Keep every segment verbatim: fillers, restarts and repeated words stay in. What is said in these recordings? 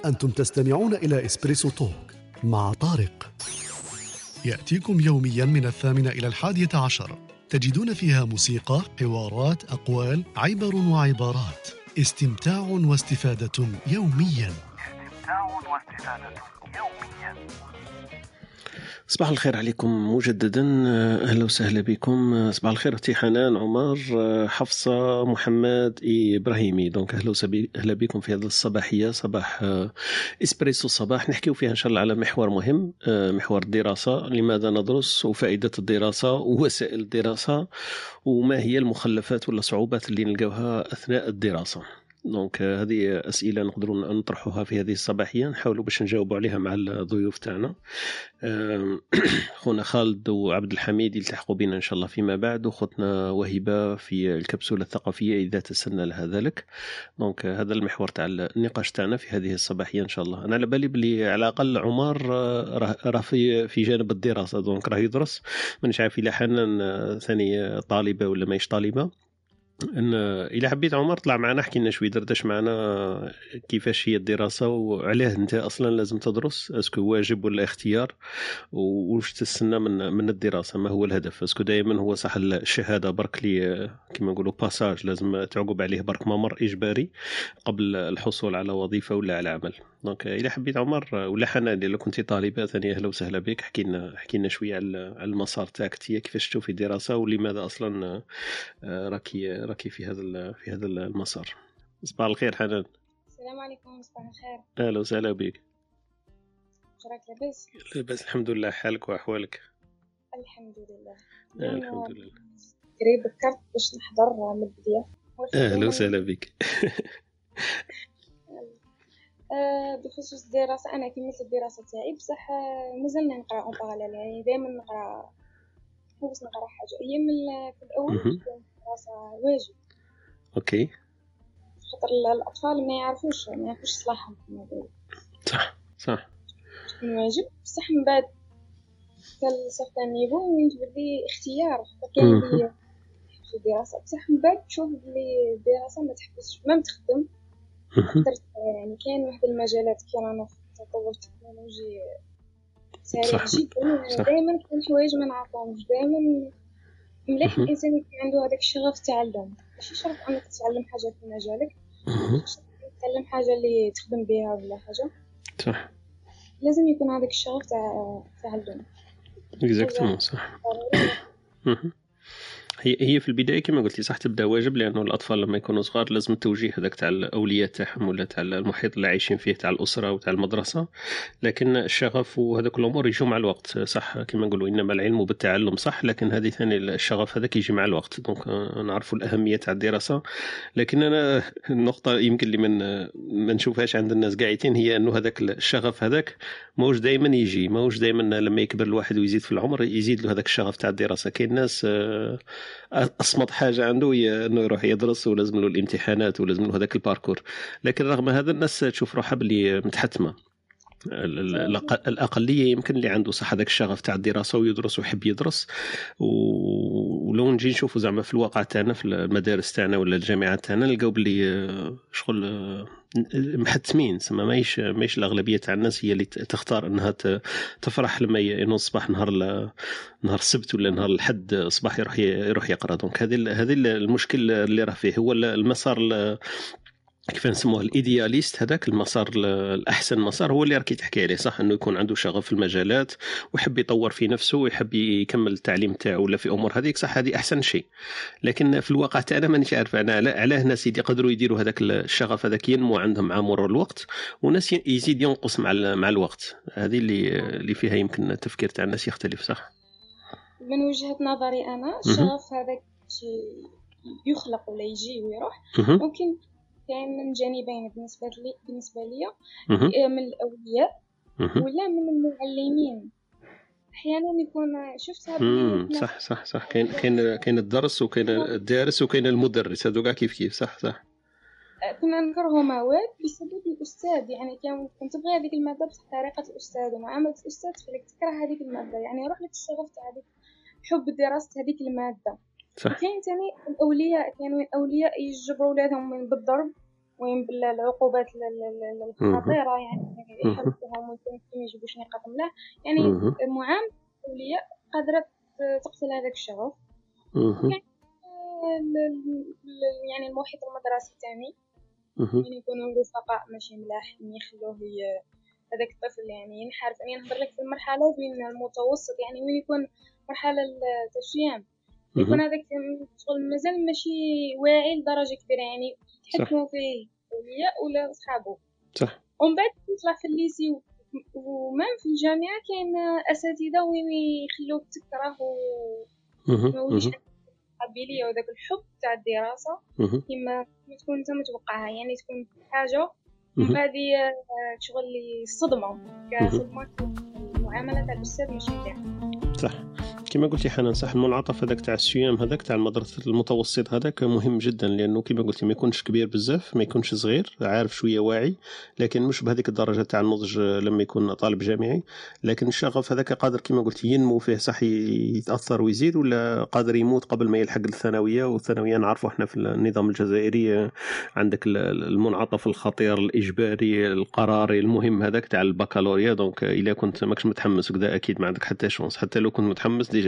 أنتم تستمعون إلى إسبريسو توك مع طارق، يأتيكم يوميا من الثامنة إلى الحادية عشر. تجدون فيها موسيقى، حوارات، أقوال، عبر وعبارات. استمتاع واستفادة يوميا. استمتاع واستفادة يوميا. صباح الخير عليكم مجددا، أهلا وسهلا بكم. صباح الخير أختي حنان، عمر، حفصة، محمد، إبراهيمي. دونك أهلا وسهلا بكم في هذا الصباحية، صباح إسبريسو الصباح. نحكيو فيها إن شاء الله على محور مهم، محور الدراسة. لماذا ندرس وفائدة الدراسة ووسائل الدراسة وما هي المخلفات ولا الصعوبات اللي نلقاوها أثناء الدراسة. دونك هذه أسئلة نقدروا نطرحها في هذه الصباحية، نحاولوا باش نجاوبوا عليها مع الضيوف تاعنا. خونا خالد وعبد الحميد يلتحقوا بنا إن شاء الله فيما بعد، وخوتنا وهبة في الكبسولة الثقافية إذا تسنى لها ذلك. دونك هذا المحور تاع النقاش تاعنا في هذه الصباحية إن شاء الله. أنا على بالي بلي على الأقل عمر راه في في جانب الدراسة، دونك راه يدرس. مانيش عارف إلا حنان ثاني طالبة ولا ماهيش طالبة. ان الى حبيت عمر طلع معنا، احكي لنا شويه، دردش معنا كيفاش هي الدراسه وعلاه انت اصلا لازم تدرس، اسكو واجب ولا اختيار، وواش تستنى من من الدراسه، ما هو الهدف. اسكو دائما هو صح الشهاده برك لي كما نقولوا باساج لازم تعقب عليه برك ممر اجباري قبل الحصول على وظيفه ولا على عمل. دونك الى حبيت عمر ولا حنان الا كنتي طالبه ثانيه اهلا وسهلا بك، احكي لنا احكي لنا شويه على المسار تاعك كيفاش تشوفي الدراسه ولماذا اصلا راكي راكي في هذا في هذا المسار. صباح الخير حنان. السلام عليكم. صباح الخير. اهلا وسهلا بك. راك لاباس؟ لاباس الحمد لله. حالك واحوالك؟ الحمد لله. آه الحمد لله. قريب بكرت باش نحضر من البدايه. اهلا وسهلا بك. آه بخصوص الدراسه، انا كملت الدراسه تاعي بصح مازلنا نقرا اون باراليل، يعني دائما نقرا بس نقرا حاجه هي من في الاول الدراسه واجب. اوكي. خاطر الاطفال ما يعرفوش ما يعرفوش صلاحهم في الموضوع. صح صح. واجب بصح من بعد كالسيغتان نيفو وين تولي اختيار. كاين اللي في الدراسه بصح من بعد تشوف بلي الدراسه ما تحبسش ما تخدم. قدرت يعني كاين واحد المجالات كي رانا في التطور التكنولوجي سريع جدا، دائما كاين حوايج ما نعرفهمش. دائما مليح الانسان يكون عنده هذاك الشغف تعلم، ماشي شرط انك تتعلم حاجه في مجالك، تتعلم حاجه اللي تخدم بها ولا حاجه. صح. لازم يكون هذاك الشغف تاع تعلم. اكزاكتومون صح. هي هي في البدايه كما قلتي صح تبدا واجب، لانه الاطفال لما يكونوا صغار لازم التوجيه هذاك تاع الاولياء تاعهم ولا تاع المحيط اللي عايشين فيه تاع الاسره وتاع المدرسه. لكن الشغف وهذوك الامور يجوا مع الوقت صح، كما نقولوا انما العلم بالتعلم صح، لكن هذه ثاني الشغف هذاك يجي مع الوقت. دونك نعرفوا الاهميه تاع الدراسه. لكن انا النقطه يمكن اللي من ما نشوفهاش عند الناس قاعدين هي انه هذاك الشغف هذاك ماهوش دائما يجي، ماهوش دائما لما يكبر الواحد ويزيد في العمر يزيد له هذاك الشغف تاع الدراسه. كاين ناس أصمت حاجة عنده هي أنه يروح يدرس ولازم له الامتحانات ولازم له هذاك الباركور، لكن رغم هذا الناس تشوف روحها باللي متحتمة. الأقلية يمكن اللي عنده صح هذاك الشغف تاع الدراسة ويدرس ويحب يدرس. ولو نجي نشوفوا زعما في الواقع تاعنا في المدارس تاعنا ولا الجامعات تاعنا نلقاو باللي شغل محتمين سما ماهيش ماهيش الأغلبية تاع الناس هي اللي تختار أنها تفرح لما ينوض صباح نهار نهار السبت ولا نهار الحد صباح يروح يروح يقرأ. دونك هذه هذه المشكل اللي راه فيه هو المسار كيف نسموه الايدياليست، هذاك المسار الاحسن مسار هو اللي راكي تحكي عليه صح، انه يكون عنده شغف في المجالات ويحب يطور في نفسه ويحب يكمل التعليم تاعه ولا في امور هذيك صح، هذه احسن شيء. لكن في الواقع تاعنا مانيش عارف انا علاه ناس يقدروا يديروا هذاك الشغف هذاك ينمو عندهم مع مرور الوقت، وناس يزيد ينقص مع مع الوقت. هذه اللي اللي فيها يمكن التفكير تاع الناس يختلف صح. من وجهة نظري انا الشغف هذاك يخلق ولا يجي ويروح. ممكن كاين من جانبين بالنسبه لي بالنسبه لي من الاولياء ولا من المعلمين. احيانا يكون شفتها بلي صح صح صح كاين كاين كاين الدرس وكاين الدارس وكاين المدرس، هذو كاع كيف كيف صح صح. كنا نكرهوا مواد بسبب الاستاذ، يعني كان كنت تبغي هذيك الماده بصح طريقه الاستاذ ومعامله الاستاذ تخليك تكره هذيك الماده، يعني يروح لك الشغف تاع هذيك حب دراسه هذيك الماده. صح. كاين ثاني الاولياء كانوا يعني الاولياء يجبروا اولادهم بالضرب المهم بالعقوبات الخطيره يعني يحبهم ويكون ما يجيبوش نقاط ملاح يعني معامله الأولياء قادره تقتل هذاك الشغف. يعني المحيط المدرسي الثاني يعني يكونوا رفقاء ماشي ملاح يخلوه هذاك الطفل يعني ينحرف. يعني نهضر لك في المرحله من المتوسط يعني وين يكون مرحله التشييم يكون هذاك شغل مازال ماشي واعي لدرجه كبيره يعني يتحكموا فيه اولياء ولا اصحابه صح. ومن بعد يطلع في الليسي ومام في الجامعه كاين اساتذه وين يخلوك تكره و قابليه وداك الحب تاع الدراسه كما تكون انت متوقعها يعني تكون حاجه هذه شغل اللي صدمه كصدمه المعامله تاع الاستاذ ماشي مزيان صح. كما قلتي حنان صح المنعطف هذاك تاع السيام هذاك تاع المدرسه المتوسط هذاك مهم جدا لانه كما قلتي ما يكونش كبير بزاف ما يكونش صغير عارف شويه واعي لكن مش بهذيك الدرجه تاع النضج لما يكون طالب جامعي لكن الشغف هذاك قادر كما قلتي ينمو فيه صح يتاثر ويزيد ولا قادر يموت قبل ما يلحق الثانويه والثانويه نعرفوا احنا في النظام الجزائري عندك المنعطف الخطير الاجباري القراري المهم هذاك تاع البكالوريا دونك الا كنت ماكش متحمس وكذا اكيد ما عندك حتى شانس حتى لو كنت متحمس ديجا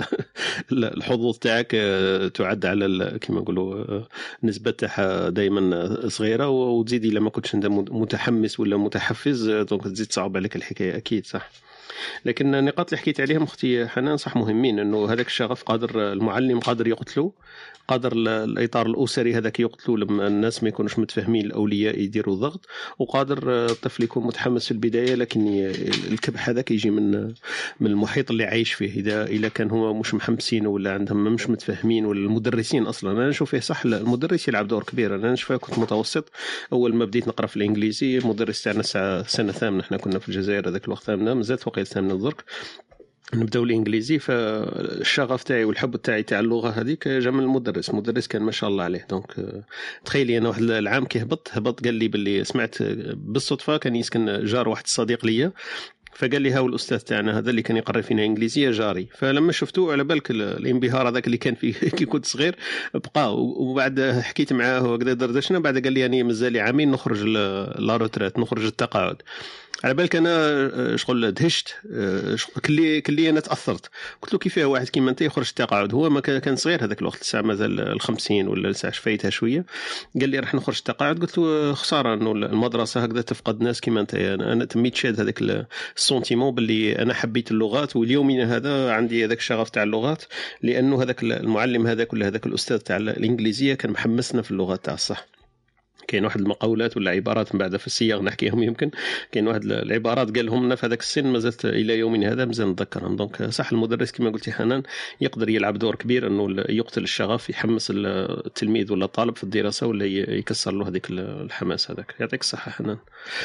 الحظوظ تاعك تعد على كما نقولوا نسبه تاعها دائما صغيره وتزيد الا ما كنتش انت متحمس ولا متحفز دونك تزيد صعب عليك الحكايه اكيد صح. لكن النقاط اللي حكيت عليهم اختي حنان صح مهمين انه هذاك الشغف قادر المعلم قادر يقتله قادر الاطار الاسري هذاك يقتلوا لما الناس ما يكونوش متفاهمين الاولياء يديروا ضغط وقادر الطفل يكون متحمس في البدايه لكن الكبح هذاك يجي من من المحيط اللي عايش فيه اذا اذا كان هو مش محمسين ولا عندهم مش متفاهمين ولا المدرسين اصلا انا نشوف فيه صح المدرس يلعب دور كبير. انا نشوف كنت متوسط اول ما بديت نقرا في الانجليزي المدرس تاعنا سنه ثامنه احنا كنا في الجزائر هذاك الوقت ثامنه مازال فوق الثامنه درك نبداو الانجليزي فالشغف تاعي والحب تاعي تاع اللغه هذيك جا من المدرس المدرس كان ما شاء الله عليه. دونك تخيلي انا واحد العام كي هبط هبط قال لي باللي سمعت بالصدفه كان يسكن جار واحد الصديق ليا فقال لي هاو الاستاذ تاعنا هذا اللي كان يقري فينا انجليزيه جاري. فلما شفتوه على بالك الانبهار هذاك اللي كان فيه كي كنت صغير بقى وبعد حكيت معاه وهكذا دردشنا بعد قال لي اني مازال لي عامين نخرج لا روتريت نخرج التقاعد. على بالك انا شغل دهشت كلي كلي انا تاثرت قلت له كيفاه واحد كيما انت يخرج التقاعد هو ما كان صغير هذاك الوقت الساعه مازال الخمسين ولا الساعه فايتها شويه قال لي راح نخرج التقاعد قلت له خساره انه المدرسه هكذا تفقد ناس كيما انت. انا, أنا تميت شاد هذاك السونتيمون باللي انا حبيت اللغات واليومنا هذا عندي هذاك الشغف تاع اللغات لانه هذاك المعلم هذاك ولا هذاك الاستاذ تاع الانجليزيه كان محمسنا في اللغات تاع الصح. كاين واحد المقولات ولا عبارات من بعد في السياق نحكيهم يمكن كاين واحد العبارات قالهم لنا في هذاك السن مازالت الى يومنا هذا مازال نتذكرهم. دونك صح المدرس كما قلتي حنان يقدر يلعب دور كبير انه يقتل الشغف يحمس التلميذ ولا الطالب في الدراسه ولا يكسر له هذيك الحماس هذاك. يعطيك الصحه حنان.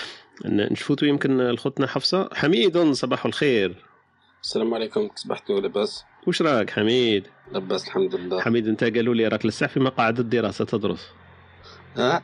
نشوفوا يمكن الخطنا حفصه. حميد صباح الخير. السلام عليكم صبحتوا لاباس واش راك حميد؟ لاباس الحمد لله. حميد انت قالوا لي راك لسه في مقاعد الدراسه تدرس اه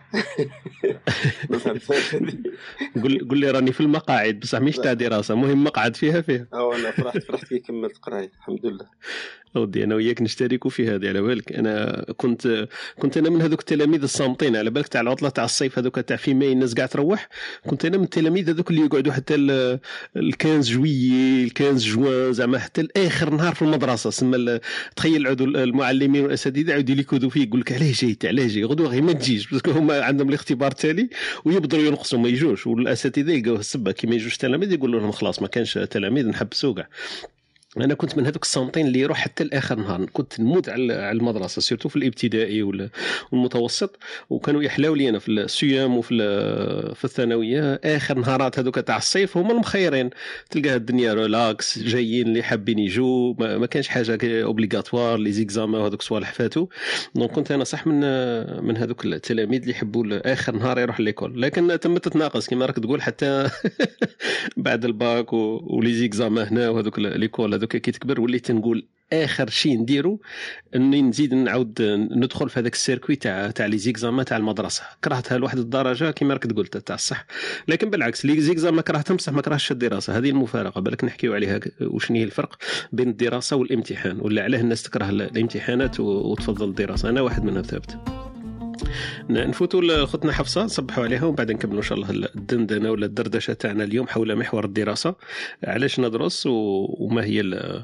قول قول لي راني في المقاعد بصح مش تاع دراسه مهم مقعد فيها فيها اه انا فرحت فرحت كي كملت قرايه الحمد لله. ودي انا وياك نشتركوا في هذه على بالك. انا كنت كنت انا من هذوك التلاميذ الصامتين على بالك تاع العطله تاع الصيف هذوك تاع في ماي الناس قاعد تروح كنت انا من التلاميذ هذوك اللي يقعدوا حتى ال خمسة جويي ال خمسة جوان زعما حتى الاخر نهار في المدرسه سما تخيل العدو المعلمين والاساتذه يعاودوا يكودوا فيه يقول لك علاه جاي علاش جاي غدوه غير ما تجيش باسكو هما عندهم الاختبار التالي ويبدروا ينقصوا ما يجوش والاساتذه يلقاو السبه كي ما يجوش التلاميذ يقولوا لهم خلاص ما كانش تلاميذ نحبسوا كاع. انا كنت من هذوك الصامتين اللي يروح حتى الاخر نهار كنت نموت على المدرسه سيرتو في الابتدائي والمتوسط وكانوا يحلاو لي انا في السيام وفي في الثانويه اخر نهارات هذوك تاع الصيف هما المخيرين تلقى الدنيا ريلاكس جايين اللي حابين يجوا ما, ما كانش حاجه اوبليغاتوار لي زيكزاما وهذوك صوالح فاتوا. دونك كنت انا صح من من هذوك التلاميذ اللي يحبوا اخر نهار يروح ليكول لكن تم تتناقص كما راك تقول حتى بعد الباك ولي زيكزاما هنا وهذوك ليكول كي تكبر وليت نقول اخر شيء نديرو اني نزيد نعاود ندخل في هذاك السيركوي تاع تاع لي زيكزاما تاع المدرسه كرهتها لواحد الدرجه كما راك قلت تاع الصح. لكن بالعكس لي زيكزاما كرهتهم بصح ما كرهتش الدراسه. هذه المفارقه بالك نحكيو عليها وشنو هي الفرق بين الدراسه والامتحان ولا علاه الناس تكره الامتحانات وتفضل الدراسه. انا واحد منها ثابت. نفوتوا لخوتنا حفصه نصبحوا عليها ومن بعد نكملوا ان شاء الله الدندنه ولا الدردشه تاعنا اليوم حول محور الدراسه، علاش ندرس وما هي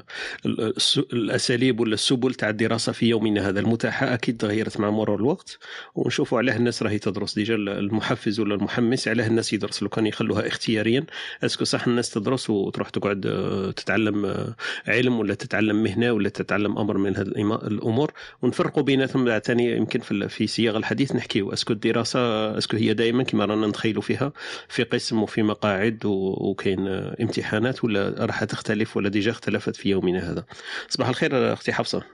الاساليب ولا السبل تاع الدراسه في يومنا هذا المتاحه. اكيد تغيرت مع مرور الوقت، ونشوفوا علاه الناس راهي تدرس ديجا، المحفز ولا المحمس علاه الناس يدرس. لو كان يخلوها اختياريا اسكو صح الناس تدرس وتروح تقعد تتعلم علم ولا تتعلم مهنه ولا تتعلم امر من هذه الامور، ونفرقوا بيناتهم ثاني. يمكن في في سياق الحديث نحكيو اسكو الدراسه اسكو هي دائما كما رانا نتخيلوا فيها في قسم وفي مقاعد وكاين امتحانات، ولا راح تختلف ولا ديجا اختلفت في يومنا هذا. صباح الخير اختي حفصه.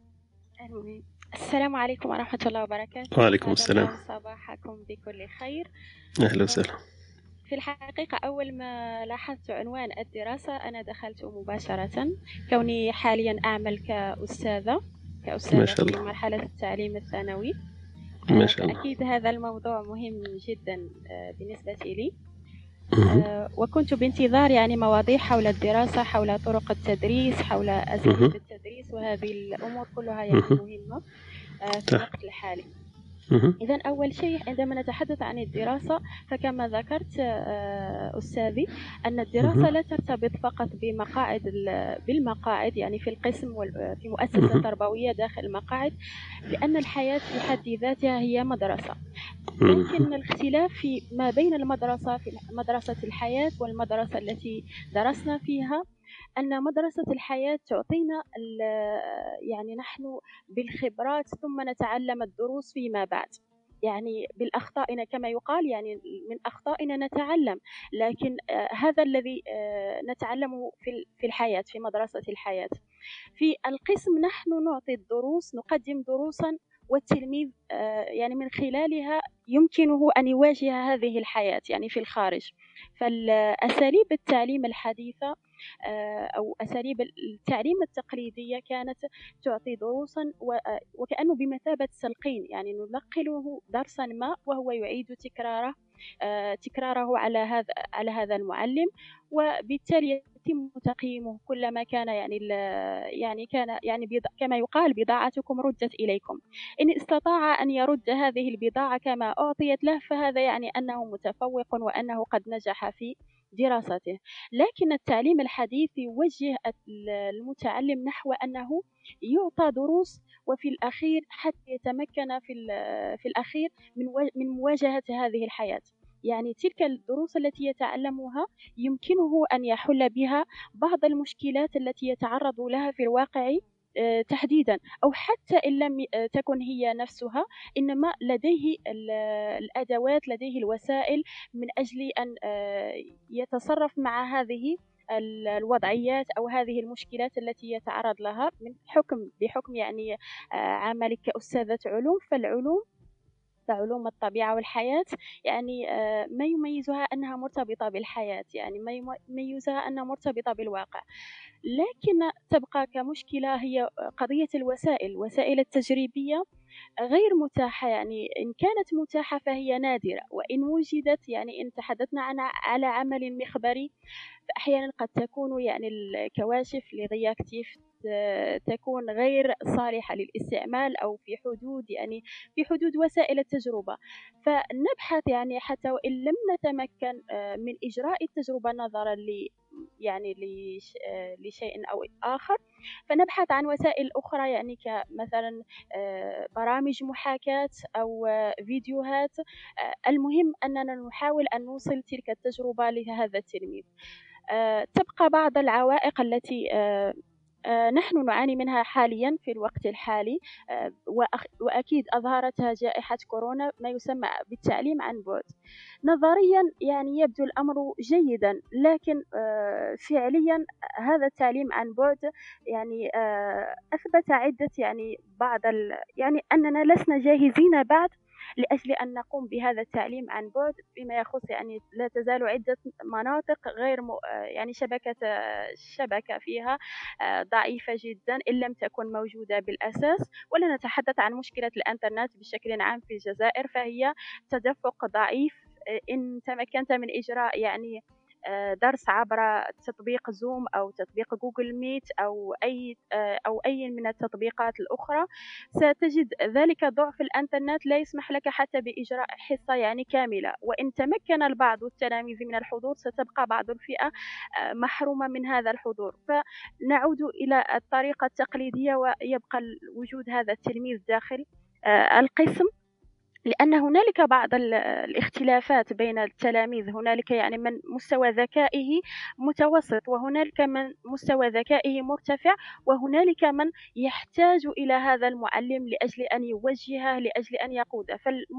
السلام عليكم ورحمه الله وبركاته. وعليكم السلام. صباحكم بكل خير. اهلا وسهلا. في الحقيقة أول ما لاحظت عنوان الدراسة أنا دخلت مباشرة، كوني حاليا أعمل كأستاذة كأستاذة في مرحلة التعليم الثانوي. ما شاء الله. أكيد هذا الموضوع مهم جدا بالنسبة لي، وكنت بانتظار يعني مواضيع حول الدراسة، حول طرق التدريس، حول أساليب التدريس، وهذه الأمور كلها يعني مهمة في الوقت الحالي. إذن أول شيء عندما نتحدث عن الدراسة فكما ذكرت أستاذي أن الدراسة لا ترتبط فقط بمقاعد بالمقاعد يعني في القسم في مؤسسة تربوية داخل المقاعد، لأن الحياة في حد ذاتها هي مدرسة. لكن الاختلاف في ما بين المدرسة في مدرسة الحياة والمدرسة التي درسنا فيها أن مدرسة الحياة تعطينا يعني نحن بالخبرات ثم نتعلم الدروس فيما بعد، يعني بالأخطاء كما يقال، يعني من أخطائنا نتعلم، لكن هذا الذي نتعلمه في الحياة في مدرسة الحياة. في القسم نحن نعطي الدروس، نقدم دروسا والتلميذ يعني من خلالها يمكنه أن يواجه هذه الحياة يعني في الخارج. فالأساليب التعليم الحديثة أو أساليب التعليم التقليدية كانت تعطي دروسا وكأنه بمثابة تلقين، يعني نلقله درسا ما وهو يعيد تكراره تكراره على هذا على هذا المعلم، وبالتالي يتم تقييمه كلما كان يعني يعني كان يعني كما يقال بضاعتكم ردت إليكم. إن استطاع أن يرد هذه البضاعة كما أعطيت له فهذا يعني أنه متفوق وأنه قد نجح في دراسته. لكن التعليم الحديث يوجه المتعلم نحو أنه يعطى دروس وفي الأخير حتى يتمكن في في الأخير من من مواجهة هذه الحياة. يعني تلك الدروس التي يتعلمها يمكنه أن يحل بها بعض المشكلات التي يتعرض لها في الواقع تحديدا، أو حتى إن لم تكن هي نفسها، إنما لديه الأدوات، لديه الوسائل من أجل أن يتصرف مع هذه الوضعيات أو هذه المشكلات التي يتعرض لها من حكم بحكم يعني عملك كأستاذة علوم. فالعلوم علوم الطبيعة والحياة يعني ما يميزها أنها مرتبطة بالحياة، يعني ما يميزها أنها مرتبطة بالواقع. لكن تبقى كمشكلة هي قضية الوسائل، وسائل التجريبية غير متاحة، يعني إن كانت متاحة فهي نادرة، وإن وجدت يعني إن تحدثنا عن على عمل مخبري فأحيانا قد تكون يعني الكواشف لرياكتيف تكون غير صالحة للاستعمال أو في حدود يعني في حدود وسائل التجربة. فنبحث يعني حتى وإن لم نتمكن من إجراء التجربة نظرا ل يعني لشيء أو آخر، فنبحث عن وسائل أخرى يعني كمثلا برامج محاكاة أو فيديوهات. المهم أننا نحاول أن نوصل تلك التجربة لهذا التلميذ. تبقى بعض العوائق التي نحن نعاني منها حاليا في الوقت الحالي، وأكيد أظهرتها جائحة كورونا، ما يسمى بالتعليم عن بعد. نظريا يعني يبدو الأمر جيدا، لكن فعليا هذا التعليم عن بعد يعني أثبت عدة يعني بعض يعني أننا لسنا جاهزين بعد لأجل أن نقوم بهذا التعليم عن بعد فيما يخص يعني لا تزال عدة مناطق غير م... يعني شبكة الشبكة فيها ضعيفة جدا إن لم تكن موجودة بالأساس. ولا نتحدث عن مشكلة الإنترنت بشكل عام في الجزائر، فهي تدفق ضعيف. إن تمكنت من إجراء يعني درس عبر تطبيق زوم أو تطبيق جوجل ميت أو أي أو أي من التطبيقات الأخرى، ستجد ذلك ضعف الإنترنت لا يسمح لك حتى بإجراء حصة يعني كاملة. وإن تمكن البعض التلاميذ من الحضور ستبقى بعض الفئة محرومة من هذا الحضور. فنعود إلى الطريقة التقليدية ويبقى وجود هذا التلميذ داخل القسم، لأن هنالك بعض الاختلافات بين التلاميذ. هنالك يعني من مستوى ذكائه متوسط، وهنالك من مستوى ذكائه مرتفع، وهنالك من يحتاج إلى هذا المعلم لأجل أن يوجهه، لأجل أن يقوده.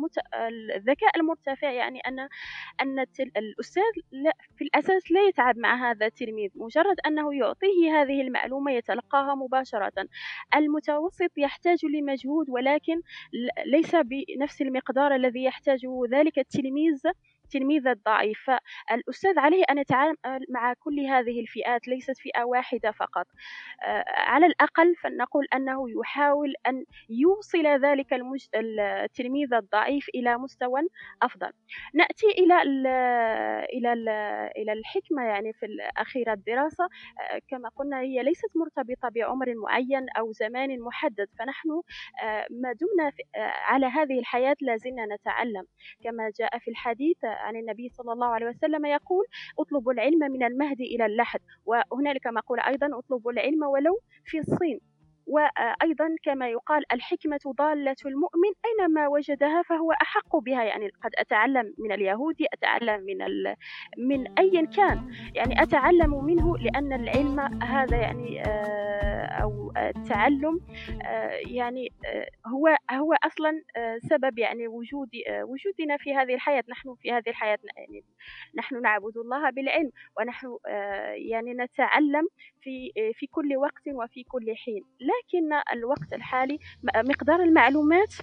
فالذكاء المرتفع يعني أن أن الأستاذ في الأساس لا يتعب مع هذا التلميذ، مجرد أنه يعطيه هذه المعلومة يتلقاها مباشرة. المتوسط يحتاج لمجهود، ولكن ليس بنفس المقدار الذي يحتاجه ذلك التلميذ التلميذ الضعيف. فالأستاذ عليه أن يتعامل مع كل هذه الفئات، ليست فئة واحدة فقط. على الأقل فلنقول أنه يحاول أن يوصل ذلك المج... التلميذ الضعيف إلى مستوى أفضل. نأتي إلى ال... إلى ال... إلى الحكمة يعني في الأخيرة. الدراسة كما قلنا هي ليست مرتبطة بعمر معين أو زمان محدد، فنحن ما دمنا على هذه الحياة لازلنا نتعلم. كما جاء في الحديث عن النبي صلى الله عليه وسلم يقول: اطلبوا العلم من المهد إلى اللحد. وهنالك مقولة أيضا: اطلبوا العلم ولو في الصين. وأيضا كما يقال: الحكمة ضالة المؤمن أينما وجدها فهو أحق بها. يعني قد أتعلم من اليهودي، أتعلم من ال... من أي كان، يعني أتعلم منه، لأن العلم هذا يعني أو التعلم يعني هو هو أصلا سبب يعني وجود وجودنا في هذه الحياة. نحن في هذه الحياة يعني نحن نعبد الله بالعلم، ونحن يعني نتعلم في في كل وقت وفي كل حين. لكن الوقت الحالي مقدار المعلومات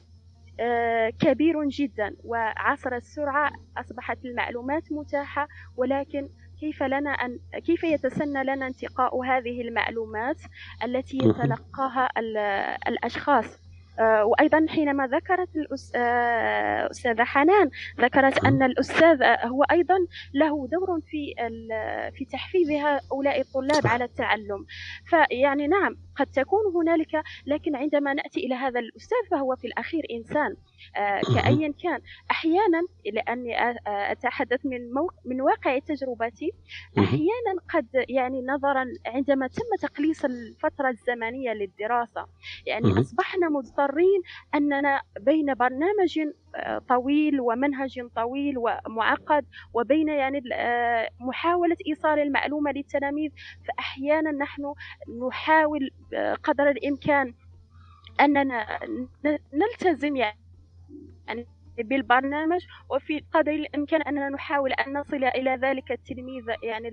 كبير جدا، وعصر السرعة أصبحت المعلومات متاحة، ولكن كيف لنا أن كيف يتسنى لنا انتقاء هذه المعلومات التي يتلقاها الأشخاص. وأيضا حينما ذكرت الأستاذة حنان ذكرت أن الأستاذ هو أيضا له دور في في تحفيز هؤلاء الطلاب على التعلم. فيعني نعم قد تكون هنالك، لكن عندما نأتي إلى هذا الأستاذ فهو في الأخير إنسان كأيا كان. أحيانا، لأني أتحدث من موق... من واقع تجربتي، أحيانا قد يعني نظرا عندما تم تقليص الفترة الزمنية للدراسة، يعني أصبحنا مضطرين أننا بين برنامج طويل ومنهج طويل ومعقد وبين يعني محاولة إيصال المعلومة للتلاميذ، فأحيانا نحن نحاول قدر الإمكان أننا نلتزم يعني بالبرنامج، وفي قدر الإمكان أننا نحاول أن نصل إلى ذلك التلميذ يعني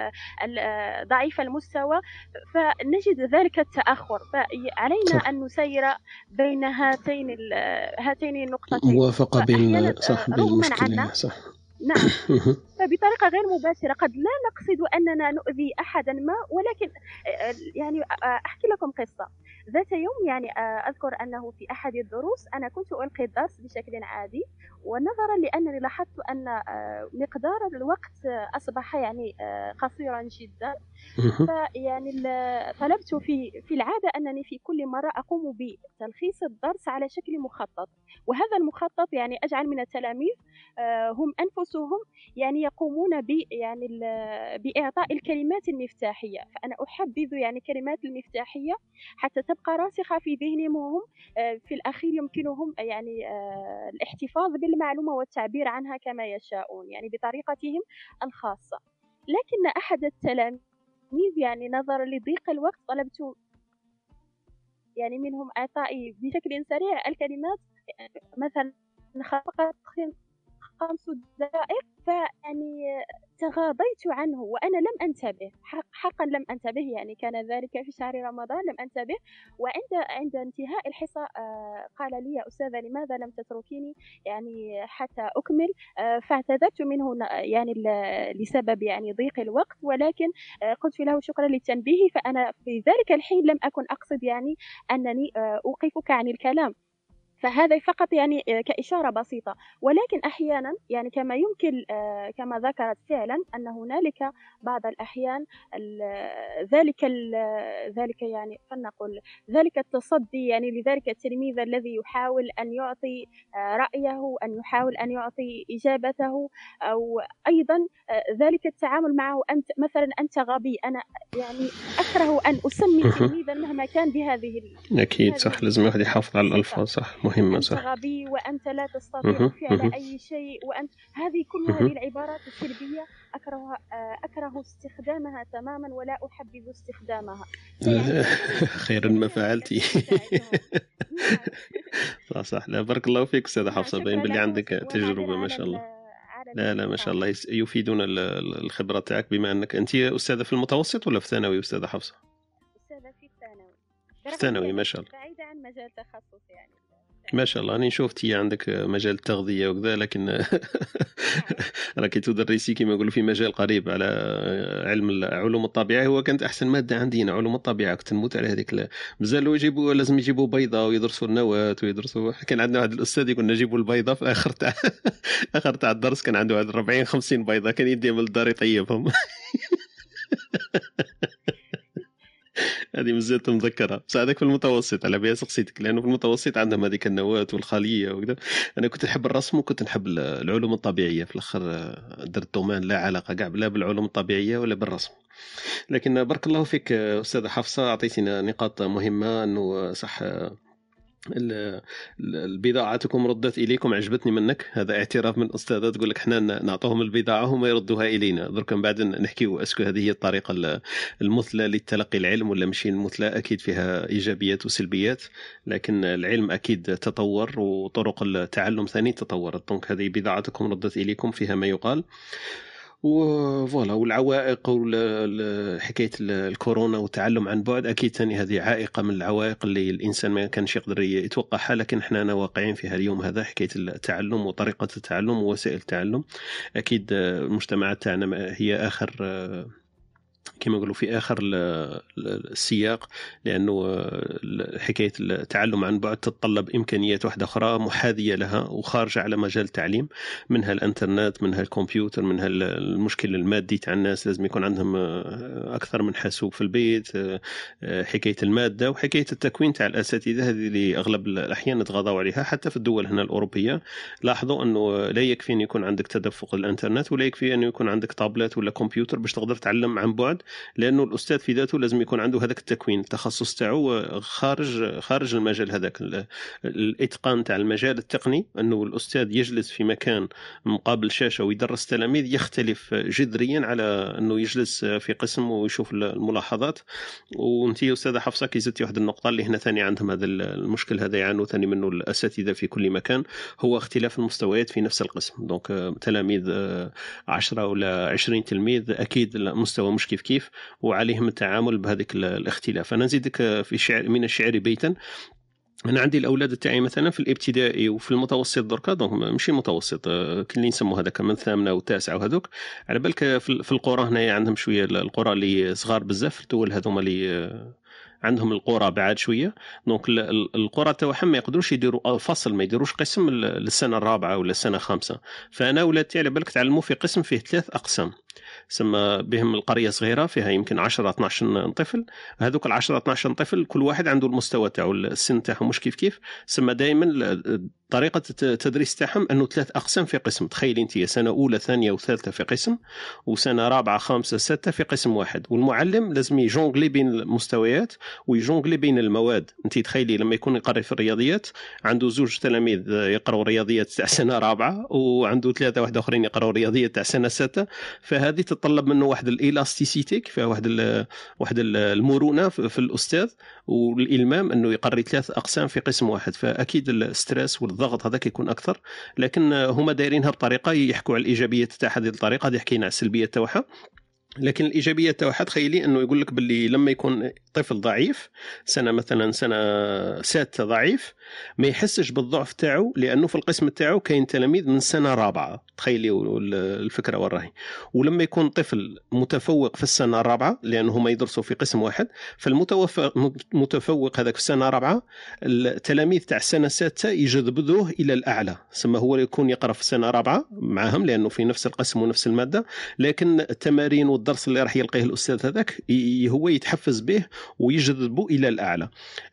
ضعيف المستوى، فنجد ذلك التأخر. فعلينا صح. أن نسير بين هاتين هاتين النقطتين، موافقة بين صح بالمشكلة صح. نعم. فبطريقة غير مباشرة قد لا نقصد أننا نؤذي أحدا ما، ولكن يعني أحكي لكم قصة. ذات يوم يعني أذكر أنه في أحد الدروس أنا كنت ألقي الدرس بشكل عادي، ونظرا لأنني لاحظت أن مقدار الوقت أصبح يعني قصيرا جدا، فيعني طلبت في في العادة أنني في كل مرة أقوم بتلخيص الدرس على شكل مخطط، وهذا المخطط يعني أجعل من التلاميذ هم أنفسهم يعني يقومون ب يعني بإعطاء الكلمات المفتاحية. فأنا أحبذ يعني كلمات المفتاحية حتى تبقى راسخة في ذهنهم، وهم في الأخير يمكنهم يعني الاحتفاظ بالمعلومة والتعبير عنها كما يشاءون يعني بطريقتهم الخاصة. لكن أحد التلاميذ يعني نظرا لضيق الوقت طلبت يعني منهم إعطائي بشكل سريع الكلمات، مثلا فقط خمس دقائق، فيعني تغاضيت عنه وأنا لم أنتبه، حقا لم أنتبه، يعني كان ذلك في شهر رمضان لم أنتبه. وعند عند انتهاء الحصة قال لي: يا أستاذة لماذا لم تتركيني يعني حتى أكمل؟ فاعتذرت منه يعني لسبب يعني ضيق الوقت، ولكن قلت له شكرا للتنبيه، فأنا في ذلك الحين لم أكن أقصد يعني أنني أوقفك عن الكلام. فهذا فقط يعني كإشارة بسيطة. ولكن أحيانا يعني كما يمكن كما ذكرت فعلا أن هنالك بعض الأحيان ذلك ذلك يعني فلنقل ذلك التصدي يعني لذلك التلميذ الذي يحاول أن يعطي رأيه، أن يحاول أن يعطي إجابته، أو أيضا ذلك التعامل معه. أنت مثلا أنت غبي، أنا يعني أكره أن أسمي تلميذا مهما كان بهذه أكيد صح، لازم الواحد يحافظ على الألفاظ، صح مهمة صح. أنت غبي وأنت لا تستطيع فعل أي شيء، وأنت هذه كل هذه العبارات السلبية أكره أكره استخدامها تماما ولا أحبذ استخدامها. خيرا ما فعلتي. صح صح. لا بارك الله فيك أستاذة حفصة، باين باللي عندك تجربة ما شاء الله. لا لا ما شاء الله، يفيدون الخبرة تاعك. بما أنك أنت أستاذة في المتوسط ولا في الثانوي أستاذة حفصة؟ أستاذة في الثانوي. في الثانوي ما شاء الله. بعيدة عن مجال تخصص يعني. ما شاء الله. أنا شفت هي عندك مجال التغذية وكذا، لكن راكي تدرسي كما يقولوا في مجال قريب على علم علوم الطبيعة. هو كانت أحسن مادة عندنا علوم الطبيعة، كنت نموت على هذيك. بزالوا يجيبوا لازم يجيبوا بيضة ويدرسوا النواة ويدرسوا. كان عندنا واحد الأستاذ يقول نجيبوا البيضة في آخر تاع آخر تاع الدرس، كان عنده واحد أربعين خمسين بيضة، كان يديهم للدار يطيبهم. هذه مازالت مذكرة. بس هذاك في المتوسط على بها سقسيتك، لأنه في المتوسط عندهم هذيك النواة والخلية وكذا. أنا كنت نحب الرسم وكنت نحب العلوم الطبيعية. في الآخر درت دومان لا علاقة كاع لا بالعلوم الطبيعية ولا بالرسم. لكن بارك الله فيك أستاذة حفصة، أعطيتنا نقاط مهمة. أنه صح البضاعتكم ردت إليكم، عجبتني منك. هذا اعتراف من أستاذة تقول لك احنا نعطوهم البضاعة هم يردوها إلينا. درك من بعد نحكيو اسكو هذه هي الطريقة المثلى للتلقي العلم ولا ماشي المثلى. أكيد فيها إيجابيات وسلبيات، لكن العلم أكيد تطور وطرق التعلم ثاني تطورت. دونك هذه بضاعتكم ردت إليكم، فيها ما يقال. وفوالا. والعوائق وحكاية الكورونا والتعلم عن بعد، أكيد ثاني هذه عائقة من العوائق اللي الإنسان ما كانش يقدر يتوقعها، لكن إحنا واقعين فيها اليوم. هذا حكاية التعلم وطريقة التعلم ووسائل التعلم. أكيد المجتمعات تاعنا هي آخر كما يقولوا في آخر السياق، لأنه حكاية التعلم عن بعد تتطلب إمكانيات واحدة أخرى محاذية لها وخارجة على مجال التعليم، منها الانترنت، منها الكمبيوتر، منها المشكل المادي تاع الناس، لازم يكون عندهم أكثر من حاسوب في البيت، حكاية المادة وحكاية التكوين تاع الأساتذة. هذه اللي أغلب الأحيان نتغاضوا عليها. حتى في الدول هنا الأوروبية لاحظوا أنه لا يكفي أن يكون عندك تدفق الانترنت، ولا يكفي أن يكون عندك تابلت ولا كمبيوتر باش تقدر تعلم عن بعد، لأنه الأستاذ في ذاته لازم يكون عنده هذاك التكوين، التخصص تاعو خارج خارج المجال هذاك، الإتقان تاع المجال التقني. أنه الأستاذ يجلس في مكان مقابل شاشة ويدرس تلاميذ يختلف جذريا على أنه يجلس في قسم ويشوف الملاحظات. وأنت يا أستاذة حفصة كي زدتي واحد النقطة اللي هنا ثاني عندهم هذا المشكل هذا، يعانوا ثاني منه الأساتذة في كل مكان، هو اختلاف المستويات في نفس القسم. دونك تلاميذ عشرة ولا عشرين تلميذ، أكيد المستوى مش كيف كيف وعليهم التعامل بهذيك الاختلاف. أنا نزيدك في شعر من الشعر بيتا. أنا عندي الأولاد تاعي مثلا في الابتدائي وفي المتوسط دركا، دونك ماشي متوسط كلين نسموا هذاك من ثامنة وتاسعة وهذوك. على بالك في القرى هنايا عندهم شوية القرى اللي صغار بزاف، في الدول هذوما اللي عندهم القرى بعاد شويه. دونك القرى تاعهم ما يقدروش يديروا فصل، ما يديروش قسم للسنه الرابعه ولا السنه الخامسه. فانا ولادي على بالك تعلموا في قسم فيه ثلاث اقسام، سما بهم القريه صغيره فيها يمكن عشرة اثناش طفل. هذوك ال عشرة اثناش طفل كل واحد عنده المستوى تاعو، السن تاعهم مش كيف كيف. سما دائما طريقه التدريس تاعهم انه ثلاث اقسام في قسم. تخيلي انت سنه اولى ثانيه وثالثه في قسم، وسنه رابعه خامسه سته في قسم واحد، والمعلم لازم يجونغلي بين المستويات ويجونغلي بين المواد. انت تخيلي لما يكون يقري في الرياضيات عنده زوج تلاميذ يقراوا رياضيات تاع سنه رابعه، وعنده ثلاثه واحد اخرين يقراوا رياضيات تاع سنه سته. فهذه تتطلب منه واحد الالاستيسيتي، فيها واحد واحد المرونه في الاستاذ والالمام انه يقري ثلاث اقسام في قسم واحد. فاكيد الستريس والضغط هذاك يكون اكثر، لكن هما دايرينها بطريقه يحكوا على الايجابيات تاع هذه الطريقه، هذه حكينا على السلبيات تاعها. لكن الإيجابية تاعها تخيلي أنه يقول لك باللي لما يكون طفل ضعيف سنة مثلا سنة سادسة ضعيف ما يحسش بالضعف تاعو، لأنه في القسم تاعو كاين تلاميذ من سنة رابعة. تخيلي الفكرة وراهي. ولما يكون طفل متفوق في السنة الرابعة لأنه ما يدرسوا في قسم واحد، فالمتفوق هذاك في السنة الرابعة التلاميذ تاع السنة السادسة يجذبوه إلى الأعلى، سما هو يكون يقرأ في السنة الرابعة معهم لأنه في نفس القسم ونفس المادة، لكن التمارين والدرس اللي راح يلقيه الأستاذ هذاك هو يتحفز به ويجذبه إلى الأعلى.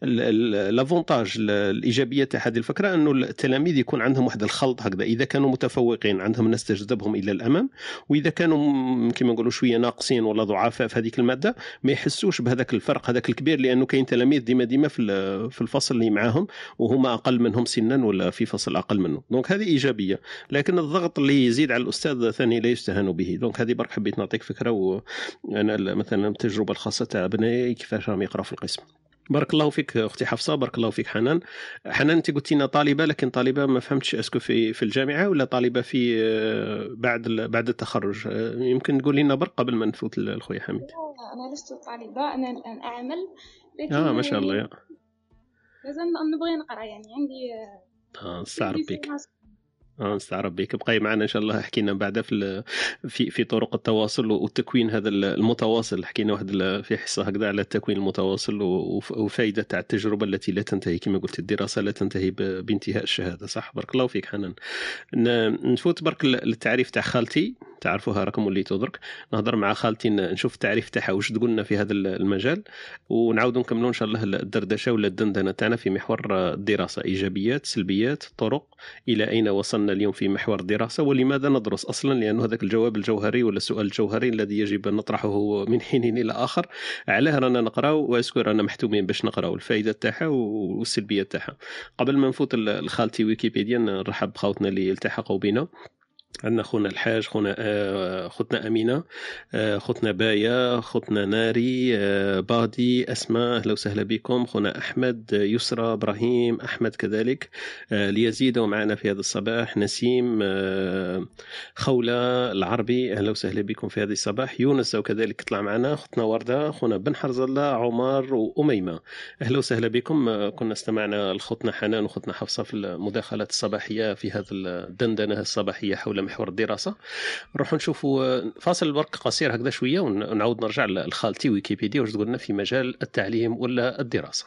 الافونتاج الإيجابية تاع هذه الفكرة أنه التلاميذ يكون عندهم واحد الخلط هكذا، إذا كانوا متفوقين عندهم ناس تجذبهم إلى الأمام، وإذا كانوا كما نقولوا شوية ناقصين ولا ضعفاء في هذه المادة ما يحسوش بهذاك الفرق هذاك الكبير، لأنه كاين تلاميذ ديما ديما في في الفصل اللي معاهم وهما أقل منهم سنا ولا في فصل أقل منه. دونك هذه إيجابية. لكن الضغط اللي يزيد على الأستاذ ثاني لا يستهان به. دونك هذه برك حبيت نعطيك فكرة، وأنا مثلا التجربة الخاصة تاع بني كيفاش راهم يقراوا في القسم. بارك الله فيك اختي حفصه. بارك الله فيك حنان. حنان انت قلتي لنا طالبه، لكن طالبه ما فهمتش اسكو في في الجامعه ولا طالبه في بعد بعد التخرج؟ يمكن تقول لنا برك قبل ما نفوت الخويا حميد. انا لست طالبه، انا الان اعمل، لكن اه ما شاء الله يا لازم نبغي نقرا، يعني عندي اه نستعرف بك اه نستعرف بك. بقي معنا ان شاء الله. حكينا بعد في في في طرق التواصل والتكوين هذا المتواصل، حكينا واحد في حصه هكذا على التكوين المتواصل وفائده تاع التجربه التي لا تنتهي، كما قلت الدراسه لا تنتهي بانتهاء الشهاده. صح. بارك الله فيك حنان. نفوت برك للتعريف تاع خالتي، تعرفوها راكم وليتوا درك. نهضر مع خالتي نشوف التعريف تاعها واش تقولنا في هذا المجال، ونعاودوا نكملوا ان شاء الله الدردشه ولا الدندنه تاعنا في محور الدراسه، ايجابيات سلبيات طرق، الى اين وصلنا اليوم في محور الدراسه، ولماذا ندرس اصلا، لانه هذاك الجواب الجوهري ولا السؤال الجوهري الذي يجب ان نطرحه من حين الى اخر، علاه رانا نقراو واسكو رانا محتومين باش نقراو، الفائده تاعها والسلبيات تاعها. قبل ما نفوت لخالتي ويكيبيديا نرحب بخوتنا اللي التحقوا بنا. عندنا خونا الحاج، خونا آه خوتنا أمينة، آه خوتنا بايا، خوتنا ناري، آه بادي، أسماء، أهلا وسهلا بكم. خونا أحمد، يسرى، إبراهيم، أحمد كذلك، آه ليزيد ومعنا في هذا الصباح، نسيم، آه خولة العربي، أهلا وسهلا بكم في هذا الصباح. يونس وكذلك طلع معنا. خوتنا وردة، خونا بن حرز الله، عمر وأميمة، أهلا وسهلا بكم. آه كنا استمعنا لخوتنا حنان وخوتنا حفصة في المداخلات الصباحية في هذا الدندنة الصباحية حول محور الدراسة. نروح نشوفوا فاصل برك قصير هكذا شوية ونعود نرجع لخالتي ويكيبيديا واش تقولنا في مجال التعليم ولا الدراسة.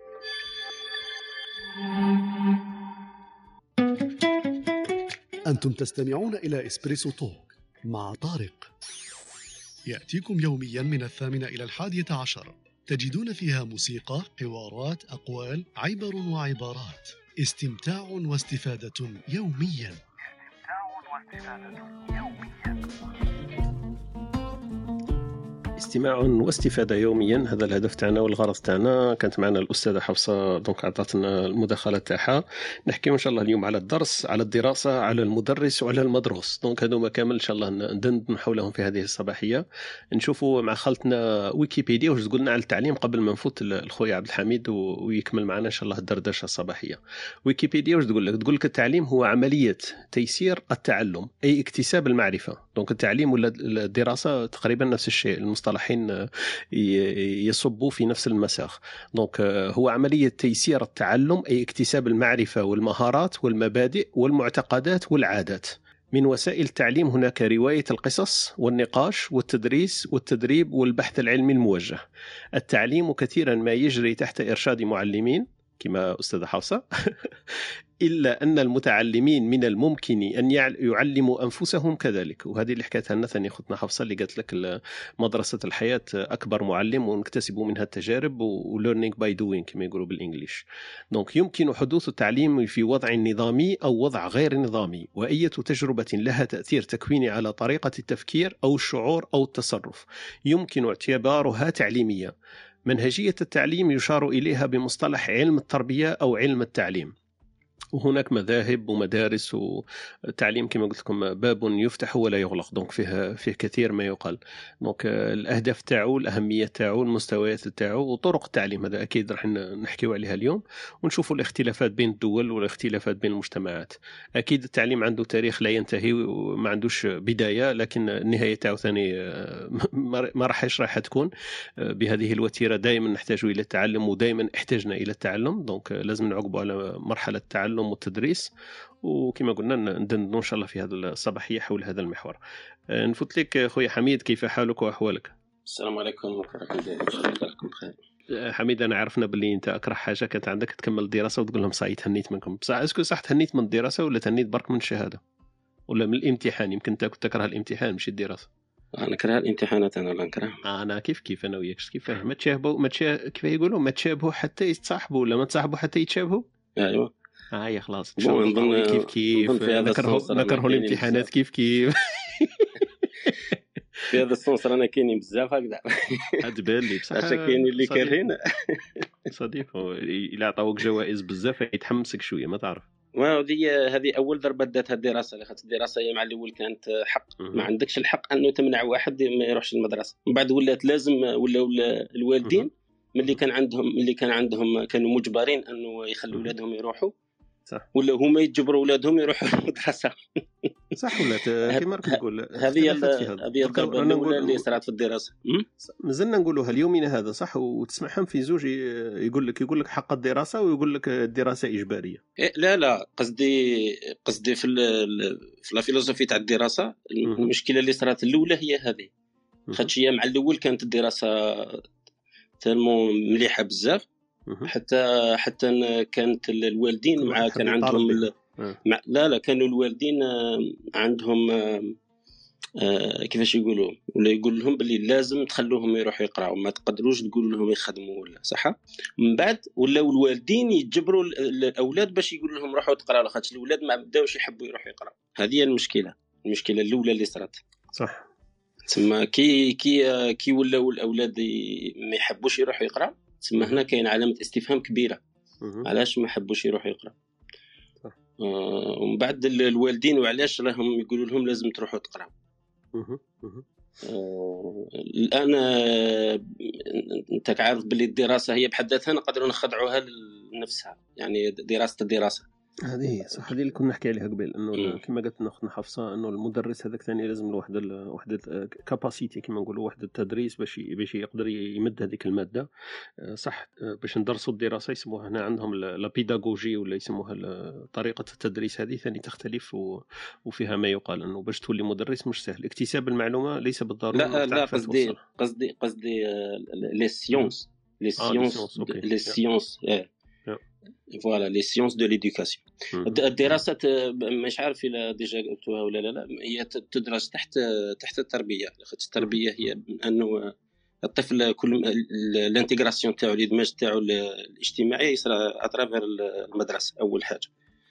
أنتم تستمعون إلى إسبريسو توك مع طارق، يأتيكم يوميا من الثامنة إلى الحادية عشر. تجدون فيها موسيقى، حوارات، أقوال، عبر وعبارات، استمتاع واستفادة يوميا. استماع واستفادة يوميا، هذا الهدف تاعنا والغرض تاعنا. كانت معنا الأستاذة حفصة دونك عطاتنا المداخلة تاعها. نحكي إن شاء الله اليوم على الدرس، على الدراسة، على المدرس وعلى المدروس. دونك هذوما كامل إن شاء الله ندندن حولهم في هذه الصباحية. نشوفوا مع خالتنا ويكيبيديا واش تقولنا على التعليم قبل ما نفوت الخويا عبد الحميد ويكمل معنا إن شاء الله الدردشة الصباحية. ويكيبيديا واش تقول لك؟ تقول لك التعليم هو عملية تيسير التعلم، أي اكتساب المعرفة. دونك التعليم ولا الدراسة تقريبا نفس الشيء، المصطلحين يصبوا في نفس المساخ. دونك هو عملية تيسير التعلم، أي اكتساب المعرفة والمهارات والمبادئ والمعتقدات والعادات. من وسائل التعليم هناك رواية القصص والنقاش والتدريس والتدريب والبحث العلمي الموجه. التعليم كثيرا ما يجري تحت إرشاد معلمين كما أستاذ حفصة إلا أن المتعلمين من الممكن أن يعلموا أنفسهم كذلك. وهذه اللي حكيتها لنا ثاني خطنا حفصة اللي قالت لك مدرسة الحياة أكبر معلم ونكتسب منها التجارب و learning by doing كما يقولوا بالإنجليش. دونك يمكن حدوث التعليم في وضع نظامي أو وضع غير نظامي، وأي تجربة لها تأثير تكويني على طريقة التفكير أو الشعور أو التصرف يمكن اعتبارها تعليمية. منهجية التعليم يشار إليها بمصطلح علم التربية أو علم التعليم. وهناك مذاهب ومدارس وتعليم كما قلت لكم باب يفتح ولا يغلق، دونك فيه فيه كثير ما يقال. دونك الاهداف تاعو، الاهميه تاعو، المستويات تاعو وطرق التعليم، هذا اكيد راح نحكيو عليها اليوم، ونشوفوا الاختلافات بين الدول والاختلافات بين المجتمعات. اكيد التعليم عنده تاريخ لا ينتهي وما عندوش بدايه، لكن النهايه تاعو ثاني ما راح راح تكون بهذه الوتيره. دائما نحتاج الى التعلم ودائما احتاجنا الى التعلم، دونك لازم نعقبوا على مرحله التعلم والتدريس، وكما قلنا ندندنوا ان شاء الله في هذه الصباحيه حول هذا المحور. نفوت لك خويا حميد، كيف حالك واحوالك؟ السلام عليكم ورحمه الله وبركاته. بخير حميد، انا عرفنا باللي انت اكره حاجه كانت عندك تكمل الدراسه وتقول لهم صاي تهنيت منكم، بصح اسكو صح تهنيت من الدراسه ولا تهنيت برك من الشهاده ولا من الامتحان؟ يمكن انت كنت تكره الامتحان مش الدراسه. انا كره الامتحانات، انا لا نكره. انا كيف كيف انا وياك كيف فاهم، ما تشابهوا ما تشا... كيف يقولوا ما تشابهوا حتى يتصاحبوا ولا ما تصاحبوا حتى يتشابهوا. ايوه هاي خلاص ان شاء الله كيف كيف نكرهوا نكرهوا الامتحانات كيف كيف في هذا السونس رانا كاينين بزاف هكذا. هاد بالي بصح كاين اللي كارهين صديق الا عطاوك جوائز بزاف يتحمسك شويه ما تعرف. وهذه هذه اول ضربه داتها الدراسه، اللي خاطر الدراسه هي مع الاول كانت حق، ما عندكش الحق انه تمنع واحد ما يروحش المدرسه. من بعد ولات لازم، ولا الوالدين ملي كان عندهم ملي كان عندهم كانوا مجبرين انه يخلوا اولادهم يروحوا، صح، ولا هما يجبروا اولادهم يروحوا المدرسه. صح ولا كيما راك تقول. هذه هذه الضربه الاولى اللي صارت في الدراسه. مازلنا نقولوها اليومنا هذا صح، وتسمعهم في زوج يقول لك يقول لك حق الدراسه ويقول لك الدراسه اجباريه. إيه لا لا قصدي قصدي في في الفلسفه تاع الدراسه المشكله اللي صارت الاولى هي هذه، خاطش هي مع الاول كانت الدراسه تالمو مليحه بزاف، حتى حتى كانت الوالدين مع كان عندهم مع لا لا كانوا الوالدين عندهم آه كيفاش يقولوا، ولا يقول لهم باللي لازم تخلوهم يروحوا يقراوا، ما تقدروش تقولوا لهم يخدموا ولا صح. من بعد ولاو الوالدين يجبروا الاولاد باش يقولوا لهم روحوا تقراوا، خاطر الاولاد ما بداوش يحبوا يروحوا يقراوا. هذه هي المشكله المشكله الاولى اللي صارت. صح، تسمى كي كي كي ولاو الاولاد ما يحبوش يروحوا يقراوا، تسمى هنا كاين علامه استفهام كبيره علاش ما حبوش يروحوا يقراوا. آه ومن بعد الوالدين وعلاش راهم يقولوا لهم لازم تروحوا تقراوا. آه الان انت عارف باللي الدراسه هي بحد ذاتها نقدروا نخضعوها لنفسها، يعني دراسه الدراسه هذه صح، هذه اللي كنا نحكي عليها قبل، انه كما قلت اختنا حفصه انه المدرس هذاك ثاني لازم له واحد واحد كاباسيتي كما نقولوا، واحد التدريس باش باش يقدر يمد هذيك الماده صح، باش ندرسوا الدراسه يسموها هنا عندهم لا بيداغوجي ولا يسموها طريقه التدريس، هذه ثاني تختلف وفيها ما يقال انه باش تولي مدرس مش سهل. اكتساب المعلومه ليس بالضروره. لا لا قصدي قصدي قصدي لي سيونس لي سيونس لي سيونس فوالا لي سيونس دو ليدوكاسيون. الدراسه مش عارف الا ديجا قلتوها ولا لا لا هي تدرس تحت تحت التربيه، خاطر التربيه هي انه الطفل كل الانتغراسيون تاعو الادماج تاعو الاجتماعي يصير اترافير المدرسه اول حاجه.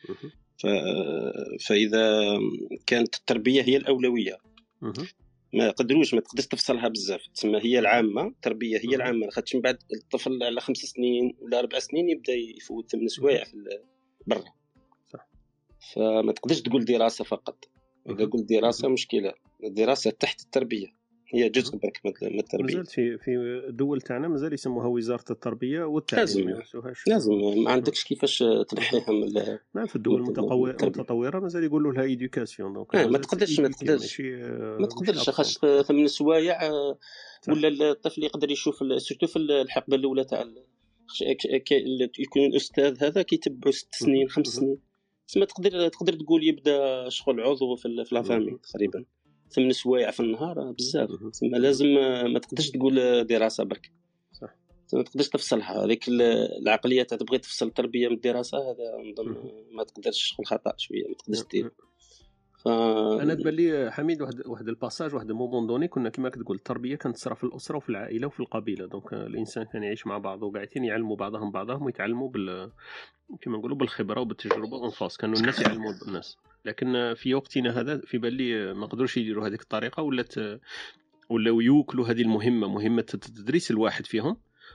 فاذا كانت التربيه هي الاولويه ما قدروش ما تقدرش تفصلها بزاف، تسمى هي العامه، التربيه هي العامه، خاطر من بعد الطفل على خمس سنين ولا اربع سنين يبدا يفوت ثمان سوايع في برا، صح. فما تقدرش تقول دراسه فقط، اذا قلت دراسه مشكله. الدراسه تحت التربيه هي جزء برك من التربيه. مازال في في الدول تاعنا مازال يسموها وزاره التربيه والتعليم، لازم, لازم ما عندكش كيفاش تنحيها من ما في الدول المتطوره مازال يقولوا لها ايدوكاسيون، دونك ما تقدرش ما تقدرش ما تقدرش خاص ثمان سوايع ولا الطفل يقدر يشوف سورتو في الحقبه الاولى تاع يكون الاستاذ هذا كيتبعوا ست سنين خمس سنين، ما تقدر تقدر تقول يبدا شغل عضو في في لافامي تقريبا ثمان سوايع في النهار بزاف، تسمى لازم ما تقدرش تقول دراسه برك، صح، ما تقدرش تفصلها. هذيك العقليه تاع تبغي تفصل التربيه من الدراسه، هذا نظن ما تقدرش شغل خطا شويه ما تقدرش دير. ف... انا تبان لي حميد واحد واحد الباساج واحد المومون دوني كنا كما كتقول التربيه كانت تصرا في الاسره وفي العائله وفي القبيله، دونك الانسان كان يعيش مع بعضه وقاعدين يعلموا بعضهم بعضهم ويتعلموا بال كما نقولوا بالخبره وبالتجربه وانفاس، كانوا الناس يعلموا الناس. لكن في وقتنا هذا في بالي ما قدروش يديروا هذيك الطريقه، ولات ولاو يوكلوا هذه المهمه مهمه التدريس الواحد فيهم،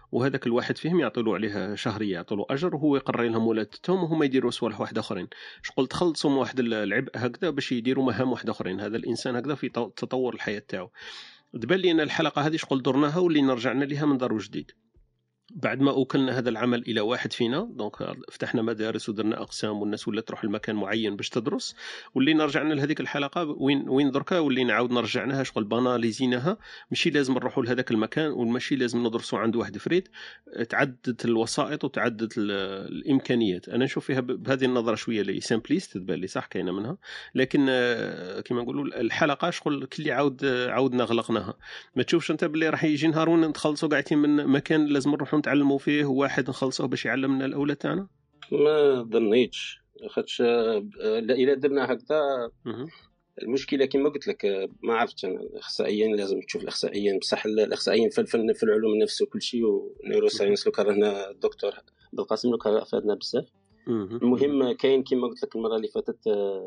وهذاك الواحد فيهم يعطيلو عليه شهريه، يعطيلو اجر وهو يقري لهم ولادتهم وهما يديروا صوالح واحد اخرين. شغل تخلصوا من واحد العبء هكذا باش يديروا مهام واحد اخرين. هذا الانسان هكذا في تطور الحياه تاعو. تبان لي ان الحلقه هذه شغل درناها واللي نرجعنا ليها من دار وجديد بعد ما أوكلنا هذا العمل إلى واحد فينا. دونك فتحنا مدارس ودرنا أقسام والناس ولا تروح لمكان معين باش تدرس. واللي نرجعنا لهذيك الحلقة وين وين دركا واللي نعاود نرجعناها شغل باناليزيناها. ماشي لازم نروحوا لهذاك المكان وماشي لازم ندرسوا عند واحد فريد. تعددت الوسائط وتعددت الإمكانيات. أنا نشوف فيها بهذه النظرة شوية لي سامبليست تبان لي صح كاينة منها، لكن كما نقولوا الحلقة شغل كل عاود عاودنا غلقناها. ما تشوفش أنت باللي راح يجي نهار وين نتخلصوا قاعدين من مكان لازم نروحوا نتعلموا فيه واحد نخلصوه باش يعلمنا الاولاد تاعنا؟ ما ظنيتش خاطش الا درنا هكذا المشكله كما قلت لك ما عرفتش انا. الاخصائيين لازم تشوف الاخصائيين بصح الاخصائيين في الفن في العلوم النفس وكل شيء ونيورو ساينس لو كان هنا الدكتور بالقاسم لو كان فادنا بزاف. المهم كاين كما قلت لك المره اللي فاتت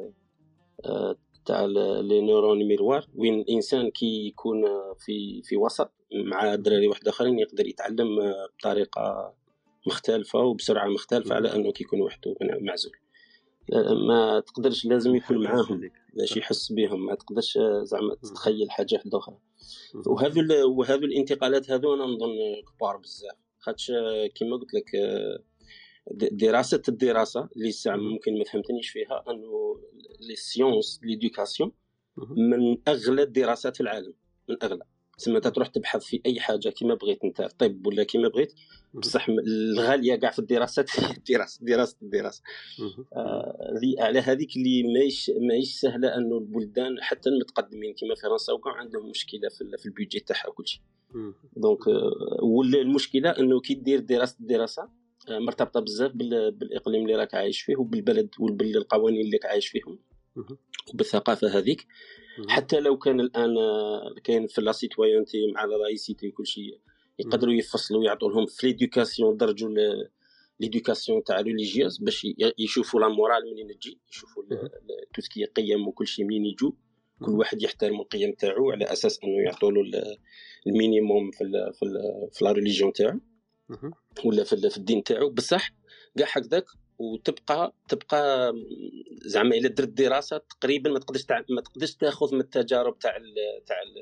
تاع لي نيورون ميروار وين الانسان كي يكون في في وسط مع دراري واحد اخرين يقدر يتعلم بطريقه مختلفه وبسرعه مختلفه على انه كيكون وحده معزول. ما تقدرش لازم يكون معاهم باش يحس بهم، ما تقدرش زعما تتخيل حاجه واحده اخرى. وهذو وهذو الانتقالات هذو انا نظن كبار بزاف خاطش كما قلت لك دراسه الدراسه اللي ساعه ممكن ما فهمتنيش فيها انه لي سيونس ليدوكاسيون من اغلى الدراسات في العالم، من اغلى. تسمى تروح تبحث في اي حاجه كما بغيت انت طب ولا كما بغيت بصح الغاليه كاع في الدراسات دراسه دراسه الدراسه هذه آه على هذيك اللي ماهيش ماهيش سهله انه البلدان حتى المتقدمين كما فرنسا وكاع عندهم مشكله في في البيدجي تاعها وكل شيء. دونك آه ولا المشكله انه كي دير دراسه الدراسه آه مرتبطه بزاف بالاقليم اللي راك عايش فيه وبالبلد وبالقوانين اللي عايش فيهم وبالثقافه هذيك. حتى لو كان الان كاين في لا سيتويانتي مع لا لايسيتي وكل شيء يقدروا يفصلوا ويعطوا لهم في ليدوكاسيون درجوا ليدوكاسيون تاع ريليجيوس باش يشوفوا لا مورال منين تجي، يشوفوا تو سكي قيم وكل شيء منين يجوا، كل واحد يحترم القيم تاعو على اساس انه يعطوا له المينيموم في ال في ال في لا ريليجيون تاعو ولا في الدين تاعو. بصح كاع هكذاك وتبقى تبقى زعما الا درت دراسه تقريبا ما تقدرش تع... ما تقدرش تاخذ من التجارب تاع ال... تاع ال...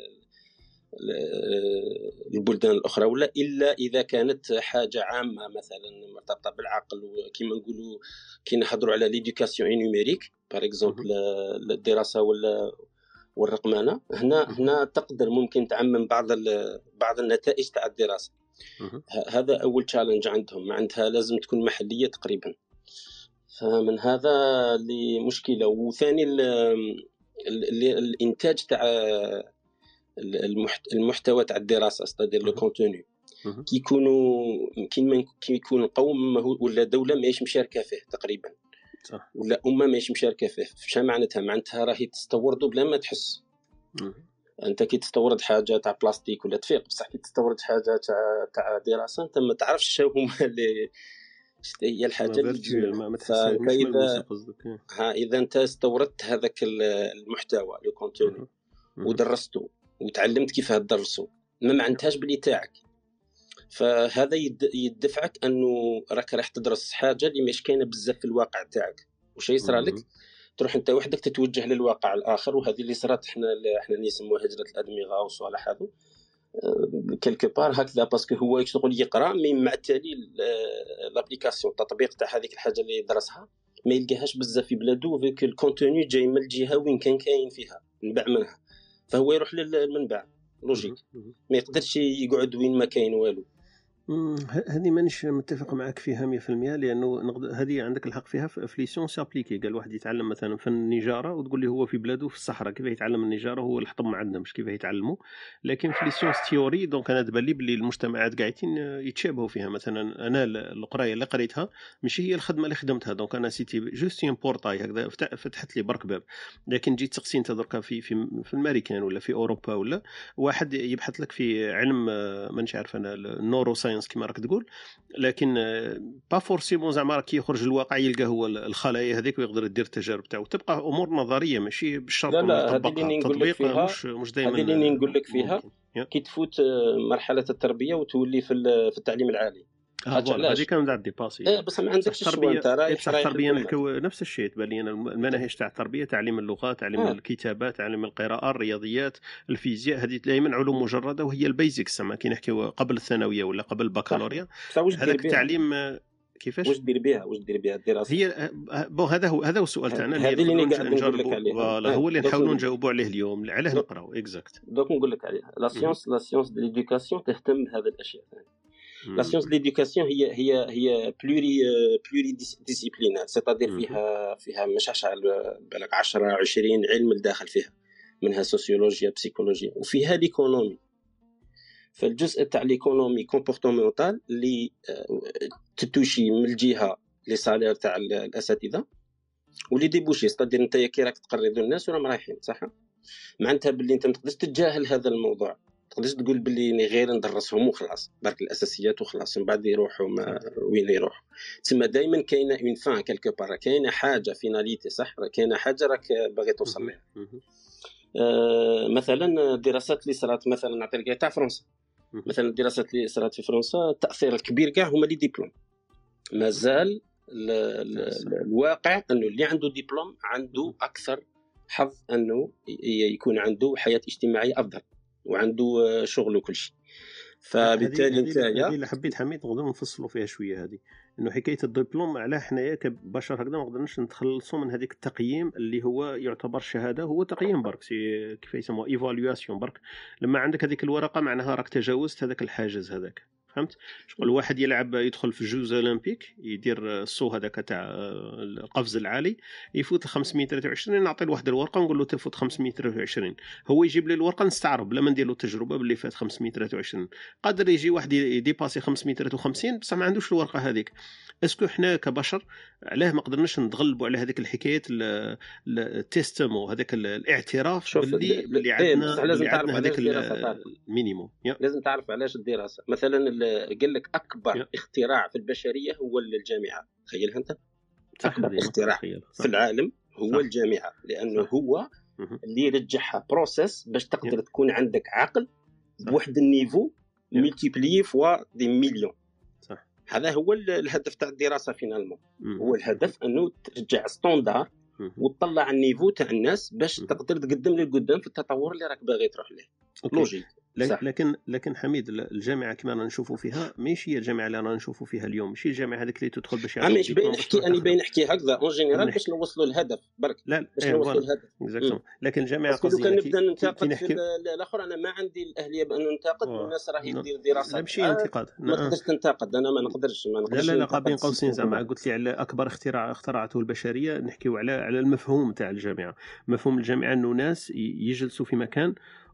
البلدان الاخرى ولا الا اذا كانت حاجه عامه مثلا مرتبطه بالعقل وكما نقولوا كي نهضروا على ليدوكاسيون نيميريك باغ اكزومبل الدراسه ولا والرقمنه. هنا هنا تقدر ممكن تعمم بعض ال... بعض النتائج تاع الدراسه. هذا اول تشالنج عندهم، عندها لازم تكون محليه تقريبا. فمن هذا اللي مشكله. وثاني ال ال الانتاج تاع المحتوى تاع الدراسه استدير لو كونتوني كي يكونوا يمكن كي يكون قوم ولا دوله ماهيش مشاركه فيه تقريبا صح، ولا امه ماهيش مشاركه فيه. فاش معناتها معناتها راهي تستوردوا بلا ما تحس. انت كي تستورد حاجه تاع بلاستيك ولا تفيق، بصح كي تستورد حاجه تاع تاع دراسه انت ما تعرفش شنو هما اللي هي الحاجه اللي ما فاذا ها اذا انت استوردت هذاك المحتوى لو كونتوني ودرسته وتعلمت كيف تدرسه ما معناتهاش بلي تاعك، فهذا يدفعك انه راك راح تدرس حاجه اللي مش كاينه بزاف في الواقع تاعك. وش يصرى لك تروح انت وحدك تتوجه للواقع الاخر. وهذه اللي صارت احنا احنا نسموها هجره الادمغه وصالح هذو كلكو بار هكذا، باسكو هو يشتغل يقرا من مع التالي لابليكاسيون التطبيق تاع هذيك الحاجه اللي درسها ما يلقاهاش بزاف في بلادو فيك الكونتوني جاي من الجهه وين كان كاين فيها منبع منها، فهو يروح للمنبع لوجيك، ما يقدرش يقعد وين ما كاين والو. هذه مانيش متفق معك فيها مية في المية، لانه هذه عندك الحق فيها في لي سيونس ابليكي. قال واحد يتعلم مثلا فن النجاره وتقول لي هو في بلاده في الصحراء كيف يتعلم النجاره، هو الحطب ما عندنا مش كيف يتعلموا. لكن في لي سيونس تيوري دونك انا تبان لي بلي المجتمعات قاعدين يتشابهوا فيها. مثلا انا القرايه اللي قريتها ماشي هي الخدمه اللي خدمتها، دونك انا سيتي جوست ان بورتاي هكذا فتحت لي برك باب. لكن جيت تقسين تدرك في في في الامريكان ولا في اوروبا ولا واحد يبحث لك في علم مانيش عارف انا النورو ساينس اكسبيرينس كما راك تقول، لكن با فورسيمون زعما كي يخرج الواقع يلقى هو الخلايا هذيك ويقدر يدير التجارب تاعو. تبقى امور نظريه ماشي بالشرط نطبقها. التطبيق مش مش دائما. هذه اللي نقول لك فيها كي تفوت مرحله التربيه وتولي في في التعليم العالي. هذه كان تاع ديباسي. ايه بس ما عندكش الشويه انت رايح رايح التربيه نحكيو نفس الشيء. تبان لي المناهج تاع التربيه، تعليم اللغات، تعليم آه. الكتابات، تعليم القراءه، الرياضيات، الفيزياء، هذه دائما علوم مجرده وهي البيزكس زعما كي نحكيو قبل الثانويه ولا قبل البكالوريا. هذاك التعليم كيفاش واش دير بها واش دير بها الدراسه هي بون. هذا هو هذا هو السؤال تاعنا هذا اللي قاعد نقول لك عليه. فوالا هو اللي نحاولوا نجاوبوا عليه اليوم. علاه نقراو اكزاكت دوك نقول لك عليه. لا سيونس لا سيونس دو ليدوكاسيون تهتم بهذه الاشياء. لا سيونس دو ليدوكاسيون هي هي هي بلوري بلوري ديسيبلينار، سيتادير فيها فيها مش عشان بالك عشرة عشرين علم الداخل فيها، منها سوسيولوجيا، بسيكولوجيا، وفيها ليكونومي. فالجزء تاع ليكونومي كومبورتمونتال اللي تتوشي من الجهه لي سالير تاع الاساتذه ولي ديبوشي، ستادير انت كي راك تقرضوا الناس وراهم رايحين صح، معناتها باللي انت ما تقدرش تتجاهل هذا الموضوع. تقدرش تقول باللي غير ندرسهم وخلاص برك الاساسيات وخلاص من بعد يروحوا ما وين يروحوا. تسمى دائما كاينه اون فان كالكو بار، كاينه حاجه فيناليتي صح، كاينه حاجه راك باغي توصل لها. آه مثلا الدراسات اللي صارت مثلا نعطي لك تاع فرنسا، مثلا الدراسات اللي صارت في فرنسا التاثير الكبير كاع هما لي ديبلوم. مازال الواقع انه اللي عنده دبلوم عنده اكثر حظ انه يكون عنده حياه اجتماعيه افضل وعنده شغل وكل شيء. فبالتالي انت هذه اللي حبيت حميد نقدروا نفصلوا فيها شويه. هذه انه حكايه الدبلوم على حنايا كبشر هكذا ما نقدرش نتخلصوا من هذيك التقييم اللي هو يعتبر شهاده، هو تقييم برك كيف يسموه ايفالواسيون برك. لما عندك هذيك الورقه معناها راك تجاوزت هذاك الحاجز هذاك، فهمت؟ شغل الواحد يلعب يدخل في الجوز اولمبيك يدير الصو هذاك تاع القفز العالي يفوت خمسمية وثلاثة وعشرين، نعطي لواحد الورقه ونقول له تفوت خمسمية وثلاثة وعشرين، هو يجيب لي الورقه نستعرب بلا ما ندير له تجربه باللي فات خمسمية وثلاثة وعشرين. قادر يجي واحد يديباسي خمسمية وثلاثة وخمسين بصح ما عندوش الورقه هذيك. اسكو حنا كبشر علاه ما قدرناش نتغلبوا على هذيك الحكايه التيستمو هذاك الاعتراف باللي باللي عندنا اللي عندنا هذاك المينيموم. لازم تعرف علاش الدراسه. مثلا قال لك اكبر يا. اختراع في البشريه هو الجامعه. تخيلها انت، اكبر اختراع في العالم هو صح. الجامعه، لانه صح. هو اللي يرجعها بروسيس باش تقدر تكون عندك عقل بواحد النيفو ملتيبلي فوا دي مليون. صح. هذا هو الهدف تاع الدراسه فينالمون. هو الهدف انه ترجع ستاندار وتطلع النيفو تاع الناس باش تقدر تقدم للقدام في التطور اللي راك باغي تروح له. لوجيك. لكن لكن حميد الجامعه كما رانا نشوفوا فيها ماشي هي الجامعه اللي رانا نشوفوا فيها اليوم، ماشي الجامعه هذيك اللي تدخل باش يعني ماشي باين نحكي انا باين نحكي هكذا اون جينيرال باش نوصلوا الهدف برك لا باش نوصلوا الهدف. لكن الجامعه قصدي كان نبدا ننتقد في الاخر. انا ما عندي الاهليه بان ننتقد الناس راهي تدير دراسات. لا ماشي انتقاد، ما تقدرش تنتقد. انا ما نقدرش ما نقدرش لا لا لا بين قوسين زعما قلت لي على اكبر اختراع اخترعته البشريه. نحكيو على على المفهوم تاع الجامعه. مفهوم الجامعه انه ناس يجلسوا في مكان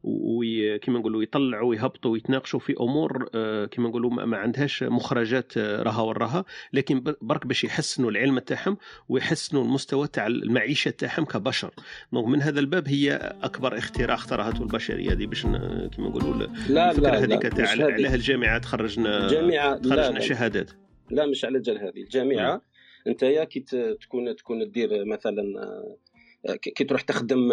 وكما نقولوا يطلعوا ويهبطوا ويتناقشوا في امور كما نقولوا ما عندهاش مخرجات راها وراها، لكن برك باش يحسنوا العلم تاعهم ويحسنوا المستوى تاع المعيشه تاعهم كبشر. دونك من هذا الباب هي اكبر اختراع اخترعته البشريه هذه باش كما نقولوا الفكره هذيك تاع علاه الجامعه تخرجنا الجامعه تخرجنا شهادات. لا مش على جال هذه الجامعه. انت يا كي تكون تكون تدير مثلا كي تروح تخدم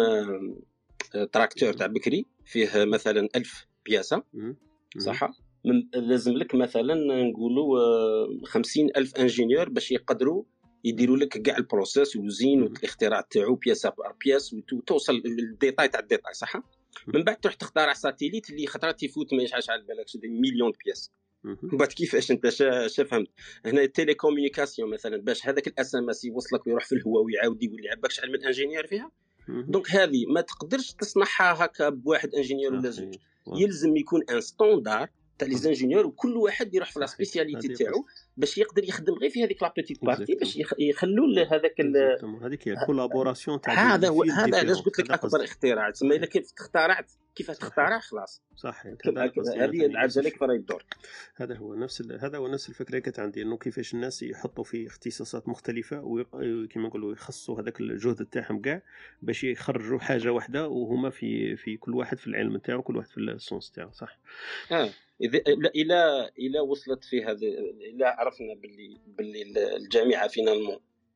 تراكتور تاع بكري فيه مثلا ألف بياسة صح، من لازم لك مثلا نقولوا خمسين ألف انجينيور باش يقدروا يديروا لك كاع البروسيس والزين والاختراع تاعو بياسة بار بياس وتوصل للديتاي تاع الديتاي صح. من بعد تروح تخترع ساتيليت اللي خطرات يفوت ما يشعلش على بالك شي مليون بياس. بعد كيفاش انت شا فهمت هنا التيلي كومونيكاسيون مثلا باش هذاك الاس ام اس يوصلك ويروح في الهواء ويعاود يقول لي عباك شحال من انجينيور فيها. دونك هذه ما تقدرش تصنعها هكا بواحد انجينيور ولا زوج، يلزم يكون ان ستاندار تاع لي انجينيور وكل واحد يروح في لا سبيسياليتي تاعو باش يقدر يخدم غير في هذيك لا بيتيت بارتي باش يخلوا هذاك هذيك هي الكولابوراسيون تاع هذا هو هذا علاش قلت لك اكبر اختراع. تسمى الا كيف اخترعت كيف تخترع خلاص صح. هذه العجله كيف راهي تدور. هذا هو نفس هذا هو نفس الفكره كانت عندي انه كيفاش الناس يحطوا في اختصاصات مختلفه وكما نقولوا يخصوا هذاك الجهد تاعهم كاع باش يخرجوا حاجه واحده وهما في في كل واحد في العلم تاعو كل واحد في السونس تاعو صح. اه اذا الى الى وصلت في هذا الى عرفنا باللي باللي الجامعه فينالمون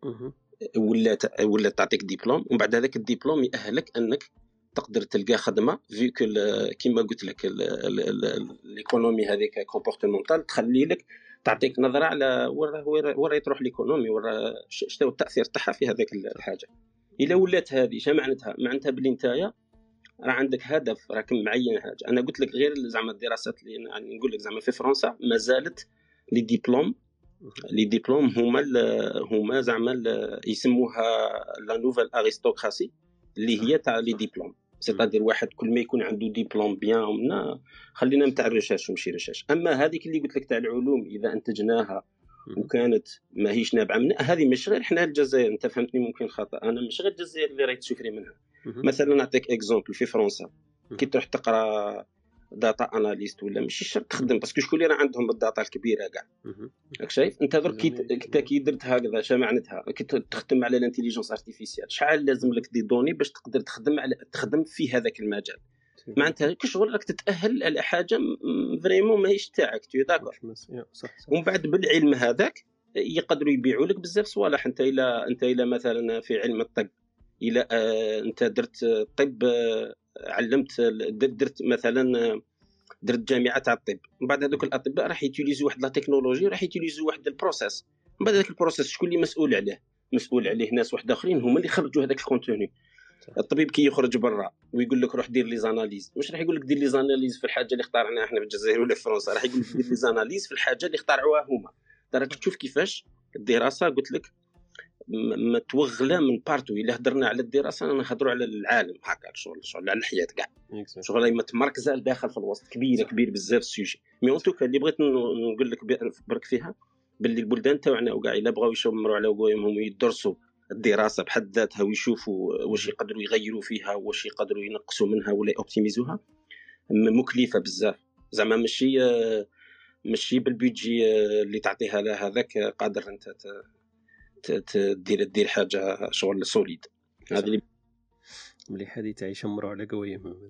ولا ولا تعطيك دبلوم ومن بعد هذاك الدبلوم يأهلك انك تقدر تلقى خدمه فيك كيما قلت لك الايكونومي هذيك كومبورتمونتال تخلي لك تعطيك نظره على وين تروح الايكونومي ورا شنو التاثير تاعها في هذيك الحاجه. الا ولات هذه شنو معناتها؟ معناتها باللي نتايا راه عندك هدف راك معين حاجه. انا قلت لك غير زعما الدراسات اللي يعني نقول لك زعما في فرنسا ما زالت لي ديبلوم لي ديبلوم هما هما زعما يسموها لا نوفيل ارستقراطي اللي هي تاع لي ديبلوم. سيتادير واحد كل ما يكون عنده ديبلوم بيان ومنا خلينا نتاع الريشيرش ومشي ريشيرش. اما هذيك اللي قلت لك تاع العلوم اذا انتجناها وكانت ماهيش نابعه منها هذه مش غير حنا الجزائر. انت فهمتني ممكن خطا. انا مش غير الجزائر اللي راهي تسفري منها. مثلا نعطيك اكزومبل في فرنسا كي تروح تقرا داتا اناليست ولا ماشي شرط تخدم باسكو شكون اللي راه عندهم الداتا الكبيره كاع راك شايف. انت درك كي كي درت هكذا شنو معناتها كي تخدم على الانتيليجنس ارتيفيسيال شحال لازم لك دي دوني باش تقدر تخدم على تخدم في هذاك المجال. معناتها كشغل راك تتاهل على حاجه فريمون ماهيش تاعك تو داكور. ومن بعد بالعلم هذاك يقدروا يبيعوا لك بزاف صوالح. انت الى انت الى مثلا في علم الطب الى آه انت درت طب آه علمت درت مثلا درت جامعه تاع الطب من بعد هذوك الاطباء راح يوتيليزيو واحد لا تكنولوجي راح يوتيليزيو واحد البروسيس. من بعد هذاك البروسيس شكون اللي مسؤول عليه؟ مسؤول عليه ناس واحد اخرين هما اللي خرجوا هذاك الكونتوني. الطبيب كي يخرج برا ويقول لك روح دير لي زاناليز مش راح يقول لك دير لي زاناليز في الحاجه اللي اخترعناها احنا في الجزائر ولا في فرنسا. راح يقول لك دير لي زاناليز في الحاجه اللي اخترعوها هما. راك تشوف كيفاش الدراسه قلت لك متوغله من بارتو. الا هضرنا على الدراسه انا نهضروا على العالم هكا شغل شغل على الحياه كاع شغل راهي متمركزه داخل في الوسط كبيره كبير بزاف السوجي. مي اون توكا اللي بغيت نقول لك برك فيها باللي البلدان تاعنا وكاع الا بغاو يشمروا على وقايمهم يدرسوا الدراسه بحد ذاتها ويشوفوا واش يقدروا يغيروا فيها واش يقدروا ينقصوا منها ولا اوبتيميزوها مكلفه بزاف. زعما ماشي ماشي بالبيجي اللي تعطيها لها هذاك قادر انت تدير دير حاجه شغل سوليد. هذه اللي مليح هذه تاع يشمروا على قوايمهم.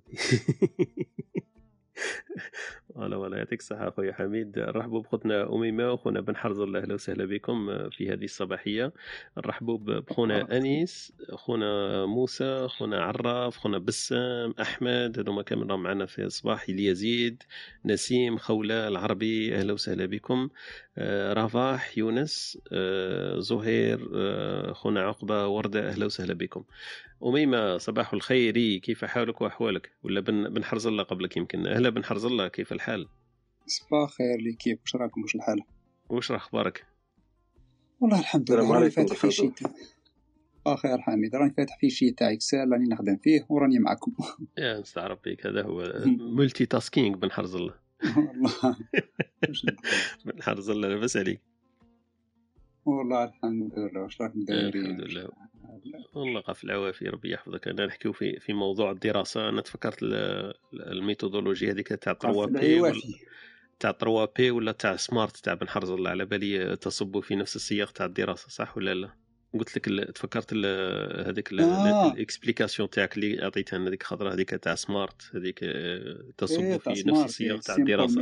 ولا ولا يعطيك الصحة أخويا حميد. نرحبوا بخوتنا أميمة وخونا بن حرز الله أهلا وسهلا بكم في هذه الصباحية. نرحبوا بخونا أنيس خونا موسى خونا عراف خونا بسام أحمد هذوما كامل راهم معنا في الصباح. اليزيد نسيم خولة العربي أهلا وسهلا بكم. رفاح يونس زهير خونا عقبة وردة أهلا وسهلا بكم. أميمة صباح الخير كيف حالك وأحوالك؟ ولا بن بن حرز الله قبلك يمكن. أهلا بن حرز الله كيف الحال؟ صباح خير لي كيف واش راكم واش الحال؟ واش راه أخبارك؟ والله الحمد لله راني فاتح في شيء اخير حميد راني فاتح في شيء تاع اكسل راني نخدم فيه وراني معكم. يا نستعرف بك هذا هو ملتي تاسكينج بن حرز الله. والله بن حرز الله لاباس عليك؟ والله الحمد لله واش راكم دايرين؟ الحمد لله والله قف العوافي ربي يحفظك. انا نحكيو في في موضوع الدراسه. انا تفكرت الميثودولوجي هذيك تاع ثري بي تاع ثري بي ولا تاع سمارت تاع بن حرز الله على بالي تصب في نفس السياق تاع الدراسه صح ولا لا؟ قلت لك تفكرت هذيك الاكسبليكاسيون تاعك اللي عطيتها هذيك خضره هذيك تاع سمارت هذيك تصب إيه في نفس السياق تاع الدراسه.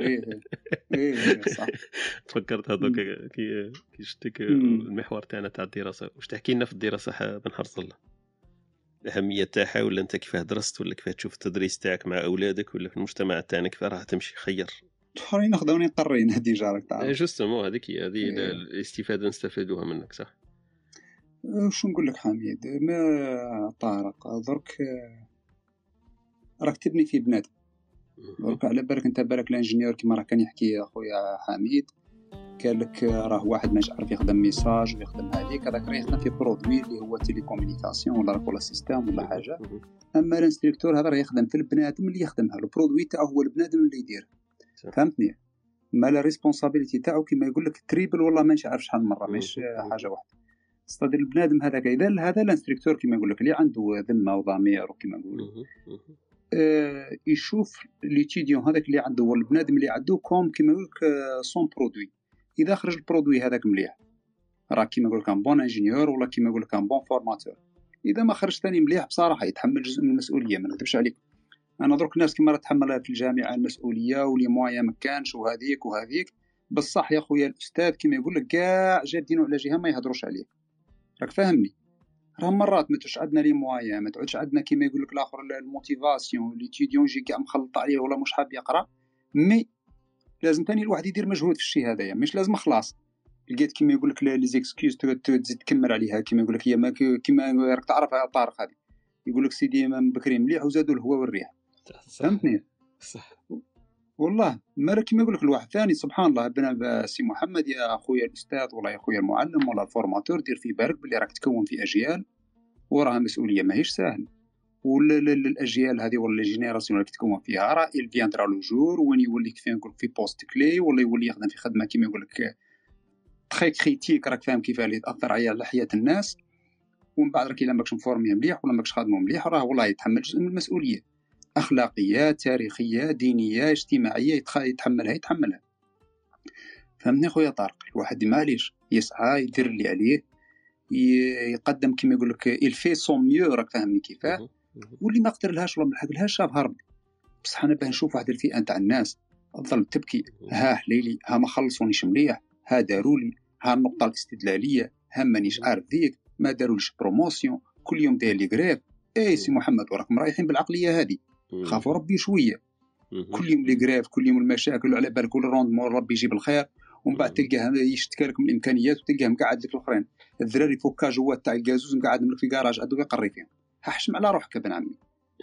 ايه صح تفكرت هذوك كي كي شفتك المحور تاعنا تاع الدراسه. واش تحكي لنا في الدراسه بن حرز الله؟ الاهميه تاعها ولا انت كيفاه درست ولا كيفاه تشوف التدريس تاعك مع اولادك ولا في المجتمع تاعنا كيفاه راح تمشي خير؟ خلينا ناخذوني قرينا ديجا راك تعرف جوستومون هذيك هذه الاستفاده نستفادوها منك صح. وش نقول لك حميد ما طارق درك راك تبني في بنادم درك على بالك انت بالك الانجينيور كما راه كان يحكي اخويا حميد قال لك راه واحد ما يعرف يخدم ميساج ويخدم هذيك هذاك راه يخدم في برودوي اللي هو تيليكومونيكاسيون ولا ولا سيستم ولا حاجه. اما الانستركتور هذا راه يخدم في البنادم اللي يخدمها البرودوي تاعو هو البنادم اللي يدير فهمتني. ما لا ريسبونسابيلتي تاعو كيما يقول لك تريبل والله ما نعرف شحال مره مش حاجه واحده. استاذ البنادم هذاك اذا هذا الانستركتور كيما يقول لك اللي عنده ذمه وضمير وكيما نقولوا آه يشوف ليتيديون هذاك اللي عنده ولا البنادم اللي عنده كوم كيما يقول لك سون برودوي. اذا خرج البرودوي هذاك مليح راه كيما يقول لك ان بون انجينيور ولا كيما يقول لك ان بون فورماتور. اذا ما خرج ثاني مليح بصراحه يتحمل جزء من المسؤوليه، ما نكذبش عليك. انا درك الناس كيما راه تحمل في الجامعه المسؤوليه ولي مويا ما كانش وهذيك وهذيك بصح يا خويا الاستاذ كيما يقول لك كاع جادينو على جهه ما يهضروش عليه. راك فاهمني؟ راه مرات ما تعودش عندنا لي مويا، ما تعودش عندنا كيما يقول لك الاخر الموتيفاسيون ليتيديون يجي كاع مخلط عليه ولا مش حاب يقرا. مي لازم ثاني الواحد يدير مجهود في الشيء هذايا، مش لازم خلاص لقيت كيما يقول لك لي زيكسكيوز تزيد تكمل عليها كيما يقول لك هي ما كيما راك تعرف طارق هذه يقول لك سيدي من بكري مليح وزادوا الهواء والريح. فهمتني؟ صح والله ما راك كيما يقول لك الواحد ثاني سبحان الله بنا سي محمد يا اخويا الاستاذ ولا يا اخويا المعلم ولا الفورماتور دير في بالك بلي راك تكون في اجيال وراها مسؤوليه ماهيش سهل. والاجيال هذه ولا الجينيراسيون اللي تكون فيها راه il viendra le jour وين يولي كيف نقول في بوست كلي ولا يولي يخدم في خدمه كيما يقول لك تري كريتيك راك فاهم كيف اللي تاثر على حياه الناس. ومن بعد راك الا ماكش مفورمي مليح ولا ماكش خادمه مليح راه والله يتحمل جزء من المسؤوليه اخلاقيه تاريخيه دينيه اجتماعيه يتحملها يتحملها. فهمني خويا طارق؟ الواحد معليش يسعى يدير اللي عليه يقدم كيما يقول لك الفي سون ميو راك فاهمني كيفاه. واللي ما قدر لهاش ولا ما لحق لهاش شافها ربي. بصح انا باه نشوف واحد الفئه تاع الناس تظل تبكي ها حليلي ها ما خلصونيش مليح ها دارولي ها النقطه الاستدلاليه ها مانيش عارف ذيك ما داروليش بروموسيون كل يوم داير لي غريف. اي سي محمد وراكم رايحين بالعقليه هذه خافوا ربي شويه. كل يوم لي غريف كل يوم المشاكل على بالك كل روندمون ربي يجيب الخير ومن بعد تلقاه يشتكى لك من الامكانيات وتلقاه مقعد لك الاخرين الذراري فوكا جوات تاع الغازوز مقعد لك في كراج عندو يقري فيهم. حشم على روحك ابن عمي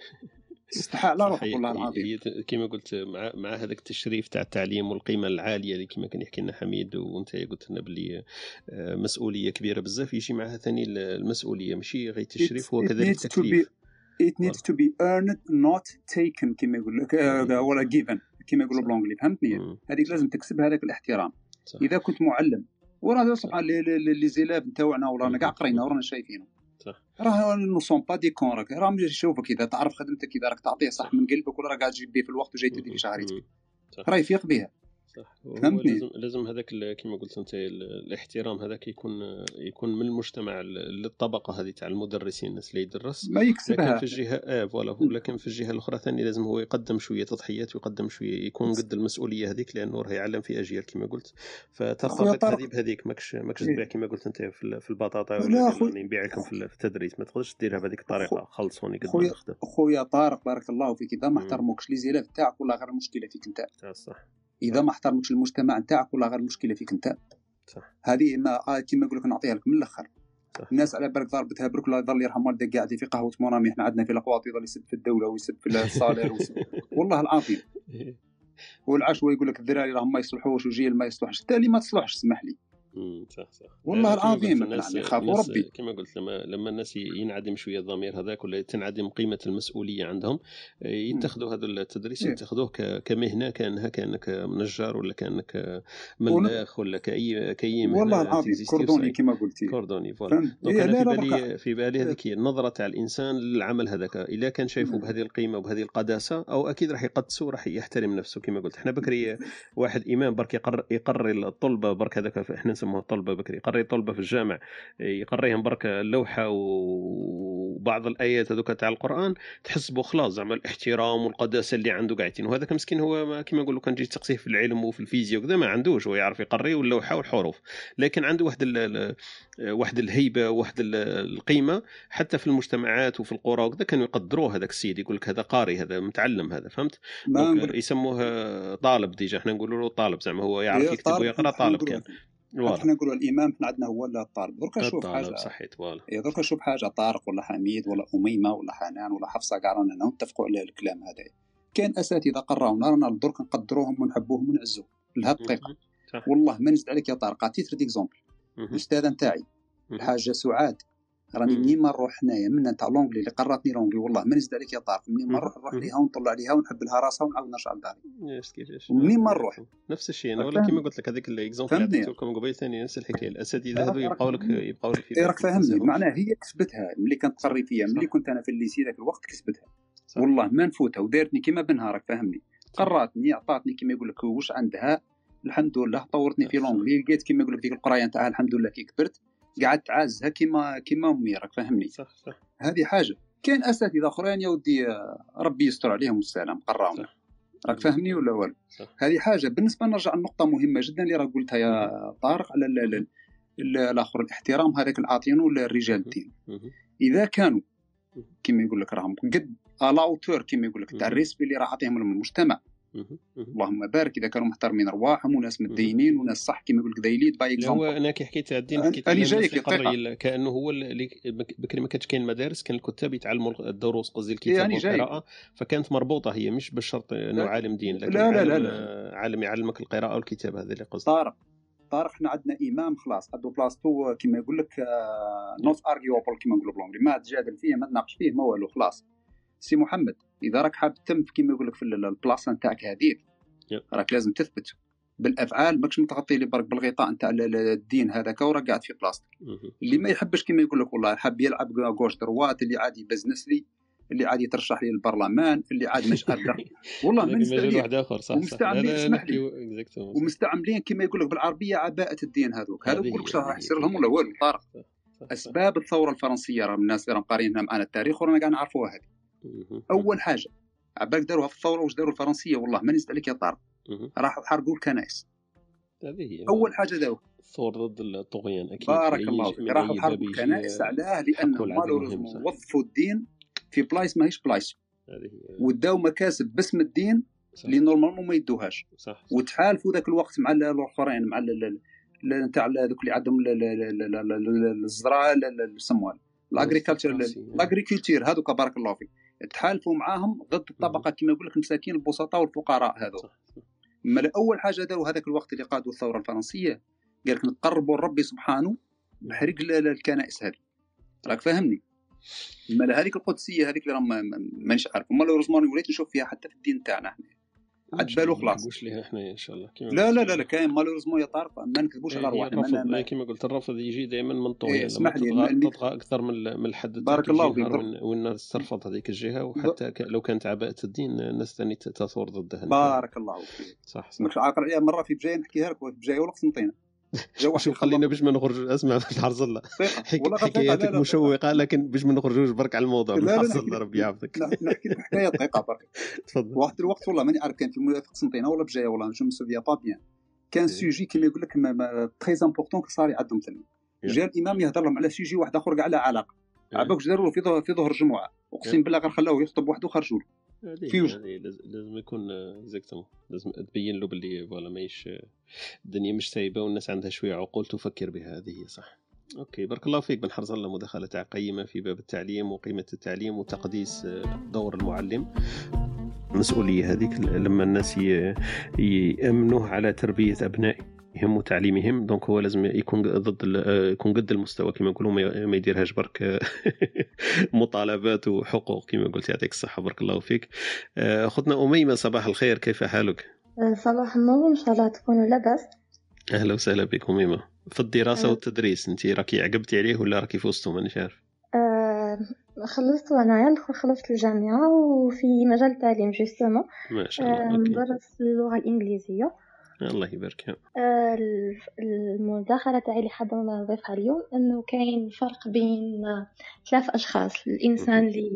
استحى على روحك والله العظيم. كما قلت مع مع هذاك التشريف تاع التعليم والقيمه العاليه اللي كما كان يحكي لنا حميد وانت قلت لنا بلي مسؤوليه كبيره بزاف يجي معها ثاني المسؤوليه ماشي غير التشريف هو كذلك التكليف. it needs to be earned not taken كما يقول لك ولا given كما يقولوا بالانجلي. فهمتني؟ هذيك لازم تكسب هذاك الاحترام. صح. اذا كنت معلم وراه سبحان لي زيلاف نتاعنا ورانا كاع قرينا ورانا شايفينه راه نو سون با دي كون راك راه يشوفك اذا تعرف خدمتك اذا راك تعطيه صح من قلبك ولا راك قاعد تجيب به في الوقت وجاي تدي في شهريتك راه يفيق بها. صح. لازم لازم هذاك كما قلت انت الاحترام هذاك يكون يكون من المجتمع للطبقه هذه تاع المدرسين الناس اللي يدرس ما يكسبها. لكن في الجهه اه فوالا لكن في الجهه الاخرى ثاني لازم هو يقدم شويه تضحيات ويقدم شويه يكون قد المسؤوليه هذيك لانه راه يعلم في اجيال كما قلت فترتبط هذه بهذيك ماكش ماكش تبيع كما قلت انت في البطاطا ولا نبيع لكم في التدريس ما تقدرش ديرها بهذيك الطريقه خلصوني قد ما نخدم. خويا طارق بارك الله فيك اذا ما احترموكش لي زيلاف تاعك ولا غير المشكله فيك انت. صح. اذا ما احترمتش المجتمع نتاعك ولا غير المشكله فيك انت. صح. هذه ما كيما نقول لك نعطيها لك من الاخر. الناس على بالك ضربتها برك ولا يضل يرحم والديك قاعد في قهوه مرامي احنا عندنا في الاقواط يضل يسب في الدوله ويسب في الصالير والله العظيم. والعشوه يقول لك الذراري راهم ما يصلحوش وجيل ما يصلحش التالي ما تصلحش اسمح لي. صح صح والله العظيم يعني خافوا ربي. كما قلت لما لما الناس ينعدم شويه الضمير هذاك ولا تنعدم قيمه المسؤوليه عندهم يتخذوا هذا التدريس يتخذوه كمهنه كانها كانك منجر ولا كانك ملاخ ولا كاي كاي مهنه. والله العظيم كوردوني كما قلتي كوردوني فوالا. دونك انا في بالي في بالي هذيك النظره تاع الانسان للعمل هذاك اذا كان شايفه بهذه القيمه وبهذه القداسه او اكيد راح يقدسه راح يحترم نفسه. كما قلت احنا بكري واحد امام برك يقر يقري الطلبه برك هذاك احنا نسموه الطلبه بكري يقري الطلبه في الجامع يقريهم برك اللوحه وبعض الايات هذوك تاع القران تحس بو خلاص زعما الاحترام والقداسه اللي عنده قاعدين. وهذاك مسكين هو كما نقولوا كان جيت تقصيه في العلم وفي الفيزياء وكذا ما عندوش هو يعرف يقري واللوحه والحروف لكن عنده واحد واحد الهيبه واحد القيمه حتى في المجتمعات وفي القرى وكذا كانوا يقدروه. هذاك السيد يقول لك هذا قاري هذا متعلم هذا فهمت يسموه طالب ديجا احنا نقولوا له طالب زعما هو يعرف يكتب ويقرا طالب كان. احنا نقولوا الامام احنا عندنا هو ولا الطالب. درك شوف حاجه صحيت فوالا اي درك شوف حاجه طارق ولا حميد ولا اميمه ولا حنان ولا حفصه كاع رانا نتفقوا على الكلام هذا. كان اساتذه قراونا رانا درك نقدروهم ونحبوهم ونعزوهم لهذه الدقيقه. والله ما نزيد عليك يا طارق. عطيت لك اكزومبل الاستاذه نتاعي الحاجه سعاد راني منين ما نروح حنايا من تاع لونجلي اللي قراتني لونجلي والله ما نزيد عليك يا طارق، منين ما نروح نروح ليها ونطلع عليها ونحب لها راسها ونعاود نرجع لداري. ياش كيفاش ومنين ما نروح نفس الشيء انا ولا كيما قلت لك هذيك الاكزومبل اللي عطيتكم قبيل ثاني نفس الحكايه. الاساتذه هذو يبقاو لك يبقاو لك في راك فاهمني، معناه هي كسبتها ملي كانت تقري فيا ملي كنت انا في الليسي ذاك الوقت كسبتها صح. والله ما نفوتها ودارتني كيما بنها راك فاهمني، قراتني عطاتني كيما يقول لك واش عندها الحمد لله، طورتني في لونجلي، لقيت كيما يقول لك ديك القرايه نتاعها الحمد لله كي كبرت قعدت عازها كيما كيما امي راك فاهمني. صح صح. هذه حاجه. كاين اساتذه اخرين يا ودي ربي يستر عليهم والسلام قراونا راك فاهمني ولا والو. هذه حاجه. بالنسبه نرجع لنقطه مهمه جدا اللي راك قلتها يا طارق على الاخر الاحترام هذاك العاطينه للرجال الدين. اذا كانوا كيما يقول لك راهم قد الاوتور كيما يقول لك تاع الريسبي اللي راح عطيهم المجتمع، اللهم بارك اذا كانوا محترمين رواحهم وناس متدينين وناس صح كيما يقول لك دايليد باي اكزامبل. هو انا كي حكيت على الدين حكيت على كانه هو اللي بكري ما كانش كاين مدارس، كان الكتاب يتعلموا الدروس قصدي الكتاب يعني والقراءه، فكانت مربوطه هي مش بالشرط انه عالم دين لكن لا لا لا لا. عالم يعلمك القراءه والكتاب هذا اللي قصدي. طارق طارق احنا عندنا امام خلاص ادو بلاصتو كيما يقول لك نوت ارغيوبل كيما نقولوا بالانجلي، ما تجادل فيه ما تناقش فيه ما والو خلاص. سي محمد اذا راك حاب تم كيما يقول لك في البلاصه نتاعك هذيك راك لازم تثبت بالافعال، ماكش متغطي لي برك بالغطاء نتاع الدين هذاك وراك قاعد في بلاصتك. اللي ما يحبش كيما يقول لك والله حاب يلعب غوش دروات، اللي عادي بزنس لي، اللي عادي يترشح لي للبرلمان، اللي عاد مش قادر والله ما نستعمل واحد اخر صح ومستعملين اسمح لي ومستعملين كيما يقول لك بالعربيه عباءه الدين هذوك هذوك يقول لك راح يصير لهم ولا والو. طارق اسباب الثوره الفرنسيه راه الناس اللي راهم قارينها معنا التاريخ ورانا قاعد نعرفوها هذه. اول حاجه عباك داروها في الثوره واش داروا الفرنسيه والله ما نزيد عليك يا طارق، راحوا حرقوا الكنائس. هذه اول حاجه داروها الثوره ضد الطغيان اكيد. بارك الله فيك. راحوا حرقوا الكنائس علاه لانه مالوريزمون وظفوا الدين في بلايص ماهيش بلايص، وداو مكاسب باسم الدين اللي نورمالمون ما يدوهاش، وتحالفوا ذاك الوقت مع الاخرين مع نتاع دوك اللي عندهم الزراعه السموال الاغريكلتشر الاغريكولتير هذوك بارك الله فيك، تحالفوا معاهم ضد الطبقه كما يقول لك المساكين البسطاء والفقراء هذو. اما اول حاجه داروا هذاك الوقت اللي قادوا الثوره الفرنسيه قال لك نقربوا لربي سبحانه بحرق الكنائس هذه راك فاهمني. اما هذيك القدسيه هذيك اللي راه مانيش عارف مالوريزمون وليت نشوف فيها حتى في الدين تاعنا احنا عاد بالو خلاص واش ليها احنا ان شاء الله. لا لا لا, لا كاين مالوريزمون يا طارق ما نكذبوش على رواحنا كما قلت الرفض يجي دائما من طويل لما تطغى, تطغى اكثر من من الحد بارك الله فيك والناس ترفض هذيك الجهه وحتى ك... لو كانت عباءه الدين الناس ثاني تثور ضدها. بارك الله فيك صح صح. ماكش عاقل عليها مره في بجايه نحكيها لك في بجايه ولا قسنطينه شو خلينا باش ما نخرج اسمع حرز الله حكاياتك مشوقه لكن باش ما نخرجوش برك على الموضوع حرز الله ربي يعافيك. نحكي لك حكايه دقيقه برك تفضل. واحد الوقت والله ماني عارف كان في قسنطينه ولا بجايه والله جو مسوفيا با بيان كان سوجي كيما يقول لك تري امبورطون صار عندهم ثاني جا الامام يهضر لهم على سوجي واحد اخر كاع لا علاقه عباك داروا في ظهر في ظهر الجمعه اقسم بالله غير خلاوه يخطب وحده وخرجوا له في لازم يكون اكزاكتومون لازم تبين له باللي فوالا ماهيش الدنيا مش سايبه والناس عندها شويه عقول تفكر بها. هذه هي صح. اوكي بارك الله فيك بن حرز الله. مداخله تاع قيمه في باب التعليم وقيمه التعليم وتقديس دور المعلم. المسؤوليه هذيك لما الناس يامنوه على تربيه ابنائهم وتعليمهم دونك هو لازم يكون ضد يكون قد المستوى كما نقولوا ما يديرهاش برك مطالبات وحقوق كما قلت. يعطيك الصحه بارك الله فيك. اخوتنا اميمه صباح الخير كيف حالك؟ صباح النور ان شاء الله تكونوا لاباس. اهلا وسهلا بك اميمه. في الدراسه أه. والتدريس انت راكي عقبتي عليه ولا راكي في وسطه مانيش عارف؟ أه خلصت وانا خلصت الجامعه وفي مجال التعليم جوستومون ما شاء الله. ندرس اللغه الانجليزيه. الله يبارك. أه المداخله تاعي اللي حابه نضيفها اليوم انه كاين فرق بين ثلاث اشخاص. الانسان اللي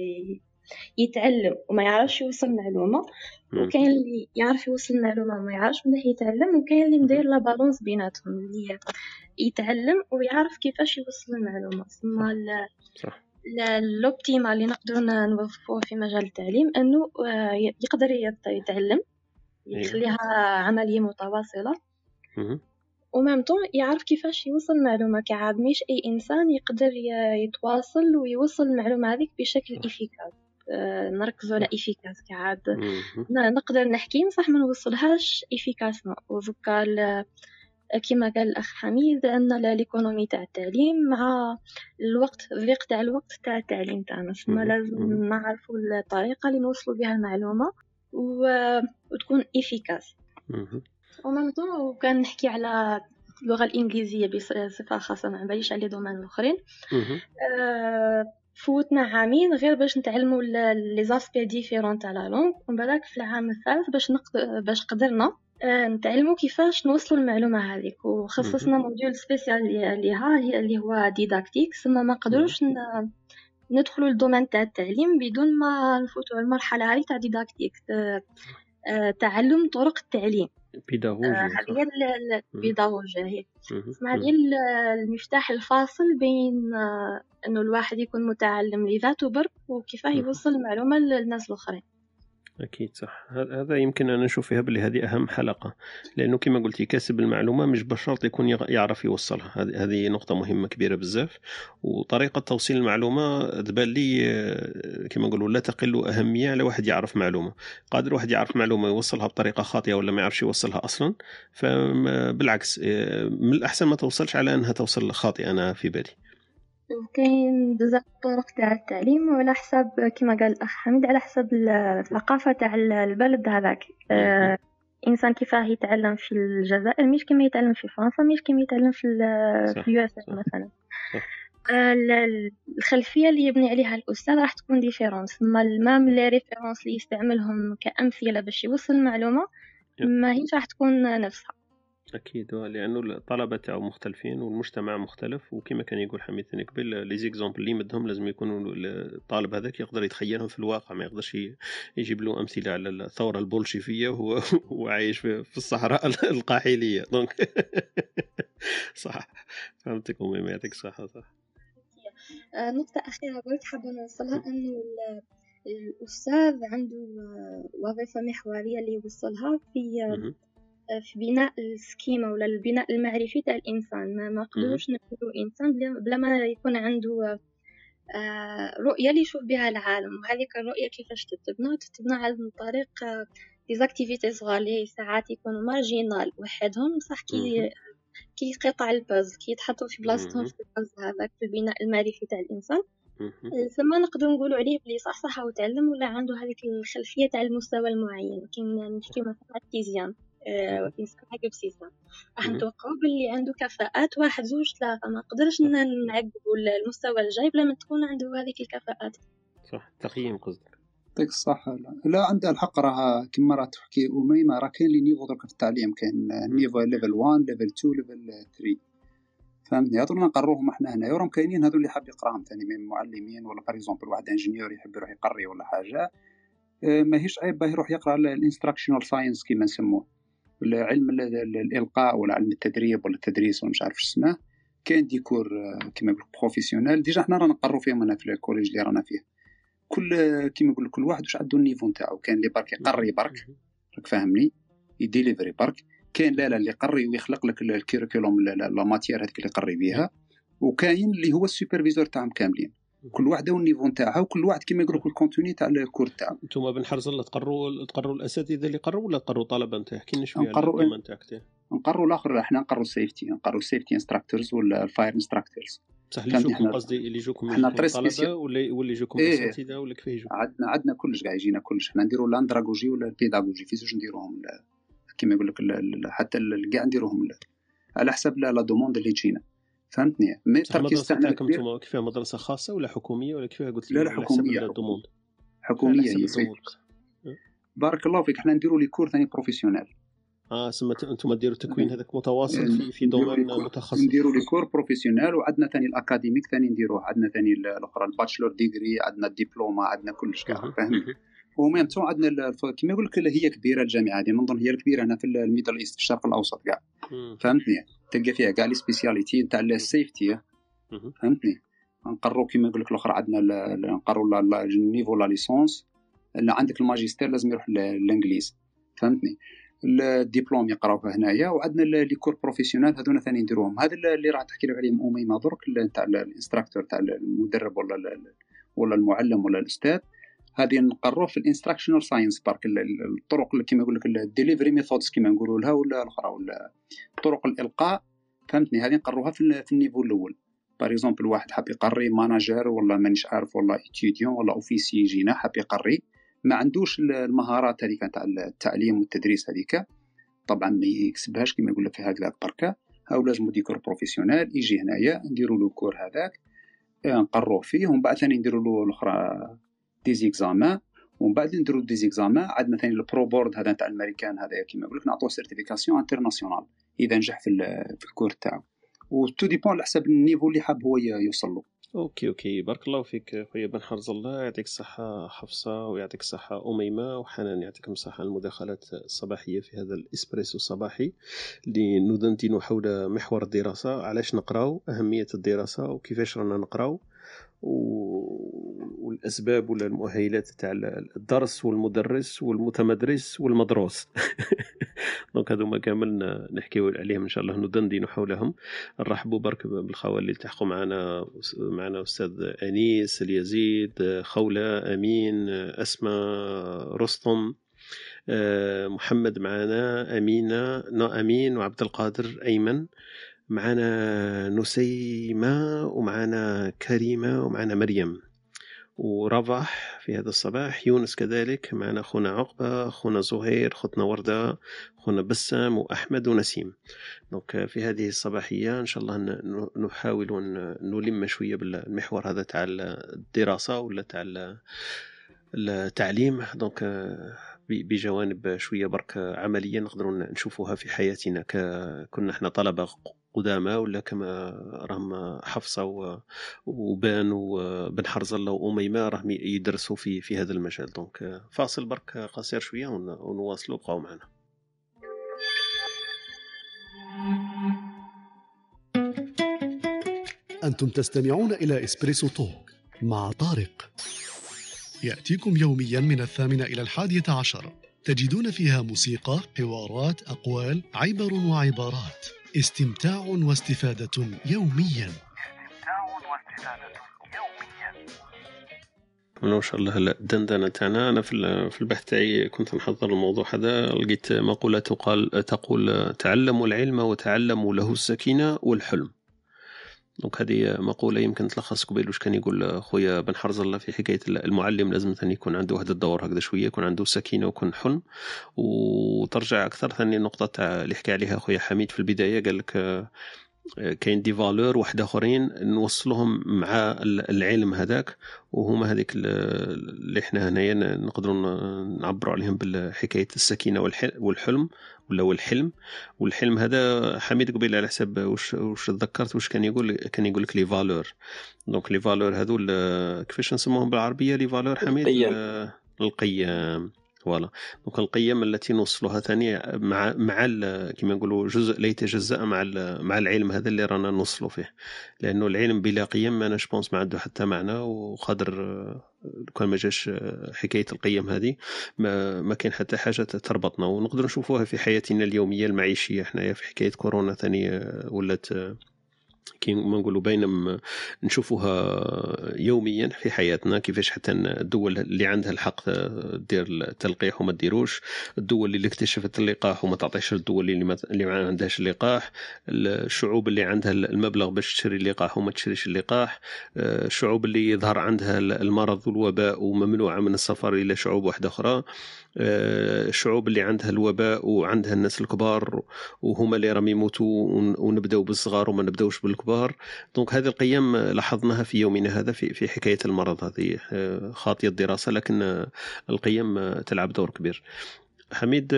يتعلم وما يعرفش يوصل معلومه وكاين اللي يعرف يوصل معلومه وما يعرفش منين يتعلم وكاين اللي مدير لا بالانس بيناتهم اللي يتعلم ويعرف كيفاش يوصل المعلومه. ثم صح الاوبتيمال اللي نقدروا نوظفوه في مجال التعليم انه يقدر يتعلم يخليها عمليه متواصله ومامتون يعرف كيفاش يوصل المعلومه كعاد مش اي انسان يقدر يتواصل ويوصل المعلومه هذيك بشكل افيكاس. أه نركزوا على افيكاس كعاد نقدر نحكي صح ما نوصلهاش افيكاسمون. وذكا كما قال الأخ حميد أن الإيكونومي تاع التعليم مع الوقت ضيق تاع الوقت تاع التعليم تاعنا، ثم لازم نعرفوا الطريقة اللي نوصلوا بها المعلومة وتكون إفيكاس. ومامتون وكان نحكي على اللغة الإنجليزية بصفة خاصة، ما نباليش على دومين الآخرين. فوتنا عامين غير باش نتعلموا لي زاسبي ديفيرون تاع لا لونغ، ومن بعد في العام الثالث باش نقدر باش قدرنا نتعلموا كيفاش نوصلوا المعلومه هذيك، وخصصنا موديول سبيسيال ليها اللي هو ديداكتيك. ثم ما قدروش ندخلوا للدومين تاع التعليم بدون ما نفوتوا المرحله هذه تاع ديداكتيك، تعلم طرق التعليم، بيداغوجيا. هذه هي البيداغوجيا، هي اسمها هي المفتاح الفاصل بين انه الواحد يكون متعلم لذاته برك وكيفاه يوصل المعلومه للناس الاخرين. أكيد صح. هذا يمكن أن نشوف فيها بلي هذه أهم حلقة، لأنه كما قلتي كاسب المعلومة مش بشرط يكون يعرف يوصلها. هذه نقطة مهمة كبيرة بزاف. وطريقة توصيل المعلومة تبان لي كما نقولوا لا تقل أهمية على واحد يعرف معلومة. قادر واحد يعرف معلومة يوصلها بطريقة خاطئة ولا ما يعرفش يوصلها أصلا، فبالعكس من الأحسن ما توصلش على أنها توصل خاطئة. أنا في بالي وكاين بزاف طرق تاع التعليم وعلى حسب كما قال الاخ حميد على حسب الثقافه تاع البلد هذاك. آه انسان كيفاه يتعلم في الجزائر مش كما يتعلم في فرنسا، مش كما يتعلم في في اليو اس مثلا. آه الخلفيه اللي يبني عليها الاستاذ راح تكون ديفيرونس، ما المام لي ريفيرونس اللي يستعملهم كامثله باش يوصل المعلومه ما هيش راح تكون نفسها. أكيد، لأنه الطلبة تاعو مختلفين والمجتمع مختلف، وكما كان يقول حميد ثاني قبل لي زيكزامبل اللي مدهم لازم يكونوا الطالب هذاك يقدر يتخيلهم في الواقع، ما يقدرش يجيب له أمثلة على الثورة البولشيفية وهو عايش في الصحراء القاحلية. دونك صح، فهمتكم ما يعطيك الصحة. صح. نقطة أخيرة قلت حابة نوصلها، أنه الأستاذ عنده وظيفة محورية اللي يوصلها في في بناء السكيمة ولا البناء المعرفي تاع الإنسان. ما ما قدروش نقولوا إنسان بلا ما يكون عنده رؤية اللي يشوف بها العالم، وهذيك الرؤية كيفاش تتبنى تتبنى على طريق ديزاكتيفيتي صغار اللي ساعات يكونوا مارجينال وحدهم، صح كي كي قطع البازل كي يتحطوا في بلاصتهم في البازل هذاك في البناء المعرفي تاع الإنسان. ثم نقدر نقولوا عليه بلي صح صح هو تعلم ولا عنده هذيك الخلفية تاع المستوى المعين. كاين نحكي مثلا على التيزيان وكنسمع حاجة بسيطة، راح نتوقعوا باللي عنده كفاءات واحد زوج ثلاثة، ما قدرش نعقبوا المستوى الجاي بلا ما تكون عنده هذيك الكفاءات. صح، تقييم قصدك. يعطيك الصحة. لا, لا عندها الحق، راه كما راه تحكي أميمة راه كاين لي نيفو درك في التعليم، كاين نيفو ليفل واحد ليفل اثنين ليفل ثلاثة، فهمتني؟ هذول نقروهم احنا هنا، وراهم كاينين هذول اللي حاب يقراهم ثاني من معلمين، ولا باغ اكزومبل واحد انجينيور يحب يروح يقري ولا حاجة، ماهيش عيب باه يروح يقرا الانستراكشنال ساينس كما نسموه، ولا علم الإلقاء ولا علم التدريب ولا التدريس ولا مش عارف اسمه. كاين ديكور كما يقول بروفيسيونيل ديجا حنا رانا نقروا فيهم هنا في الكوليج اللي رانا فيه. كل كما يقول كل واحد واش عنده النيفو نتاعو. كاين اللي برك يقري برك راك فاهمني يديليفري برك، كاين لا لا اللي يقري ويخلق لك الكيريكولوم لا ماتيير هذيك اللي يقري بها، وكاين اللي هو السوبرفيزور تاعهم كاملين. كل واحد والنيفو نتاعها، وكل واحد كما يقولوا الكونتوني تاع الكور تاعو. نتوما بن حرز الله تقروا تقروا الاساتذه اللي قروا ولا تقروا طلبه نتاعك؟ احكي لنا شويه على الدومين نتاعك. نقروا الاخر احنا نقروا السيفتي، نقروا السيفتي انستراكتورز ولا الفاير انستراكتورز. صح اللي يجوكم قصدي اللي يجوكم طلبه ولا ولا يجوكم إيه. اساتذه ولا كيف يجوا؟ عندنا عندنا كلش قاعد يجينا كلش. حنا نديروا الاندراغوجي ولا البيداغوجي في زوج نديروهم كما يقول لك حتى كاع نديروهم على حسب لا دوموند اللي تجينا، فهمتني؟ مي التركيز تاعنا كيفاه كيفاه مدرسه خاصه ولا حكوميه ولا كيفاه قلت لي؟ لا حكوميه الدوموند حكوميه هي بارك الله فيك. حنا نديروا لي كور ثاني بروفيسيونيل. اه سمت انتم ديروا التكوين هذاك متواصل في في دومين متخصص. نديروا لي كور بروفيسيونيل، وعندنا ثاني الاكاديميك ثاني نديروه، عندنا ثاني الاخرى الباتشلور ديغري، عندنا الدبلومه، عندنا كلش كاع فاهم. وميم تو عندنا كيما يقول لك هي كبيره الجامعه هذه، نظن هي الكبيره هنا في الميدل ايست في الشرق الاوسط كاع، فهمتني؟ تلقى فيها كاع لي سبيسياليتي نتاع السيفتي، فهمتني؟ نقروا كيما يقول لك الاخر عندنا نقروا النيفو لا ليسونس، عندك الماجستير لازم يروح للانجليز، فهمتني؟ الدبلوم يقراوه هنايا، وعندنا لي كور بروفيسيونال هذونا ثاني نديروهم. هذا اللي راح تحكي لك عليهم اميمه درك تاع الانستراكتور تاع المدرب ولا ولا المعلم ولا الاستاذ. هذه نقروه في الانستراكشنال ساينس بارك، الطرق اللي كما نقول لك الديليفري ميثودز كما نقولوا لها، ولا الاخرى ولا طرق الالقاء، فهمتني؟ هذه نقروها في النيفو الاول. باغ اكزومبل واحد حاب يقري ماناجر ولا مانيش عارف ولا اتيديون ولا اوفيسي يجينا حاب يقري، ما عندوش المهارات هذيك تاع التعليم والتدريس هذيك، طبعا ما يكسبهاش كما يقول لك هكذاك بركه. هاو لازم ديكور بروفيسيونيل يجي هنايا نديروا له كور هذاك نقروه فيه، ومن بعد ثاني نديروا له الاخرى دي زيكزامان، ومن بعد نديروا دي زيكزامان. عندنا ثاني البرو بورد هذا تاع الامريكان هذا كما نقول لك نعطوه سيرتيفيكاسيون انترناسيونال اذا نجح في في الكور تاعو، وتو ديبون على حسب النيفو اللي حاب هو يوصل له. اوكي اوكي بارك الله فيك خويا بن حرز، الله يعطيك الصحة حفصة ويعطيك الصحة أميمة وحنان، يعطيكم الصحة على المداخلات الصباحية في هذا الإسبريسو الصباحي اللي ندندن حول محور الدراسة، علاش نقراو، أهمية الدراسة وكيفاش رانا نقراو، والأسباب ولا المؤهلات تاع الدرس والمدرس والمتمدرس والمدروس دونك هذو ما كامل نحكيو عليهم ان شاء الله، ندندن حولهم. نرحبوا برك بالخوال اللي التحقوا معنا، معنا استاذ انيس اليزيد، خوله، امين، اسماء، رستم، محمد معنا، امينه، نو امين، وعبد القادر، ايمن معنا، نسيمه، ومعنا كريمه، ومعنا مريم، ورفح في هذا الصباح، يونس كذلك معنا، خونا عقبة، خونا زهير، خوتنا وردة، خونا بسام، وأحمد، ونسيم. دونك في هذه الصباحية إن شاء الله نحاول أن نلم شوية بالمحور هذا تاع الدراسة ولا تاع التعليم، دونك بجوانب شوية برك عملية نقدروا نشوفوها في حياتنا، كنا احنا طلبة قدامى ولا كما راهم حفصة وبان وبن حرز الله وأميمة راهم يدرسوا في في هذا المجال. دونك فاصل برك قصير شوية ونواصلوا، بقاو معنا. أنتم تستمعون إلى إسبريسو توك مع طارق، يأتيكم يوميا من الثامنة إلى الحادية عشر، تجدون فيها موسيقى، حوارات، أقوال، عبر وعبارات، استمتاع واستفادة يوميا. ما شاء الله. لا الدندنه تاعنا، انا في في البحث تاعي كنت نحضر الموضوع هذا، لقيت مقوله تقال تقول تعلموا العلم وتعلموا له السكينه والحلم. دونك هذه مقوله يمكن تلخص قبيل واش كان يقول خويا بن حرز الله في حكايه المعلم، لازم ثاني يكون عنده واحد الدور هكذا شويه، يكون عنده سكينه ويكون حلم. وترجع اكثر ثاني النقطه تاع اللي حكى عليها خويا حميد في البدايه، قال لك كاين دي فالور واحد اخرين نوصلهم مع العلم هذاك، وهما هذيك اللي احنا هنايا نقدروا نعبروا عليهم بالحكايه السكينه والحلم ولا والحلم. والحلم هذا حميد قبيل على حسب واش واش تذكرت واش كان يقول، كان يقول لك لي فالور. دونك لي فالور هذو كيفاش نسموهم بالعربيه لي فالور حميد؟ القيم. القيم فوالا. دونك القيم التي نوصلها ثاني مع مع كما نقولوا جزء لا يتجزأ مع مع العلم هذا اللي رانا نوصلوا فيه، لانه العلم بلا قيم انا جوبونس ما عنده حتى معنى، وقدر كان ما جاش حكايه القيم هذه ما ما كاين حتى حاجه تربطنا ونقدر نشوفوها في حياتنا اليوميه المعيشيه. حنايا في حكايه كورونا ثاني ولات كيما نقولوا باينه نشوفوها يوميا في حياتنا، كيفاش حتى الدول اللي عندها الحق دير التلقيح وما ديروش، الدول اللي اكتشفت اللقاح وما تعطيش الدول اللي ما اللي ما عندهاش اللقاح، الشعوب اللي عندها المبلغ باش تشري اللقاح وما تشريش اللقاح، الشعوب اللي يظهر عندها المرض والوباء وممنوعه من السفر الى شعوب واحده اخرى، الشعوب اللي عندها الوباء وعندها الناس الكبار وهما اللي راهم يموتوا ونبداو بالصغار وما نبداوش بالكبار. دونك هذه القيم لاحظناها في يومنا هذا في في حكايه المرض هذه خاطيه الدراسه، لكن القيم تلعب دور كبير. حميد،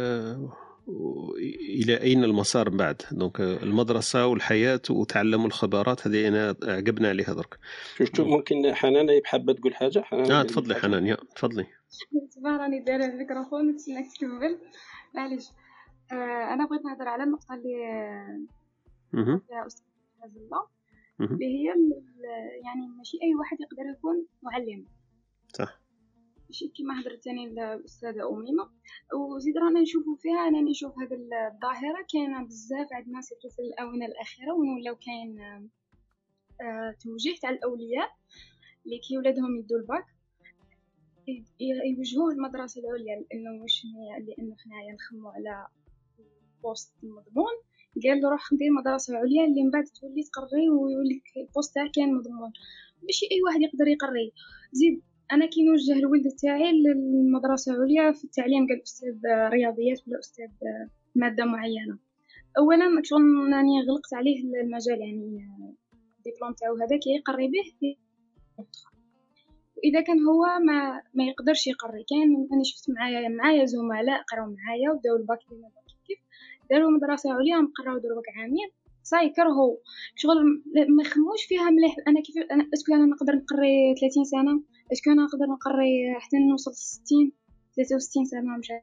الى اين المسار بعد؟ دونك المدرسه والحياه وتعلم الخبرات هذه انا عجبنا عليها درك. شفتوا ممكن حنان حابه تقول حاجه؟ حنان اه تفضلي حنان، يا تفضلي. صباح راني دايره الميكروفون نتسناك تكمل معليش. آه انا بغيت نهضر على النقطه اللي فيها استاذ حاز الله، اللي هي يعني ماشي اي واحد يقدر يكون معلم، صح؟ ماشي كما هضرت ثاني الاستاذه اميمه. وزيد رانا نشوفوا فيها، انا نشوف هذه الظاهره كاينه بزاف عندنا سيرتو في الاونه الاخيره، ونولاو كاين آه توجيه تاع الاولياء اللي كي ولادهم يدوا الباك يوجهوه المدرسة العليا، لأنه مش لأنه حنايا نخمو على بوست مضمون. قال له روح ندير مدرسة عليا اللي من بعد تولي تقري ويولي البوست تاعك كان مضمون، ماشي أي واحد يقدر يقري. زيد أنا كي نوجه الولد تاعي للمدرسة العليا في التعليم، قال أستاذ رياضيات ولا أستاذ مادة معينة، أولا شغل راني غلقت عليه المجال، يعني الدبلوم تاعو هذاك يقري به. وإذا كان هو ما ما يقدرش يقري، كان أنا شفت معايا معايا زملاء قراو معايا وداو الباك ديما كيف داروا مدرسة عليا مقراو دروك عامين صاي كرهوا شغل ما يخموش فيها مليح. انا كيف انا اسكو انا نقدر نقري ثلاثين سنه، اسكو انا نقدر نقري حتى نوصل ستين ثلاثة وستين سنه، مش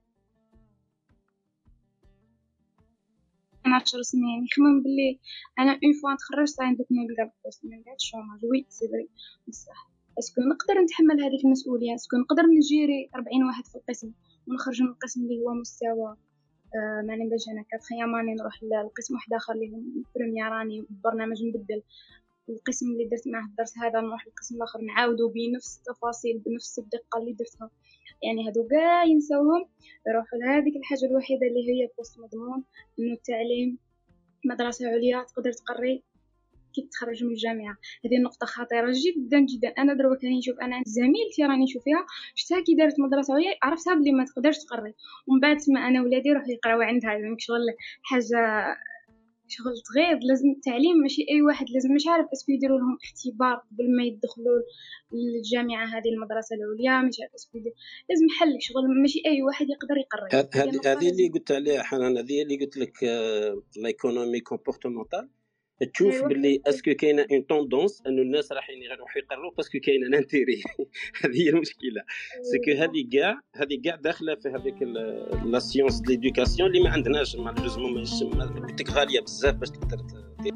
انا عشر سنين نخمم باللي انا اون فوا نتخرج صاي ندوك نلقى بوست من بعد الشوماج. وي سي فري بصح اسكو نقدر نتحمل هذيك المسؤوليه، اسكو نقدر نجيري أربعين واحد في القسم ونخرج من القسم اللي هو مستوى آه ماني باش انا كاتخيام راني نروح للقسم واحد اخر اللي هو بريمير راني برنامج نبدل القسم اللي درت معه الدرس هذا نروح للقسم الاخر نعاودو بنفس التفاصيل بنفس الدقه اللي درتها، يعني هادو كاع ينساوهم يروحوا لهذيك الحاجه الوحيده اللي هي بوست مضمون، انه التعليم مدرسه عليا تقدر تقري كي تخرج من الجامعه. هذه النقطه خطيره جدا جدا. انا دروك راني نشوف انا زميلتي راني نشوف فيها شفتها كي دارت مدرسه عليا عرفتها بلي ما تقدرش تقري، ومن بعد ما انا ولادي راحوا يقراو عندها، يعني شغل حاجه شغل تغير. لازم التعليم ماشي اي واحد لازم مش عارف اسكو يديروا لهم اختبار قبل ما يدخلوا للجامعه هذه المدرسه العليا، مش عارف اسكو يدير. لازم حل شغل ماشي اي واحد يقدر يقرر. هذه هذه اللي قلت عليها حنان، هذه اللي قلت لك لايكونومي كومبورتمونتال. تشوف أيوة. باللي اسكو كاينه اون توندونس انه الناس رايحين يروحوا يقروا باسكو كاينه نانتيري. هذه هي المشكله. سكو هذه كاع هذه كاع داخله في هذيك لا سيونس دو ليدوكاسيون اللي ما عندناش مالوزمون، ماشي قلت لك غاليه بزاف باش تقدر دير.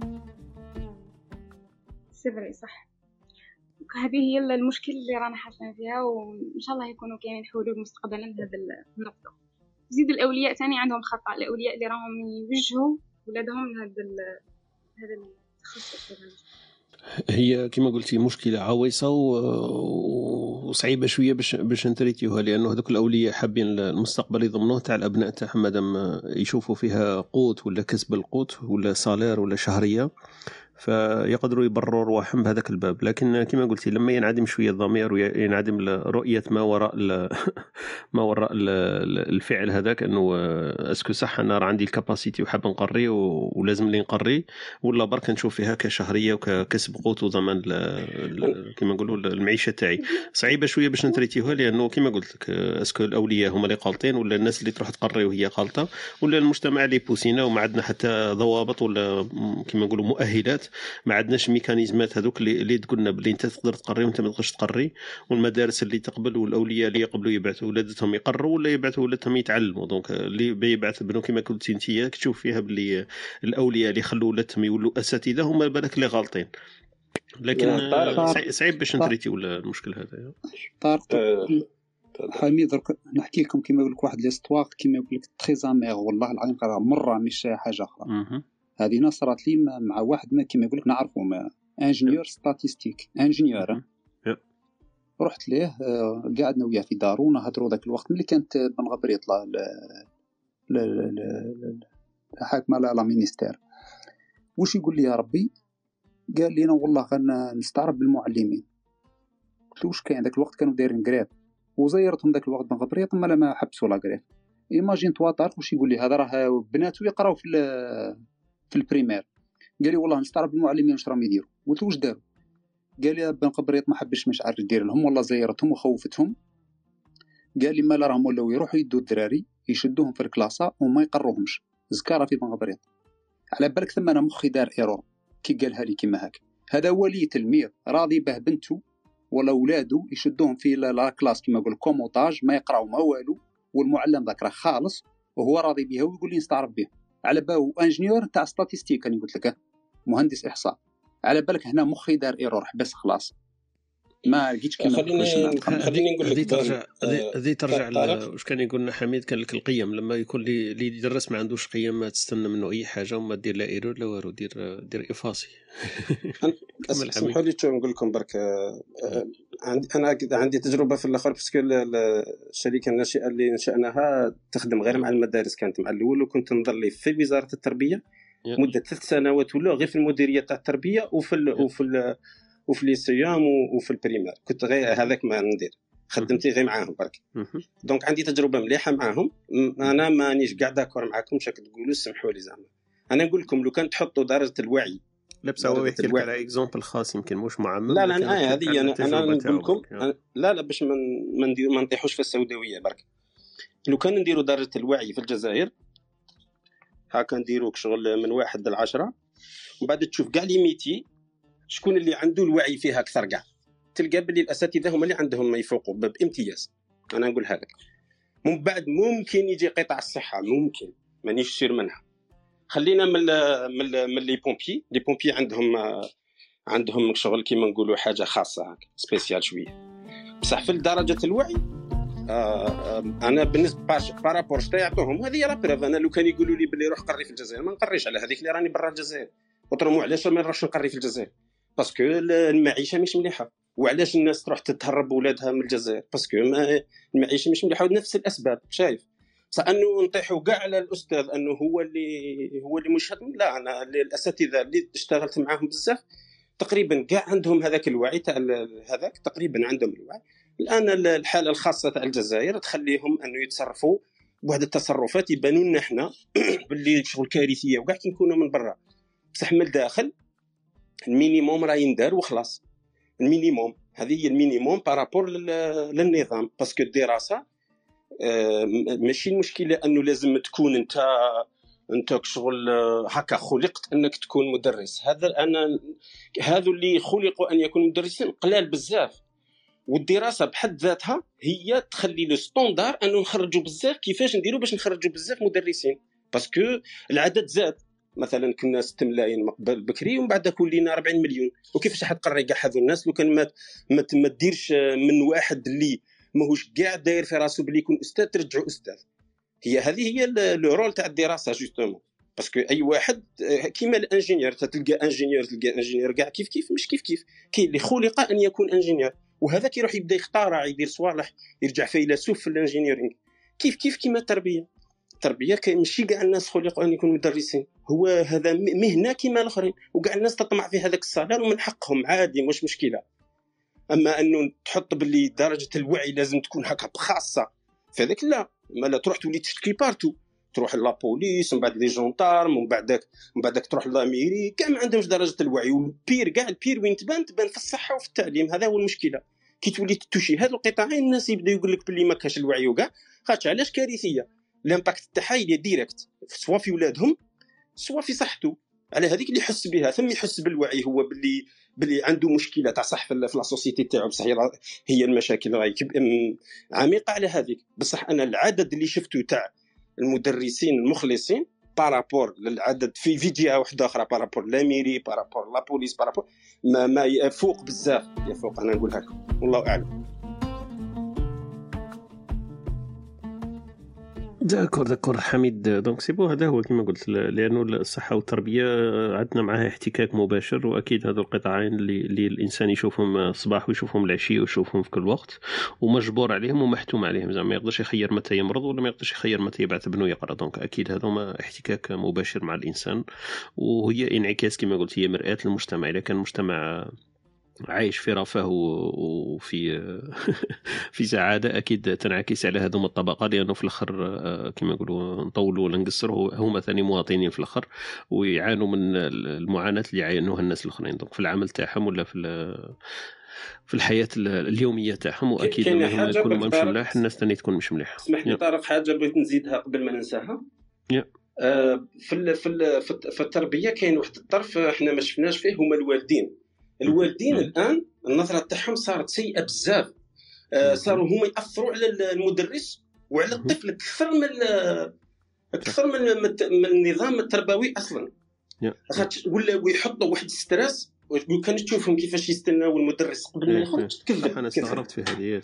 سيفري صح. هذه هي المشكله اللي رانا حاسين فيها، وان شاء الله يكونوا كاينين حلول مستقبلا لهذا النقطه. زيد الاولياء ثاني عندهم خطا، الاولياء اللي راهم يوجهوا ولادهم لهذا هذا التخصص. هي كما قلتي مشكله عويصه وصعيبه شويه باش باش نتريتيوها، لانه هذوك الاولياء حابين المستقبل يضمنوه تاع الابناء تاعهم مادام يشوفوا فيها قوت ولا كسب القوت ولا صالير ولا شهريه، فيقدروا يبرروا رواحهم بهذاك الباب. لكن كما قلتي لما ينعدم شويه الضمير وينعدم رؤيه ما وراء ما وراء الفعل هذاك، انه اسكو صح انا راه عندي الكاباسيتي وحاب نقري ولازم لي نقري، ولا برك نشوف فيها كشهريه وككسب قوت وضمان كما نقولوا المعيشه تاعي. صعيبه شويه باش نتريتيوها، لانه كما قلت لك اسكو الاولياء هما اللي غالطين ولا الناس اللي تروح تقري وهي غالطه، ولا المجتمع اللي بوسينا وما عندنا حتى ضوابط ولا كما نقولوا مؤهلات، ما عندناش ميكانيزمات هذوك اللي اللي تقولنا بلي انت تقدر تقري وانت ما تقدرش تقري، والمدارس اللي تقبل والاولياء اللي يقبلوا يبعثوا ولادتهم يقروا ولا يبعثوا ولادهم يتعلموا. دونك اللي بيبعث ابنه كما قلتي انت تشوف فيها بلي الاولياء اللي يخلوا ولادهم يولوا اساتذه هما بالك اللي غالطين. لكن صعيب باش نتريتي ولا المشكل هذا. طارق حميد درك نحكي لكم كما يقول لك واحد ليستوار كما يقول لك تري زامير، والله العظيم قرا مره مش حاجه اخرى. هذه نصرت لي مع واحد ما كما يقول لك نعرفه انجينيور ستاتيستيك انجينيور. رحت ليه قعدنا وياه في دارو نهضروا ذاك الوقت ملي كانت بن غبر يطلع ل ل ل حاكمه لا مينيستير. واش يقول لي يا ربي؟ قال لي انا والله غنستعرب بالمعلمين. قلت له واش كاين؟ ذاك الوقت كانوا دايرين قريب وزيرتهم ذاك الوقت بن غبريط ما ما حبسوا لا قريب. ايماجين توا طارق واش يقول لي هذا راه بناته يقراو في في البريمير. قال لي والله نستعرب المعلمين واش راهم يديروا. قلت له واش داروا؟ قال لي بن قبريط ما حبش مش عارف يدير لهم والله زيرتهم وخوفتهم. قال لي ما لا راهم ولاو يروحوا يدوا الدراري يشدوهم في الكلاسه وما يقروهمش. زكاره في بن قبريط على بالك ثم انا مخي دار ايرور كي قالها لي كيما هكا. هذا ولي تلميذ راضي به بنته ولا اولادو يشدوهم في لا كلاس كيما نقول كوموطاج ما يقراو ما والو، والمعلم ذاك راه خالص وهو راضي بها ويقول لي نستعرف به. على باو انجينيور تاع ستاتيستيك انا قلت لك مهندس احصاء. على بالك هنا مخي دار ايرور بس خلاص ما لقيتش كيما. خليني خليني نقول لك هذه ترجع هذه ترجع واش كان يقولنا حميد كان لك القيم لما يكون لي اللي يدرس ما عندوش قيم ما تستنى منه اي حاجه وما دير لا ايرور لا والو، دير دير افاصي. اسمحوا لي نقول لكم برك عندي انا عندي تجربه في الاخر، باسكو الشركه الناشئه اللي نشأناها تخدم غير مع المدارس، كانت مع الاول، وكنت نظل في وزاره التربيه مده ثلاث سنوات ولا غير في المديريه تاع التربيه وفي ال وفي ال وفي ليسيام وفي البريمير، كنت غير هذاك ما ندير، خدمتي غير معاهم برك. دونك عندي تجربه مليحه معاهم. انا مانيش كاع داكور معاكم شاك تقولوا، سمحوا لي زعما. انا نقول لكم لو كان تحطوا درجه الوعي لا بس هو يحكي لك على اكزامبل خاص يمكن مش معمم. لا لا آه هذه انا انا نقول لكم لا لا باش ما ندير ما نطيحوش في السوداويه برك. لو كان نديروا درجه الوعي في الجزائر هاكا نديروا شغل من واحد لعشرة، ومن بعد تشوف كاع لي ميتي شكون اللي عنده الوعي فيها اكثر كاع، تلقى باللي الاساتذه هما اللي عندهم ما يفوقوا بامتياز. انا نقولها لك. من بعد ممكن يجي قطاع الصحه، ممكن مانيش سير منها. خلينا من من من لي بومبي لي بومبي عندهم عندهم شغل كيما نقولوا حاجه خاصه هكا سبيسيال شويه. بصح في درجه الوعي آه انا بالنسبه بارابور شتا يعطوهم هذه لا بروف. انا لو كان يقولوا لي بلي روح قري في الجزائر ما نقريش على هذيك اللي راني برا الجزائر. وطرموا علاش ما نروحش نقري في الجزائر؟ باسكو المعيشه مش مليحه. وعلاش الناس تروح تتهرب ولادها من الجزائر؟ باسكو المعيشه مش مليحه، ونفس الاسباب. شايف صح انه نطيحوا كاع على الاستاذ انه هو اللي هو اللي مش هضم. لا، انا الاساتذه اللي اشتغلت معاهم بزاف تقريبا كاع عندهم هذاك الوعي تاع هذاك، تقريبا عندهم الوعي. الان الحاله الخاصه تاع الجزائر تخليهم انه يتصرفوا بواحد التصرفات يبانوا لنا احنا باللي شغل كارثيه وكاع كي نكونوا من برا. بصح من الداخل المينيموم راه يندار وخلاص. المينيموم هذه هي المينيموم بارابور للنظام. باسكو الدراسه ماشي المشكله انه لازم تكون انت انت شغل هكا خلقت انك تكون مدرس. هذا انا هذو اللي خلقوا ان يكونوا مدرسين قلال بزاف. والدراسه بحد ذاتها هي تخلي لو ستاندار انه نخرجوا بزاف. كيفاش نديروا باش نخرجوا بزاف مدرسين؟ باسكو العدد زاد. مثلا كنا ستة ملايين مقبل بكري ومن بعد كلنا أربعين مليون. وكيفاش حتقري كاع هذو الناس لو كان ما ما تديرش من واحد اللي ماهوش كاع داير في راسو بلي يكون استاذ ترجعوا استاذ؟ هي هذه هي لو رول تاع الدراسه جوستومون. باسكو اي واحد كيما الانجينير تلقى انجينير تلقى انجينير كاع كيف كيف مش كيف كيف. كاين اللي خلق ان يكون انجينير وهذا كيروح يبدا يخترع يدير صوالح يرجع فيلسوف في الانجينيرينغ. كيف كيف كيما التربيه. التربيه ماشي كاع الناس خلقوا ان يكونوا مدرسين. هو هذا مهنه كيما الاخرين وكاع الناس تطمع في هذاك الصالير ومن حقهم عادي مش مشكله. اما انه تحط باللي درجه الوعي لازم تكون هكا بخاصه فهذاك لا. ما لا تروح تولي تشتكي بارتو، تروح لا بوليس ومن بعد لي جونطارم ومن بعدك من بعدك تروح لاميري. كاع ما عندهمش درجه الوعي. والبير كاع البير وين تبان تبان في الصحه وفي التعليم. هذا هو المشكله. كي تولي تتوشي هذا القطاعين الناس يبدا يقول لك باللي ما كاش الوعي وكاع. خاطش علاش كارثيه؟ الامباكت تاعها هي ديريكت سواء في ولادهم سواء في صحته. على هذيك اللي يحس بها ثم يحس بالوعي هو باللي باللي عنده مشكله تاع صح في لا سوسيتي تاعو. بصح هي المشاكل راهي عميقه على هذيك. بصح انا العدد اللي شفته تاع المدرسين المخلصين بارابور للعدد في فيديو واحده اخرى بارابور لاميري بارابور لا بوليس بارابور ما, ما يفوق بزاف يفوق. انا نقولها لكم والله اعلم. داكور داكور حميد. دونك سي بو هذا هو كما قلت، لانه الصحه والتربيه عندنا معها احتكاك مباشر. واكيد هذو القطاعين اللي, اللي الانسان يشوفهم الصباح ويشوفهم العشيه ويشوفهم في كل وقت ومجبور عليهم ومحتوم عليهم. زعما ما يقدرش يخير متى يمرض ولا ما يقدرش يخير متى يبعث ابنه يقرا. دونك اكيد هذوما احتكاك مباشر مع الانسان وهي انعكاس كما قلت، هي مرآة المجتمع. اذا كان المجتمع عايش في رفاه وفي في سعاده اكيد تنعكس على هذوم الطبقه. لانه في الاخر كما نقولوا نطولوا ولا نقصروا هما ثاني مواطنين في الاخر ويعانوا من المعاناه اللي يعانوها الناس الاخرين. دونك في العمل تاعهم ولا في في الحياه اليوميه تاعهم. واكيد انهم يكونوا مش ملاح الناس ثاني تكون مش مليحه. اسمح لي طارق حاجه بغيت نزيدها قبل ما ننساها. آه في في في التربيه كاين واحد الطرف احنا ما شفناش فيه هما الوالدين. الوالدين الان النظره تاعهم صارت سيئه بزاف. آه صاروا هما ياثروا على المدرس وعلى الطفل اكثر من اكثر من من النظام التربوي اصلا. ولا ويحطوا واحد ستريس. وكان تشوفهم كيفاش يستناو المدرس قبل ما يخرج تكذب. انا استغربت في هذه صح.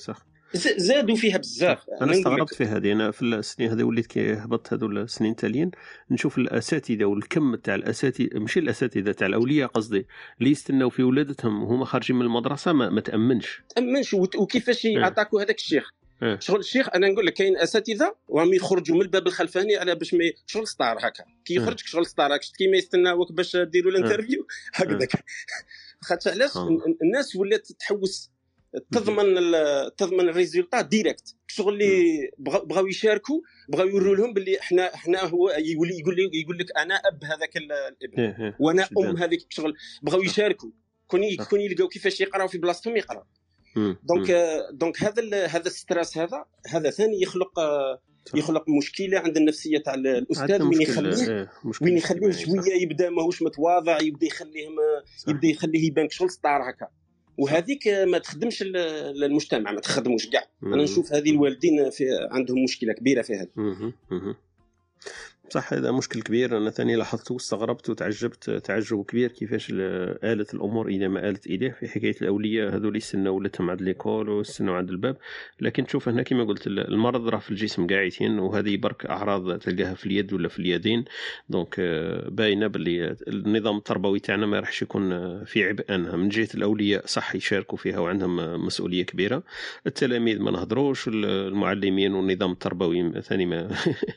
زادوا فيها بزاف. انا استغربت في هذه، انا في السنين هذه وليت كي هبطت هذو السنين التاليين نشوف الاساتذه والكم تاع الاساتذه، ماشي الاساتذه تاع الاولياء قصدي، اللي يستناو في ولادتهم وهما خارجين من المدرسه ما, ما تامنش تامنش وكيفاش يعطاكوا هذاك الشيخ. اه. شغل الشيخ انا نقول لك كاين اساتذه وهم يخرجوا من الباب الخلفاني على باش ما شغل ستار هكا كي يخرجك شغل ستار هكا كيما يستناوك باش ديروا الانترفيو هكذاك. خاطر علاش الناس ولات تحوس تضمن تضمن الريزولطا ديريكت. شغل اللي بغاو يشاركوا بغاو يوروا لهم باللي احنا احنا هو يقول لي يقول لي يقول لك انا اب هذاك الابن وانا ام هذيك. شغل بغاو يشاركوا كوني كوني يلقاو كيفاش يقراو في بلاصتهم يقراو. دونك دونك هذا هذا الستريس هذا هذا ثاني يخلق يخلق مشكله عند النفسيه تاع الاستاذ. وين يخليه وين يخليه شويه يبدا ماهوش متواضع، يبدا يخليه يبدا يخليه يبان شغل ستار هكا، وهذيك ما تخدمش المجتمع، ما تخدموش كاع. انا نشوف هذه الوالدين في عندهم مشكله كبيره في هذا. صح، هذا مشكل كبير. أنا ثاني لاحظت واستغربت وتعجبت تعجب كبير كيفاش آلت الأمور إلى ما آلت إليه في حكاية الأولياء هذول يستنوا ولادهم عند ليكول ويستنوا عند الباب. لكن تشوف هنا كما قلت المرض راه في الجسم قاعدين، وهذه برك أعراض تلقاها في اليد ولا في اليدين. دونك باينة باللي النظام التربوي تاعنا ما راحش يكون في عبئنا من جهة الأولياء. صح يشاركوا فيها وعندهم مسؤولية كبيرة، التلاميذ ما نهضروش، المعلمين والنظام التربوي ثاني ما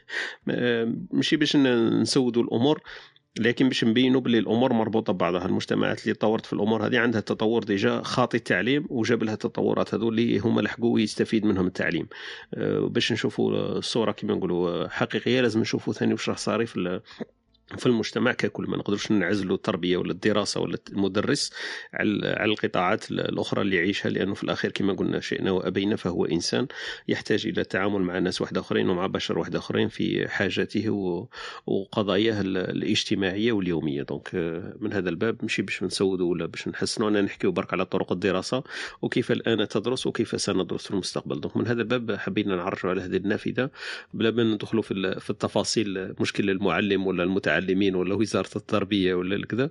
ماشي باش نسودوا الامور، لكن باش نبينوا باللي الامور مربوطه ببعضها. المجتمعات اللي تطورت في الامور هذه عندها تطور ديجا خاطي التعليم، وجاب لها التطورات هذو اللي هما لحقوا يستفيد منهم التعليم. باش نشوفوا الصوره كما نقولوا حقيقيه لازم نشوفوا ثاني واش راه صاري في في المجتمع ككل. ما نقدرش نعزلوا التربيه ولا الدراسه ولا المدرس على القطاعات الاخرى اللي يعيشها، لانه في الاخير كما قلنا شئنا وابينا فهو انسان يحتاج الى التعامل مع ناس واحد اخرين ومع بشر واحد اخرين في حاجاته وقضاياه الاجتماعيه واليوميه. دونك من هذا الباب ماشي باش نسودوا ولا باش نحسنوا، انا نحكيو برك على طرق الدراسه وكيف الان تدرس وكيف سندرس في المستقبل. دونك من هذا الباب حبينا نعرجوا على هذه النافذه بلا ما ندخلوا في في التفاصيل مشكل المعلم ولا المتعلم المتعلمين ولا وزارة التربية ولا كذا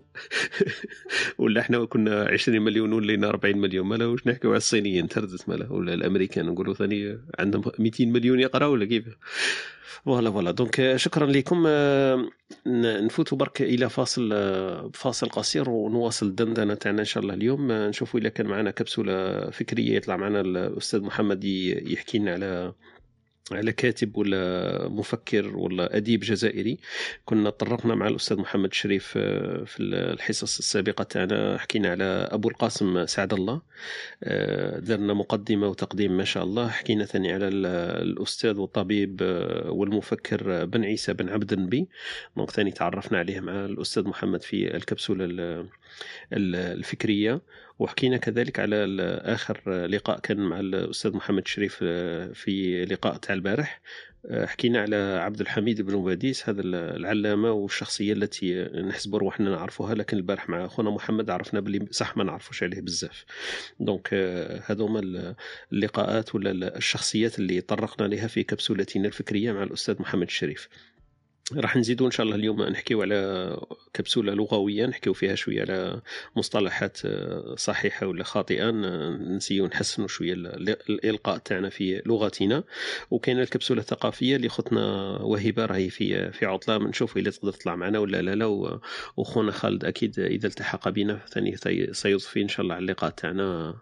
ولا احنا كنا عشرين مليون ولينا أربعين مليون. مالا واش نحكيو على الصينيين تردت مالا ولا الامريكان نقولوا ثاني عندهم مئتين مليون يقراوا ولا كيف. فوالا فوالا دونك شكرا لكم. نفوتوا برك الى فاصل فاصل قصير ونواصل الدندنه تاعنا ان شاء الله اليوم. نشوفوا اذا كان معنا كبسوله فكريه يطلع معنا الاستاذ محمد يحكي لنا على على كاتب ولا مفكر ولا أديب جزائري. كنا طرقنا مع الأستاذ محمد شريف في الحصص السابقة تاعنا، حكينا على أبو القاسم سعد الله، درنا مقدمة وتقديم ما شاء الله. حكينا ثاني على الأستاذ والطبيب والمفكر بن عيسى بن عبد النبي، دونك ثاني تعرفنا عليه مع الأستاذ محمد في الكبسولة الفكرية. وحكينا كذلك على آخر لقاء كان مع الأستاذ محمد شريف في لقاء تاع البارح، حكينا على عبد الحميد بن باديس، هذا العلامة والشخصية التي نحسب روحنا نعرفوها، لكن البارح مع أخونا محمد عرفنا بلي صح ما نعرفوش عليه بزاف. دونك هذوما اللقاءات ولا الشخصيات اللي طرقنا لها في كبسولتنا الفكرية مع الأستاذ محمد شريف. راح نزيدوا ان شاء الله اليوم نحكيو على كبسوله لغويه، نحكيو فيها شويه على مصطلحات صحيحه ولا خاطئه، نسيو نحسنوا شويه الالقاء تاعنا في لغتنا. وكاين الكبسوله الثقافيه اللي خطنا وهبه راهي في في عطله، نشوف اذا تقدر تطلع معنا ولا لا لا. وخونا خالد اكيد اذا التحق بنا ثاني سيضفي ان شاء الله على اللقاء تاعنا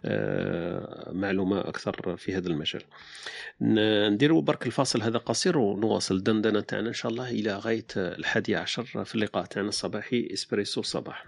معلومه اكثر في هذا المجال. نديروا برك الفاصل هذا قصير ونواصل الدندنه تاعنا ان شاء الله الى غايه الحادي عشر في اللقاء تاعنا الصباحي اسبريسو صباح.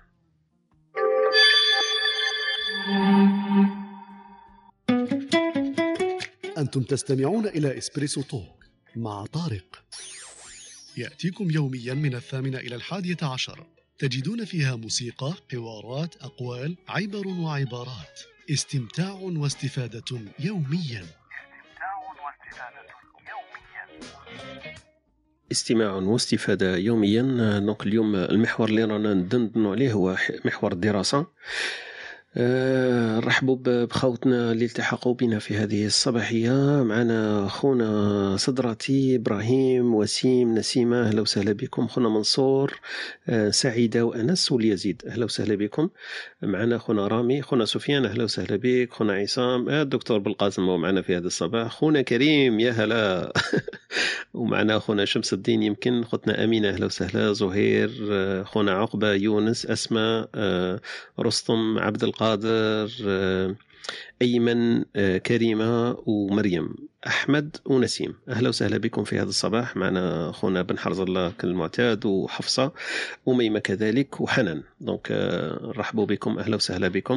أنتم تستمعون إلى إسبريسو توك مع طارق، يأتيكم يوميا من الثامنة إلى الحادية عشر. تجدون فيها موسيقى، حوارات، أقوال، عبر وعبارات، استمتاع واستفادة يوميا. استماع واستفادة يوميا. دونك اليوم المحور اللي رانا ندندنوا عليه هو محور الدراسة. أه رحبوا بخوتنا اللي التحقوا بنا في هذه الصباحية. معنا خونا صدراتي، إبراهيم، وسيم، نسيمة، أهلا وسهلا بكم. خونا منصور، أه سعيدة، وأنس، واليزيد، أهلا وسهلا بكم. معنا خونا رامي، خونا سفيان، أهلا وسهلا بك. خونا عصام، أه الدكتور بالقاسم هو معنا في هذا الصباح. خونا كريم، يا هلا. ومعنا خونا شمس الدين، يمكن خوتنا أمينة، أهلا وسهلا. زهير، أه خونا عقبة، يونس، أسماء، أه رستم، عبد القادر، أيمن، كريمة، ومريم، أحمد، ونسيم، أهلا وسهلا بكم في هذا الصباح. معنا أخونا بن حرز الله كالمعتاد، وحفصة، وميمة كذلك، وحنان. دونك رحبوا بكم، أهلا وسهلا بكم.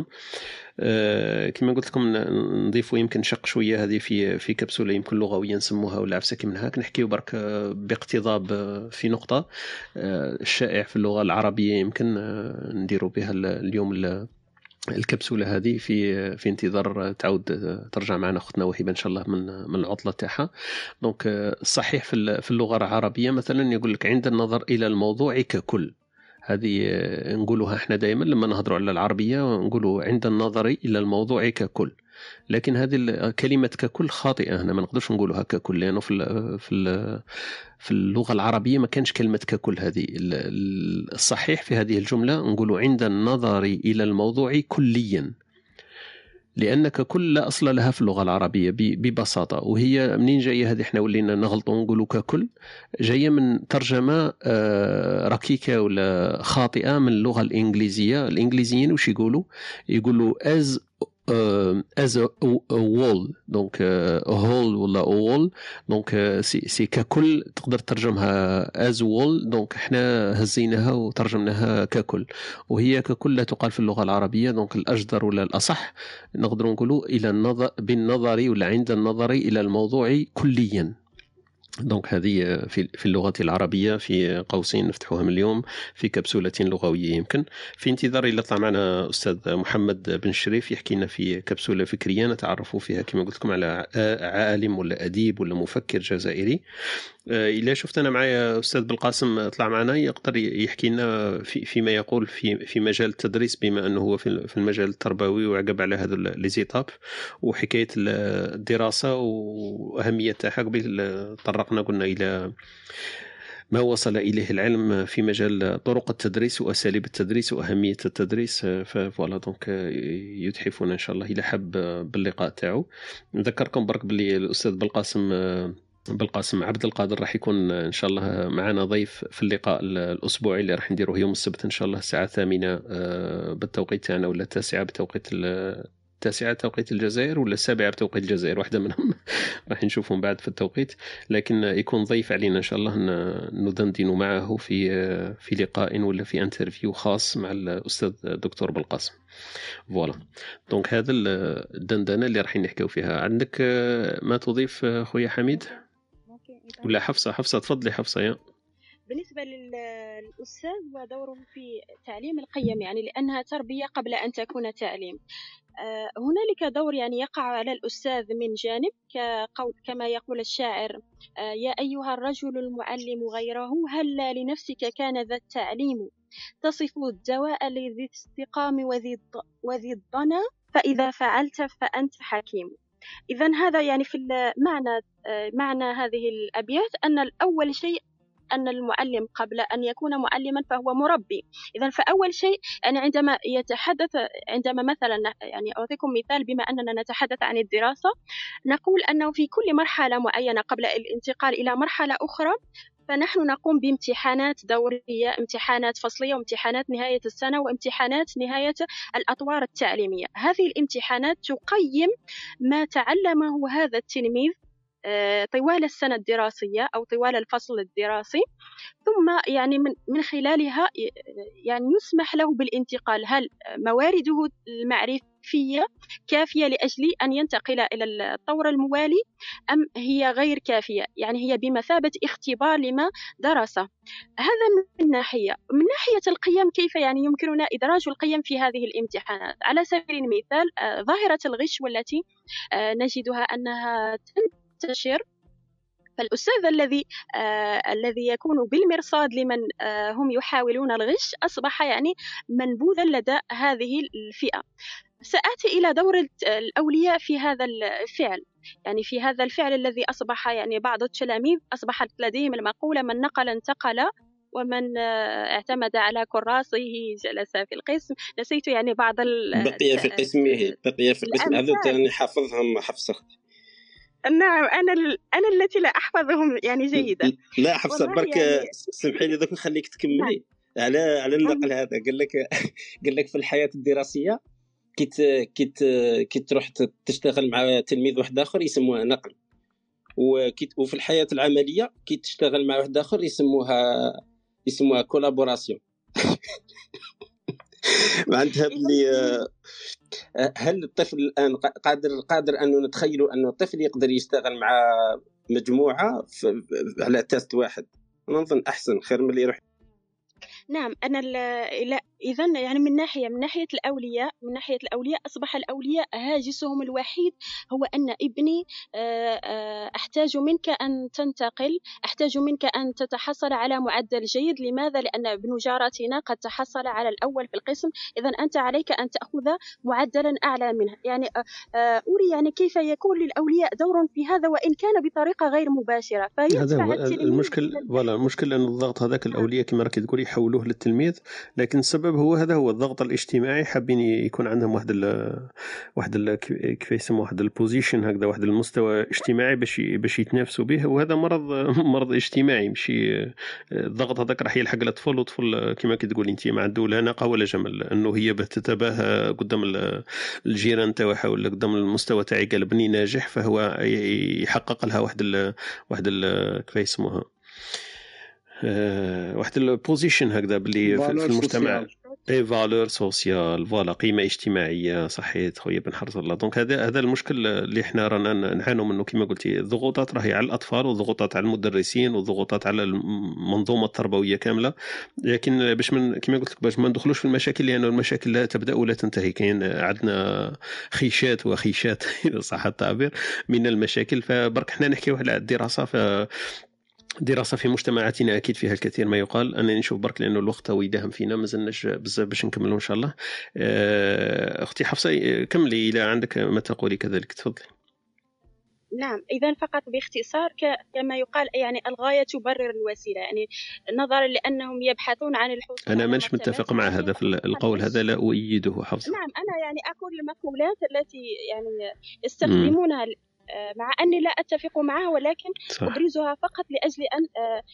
كما قلت لكم نضيفوا يمكن شق شوية هذه في في كبسولة يمكن لغويا نسموها ولا عفسة من هاك، نحكيو برك باقتضاب في نقطة الشائع في اللغة العربية يمكن نديروا بها اليوم الكبسولة هذه في في انتظار تعود ترجع معنا أختنا وهبة إن شاء الله من من العطلة تاعها. دونك الصحيح في في اللغة العربية مثلا يقول لك عند النظر إلى الموضوع ككل، هذه نقولها احنا دائما لما نهضروا على العربية، نقولوا عند النظر إلى الموضوع ككل، لكن هذه كلمة ككل خاطئة، هنا ما نقدرش نقولها ككل، لأنه في في في اللغة العربية ما كانش كلمة ككل. هذه الصحيح في هذه الجملة نقولوا عند النظر إلى الموضوع كليا، لأن ككل لا أصل لها في اللغة العربية ببساطة. وهي منين جاية هذه؟ احنا ولينا نغلطوا نقولوا ككل، جاية من ترجمة ركيكة ولا خاطئة من اللغة الإنجليزية. الإنجليزيين وش يقولوا؟ يقولوا as Uh, as a, a wall، donc uh, a whole ولا a wall، donc uh, سي, سي ككل تقدر ترجمها as wall. donc احنا هزيناها وترجمناها ككل، وهي ككل لا تقال في اللغة العربية. donc الأجدر ولا الأصح نقدر نقولوا إلى النظر بالنظر ولا عند النظر إلى الموضوع كليا. دونك هذه في في اللغة العربية في قوسين نفتحوها من اليوم في كبسولة لغوية. يمكن في انتظار إلى طلع معنا أستاذ محمد بن شريف يحكي لنا في كبسولة فكرية نتعرفوا فيها كما قلت لكم على عالم ولا أديب ولا مفكر جزائري. إلا شفت أنا معايا أستاذ بالقاسم طلع معنا يقدر يحكي لنا في فيما يقول في في مجال التدريس، بما أنه هو في في المجال التربوي وعقب على هذا ليزيتاب وحكاية الدراسة وأهميتها. قبل طرقنا قلنا إلى ما وصل إليه العلم في مجال طرق التدريس وأساليب التدريس وأهمية التدريس. فوالا دونك يتحفون إن شاء الله إلى حب باللقاء تاعو. نذكركم برك باللي الأستاذ بالقاسم بالقاسم عبد القادر راح يكون إن شاء الله معنا ضيف في اللقاء الأسبوعي اللي راح نديروه يوم السبت إن شاء الله الساعة الثامنة بالتوقيت تاعنا ولا التاسعة بتوقيت التاسعة توقيت الجزائر ولا السابعة بتوقيت الجزائر، واحدة منهم راح نشوفهم بعد في التوقيت. لكن يكون ضيف علينا إن شاء الله ندندن معه في في لقاء ولا في انترفيو خاص مع الأستاذ الدكتور بالقاسم. فوالا دونك هذا الدندنة اللي راح نحكيو فيها. عندك ما تضيف خويا حميد ولا حفصة؟ حفصة تفضلي. حفصة يا بالنسبة للأستاذ ودوره في تعليم القيم، يعني لأنها تربية قبل أن تكون تعليم. هنالك دور يعني يقع على الأستاذ من جانب كقول كما يقول الشاعر: يا أيها الرجل المعلم غيره، هلا لنفسك كان ذا التعليم، تصف الدواء لذي استقام وذي وذي الضنا، فإذا فعلت فأنت حكيم. إذن هذا يعني في المعنى معنى هذه الأبيات أن الأول شيء أن المعلم قبل أن يكون معلما فهو مربي. إذن فأول شيء يعني عندما يتحدث عندما مثلا يعني أعطيكم مثال، بما أننا نتحدث عن الدراسة، نقول أنه في كل مرحلة معينة قبل الانتقال إلى مرحلة أخرى فنحن نقوم بامتحانات دورية، امتحانات فصلية وامتحانات نهاية السنة وامتحانات نهاية الأطوار التعليمية. هذه الامتحانات تقيم ما تعلمه هذا التلميذ طوال السنة الدراسية أو طوال الفصل الدراسي، ثم يعني من من خلالها يعني يسمح له بالانتقال. هل موارده المعرفية كافية لأجل أن ينتقل إلى الطور الموالي أم هي غير كافية؟ يعني هي بمثابة اختبار لما درسه. هذا من ناحية. من ناحية القيم، كيف يعني يمكننا إدراج القيم في هذه الامتحانات؟ على سبيل المثال ظاهرة الغش والتي نجدها أنها تنتشر، فالأستاذ الذي آه الذي يكون بالمرصاد لمن آه هم يحاولون الغش أصبح يعني منبوذا لدى هذه الفئة. سآتي إلى دور الأولياء في هذا الفعل، يعني في هذا الفعل الذي أصبح يعني بعض التلاميذ أصبحت لديهم المقولة من نقل انتقل، ومن اعتمد على كراسه جلس في القسم. نسيت يعني بعض بقي في قسمه بقي في القسم هذا أنا حافظهم حفصة. نعم أنا ال... أنا التي لا أحفظهم يعني جيدا. لا حفصة برك يعني... سمحي لي ذاك نخليك تكملي على على النقل هذا. قال لك قال لك في الحياة الدراسية كيت كيت كيت تروح تشتغل مع تلميذ واحد آخر يسموها نقل، وكيت وفي الحياة العملية كيت تشتغل مع واحد آخر يسموها يسموها كولابوراسيون. معناتها بلي هل الطفل الآن قادر قادر أنه نتخيلوا أنه الطفل يقدر يشتغل مع مجموعة على تيست واحد؟ نظن أحسن خير من اللي يروح. نعم أنا لا إذا يعني من ناحية من ناحية الأولياء من ناحية الأولياء أصبح الأولياء هاجسهم الوحيد هو أن ابني أحتاج منك أن تنتقل، أحتاج منك أن تتحصل على معدل جيد. لماذا؟ لأن ابن جارتنا قد تحصل على الأول في القسم، إذا أنت عليك أن تأخذ معدلا أعلى منه. يعني أري يعني كيف يكون للأولياء دور في هذا وإن كان بطريقة غير مباشرة. هذا هو المشكل. ولا المشكل أن الضغط هذاك الأولياء كما راكي تقولي يحولوه للتلميذ، لكن السبب هو هذا هو الضغط الاجتماعي. حابين يكون عندهم واحد ال واحد ال كيف يسموه واحد البوزيشن هكذا، واحد المستوى اجتماعي باش باش يتنافسوا به، وهذا مرض مرض اجتماعي. ماشي الضغط هذاك راح يلحق الاطفال، وطفل كما كتقول انت ما عنده لا ناقه ولا جمل، انه هي بتتباهى قدام الجيران تاعها ولا قدام المستوى تاعي قال بني ناجح، فهو يحقق لها واحد ال واحد ال كيف يسموها أه واحد البوزيشن هكذا باللي في المجتمع، اي فالور سوسيال، فوالا قيمه اجتماعيه. صحيت خويا بن حرز الله. دونك هذا هذا المشكل اللي احنا رانا نعانوا منه كما قلتي. الضغوطات راهي على الاطفال، وضغوطات على المدرسين، وضغوطات على المنظومه التربويه كامله. لكن باش من كما قلت لك باش ما ندخلوش في المشاكل، لان يعني المشاكل لا تبدا ولا تنتهي. كاين عندنا خيشات وخيشات اذا صح التعبير من المشاكل. فبرك احنا نحكيو على الدراسه. ف دراسة في مجتمعاتنا أكيد فيها الكثير ما يقال. أنا نشوف برك لأنه الوقت هو يداهم فينا، مازلناش بزاف باش نكملوا إن شاء الله. أختي حفصة كملي إذا عندك ما تقولي كذلك، تفضلي. نعم إذا فقط باختصار كما يقال يعني الغاية تبرر الوسيلة، يعني نظرا لأنهم يبحثون عن الحصول. أنا مانيش متفق مع هذا في القول هذا، لا أؤيده حفصة. نعم أنا يعني أقول المقولات التي يعني يستخدمونها مع أني لا أتفق معها، ولكن صح. أبرزها فقط لأجل أن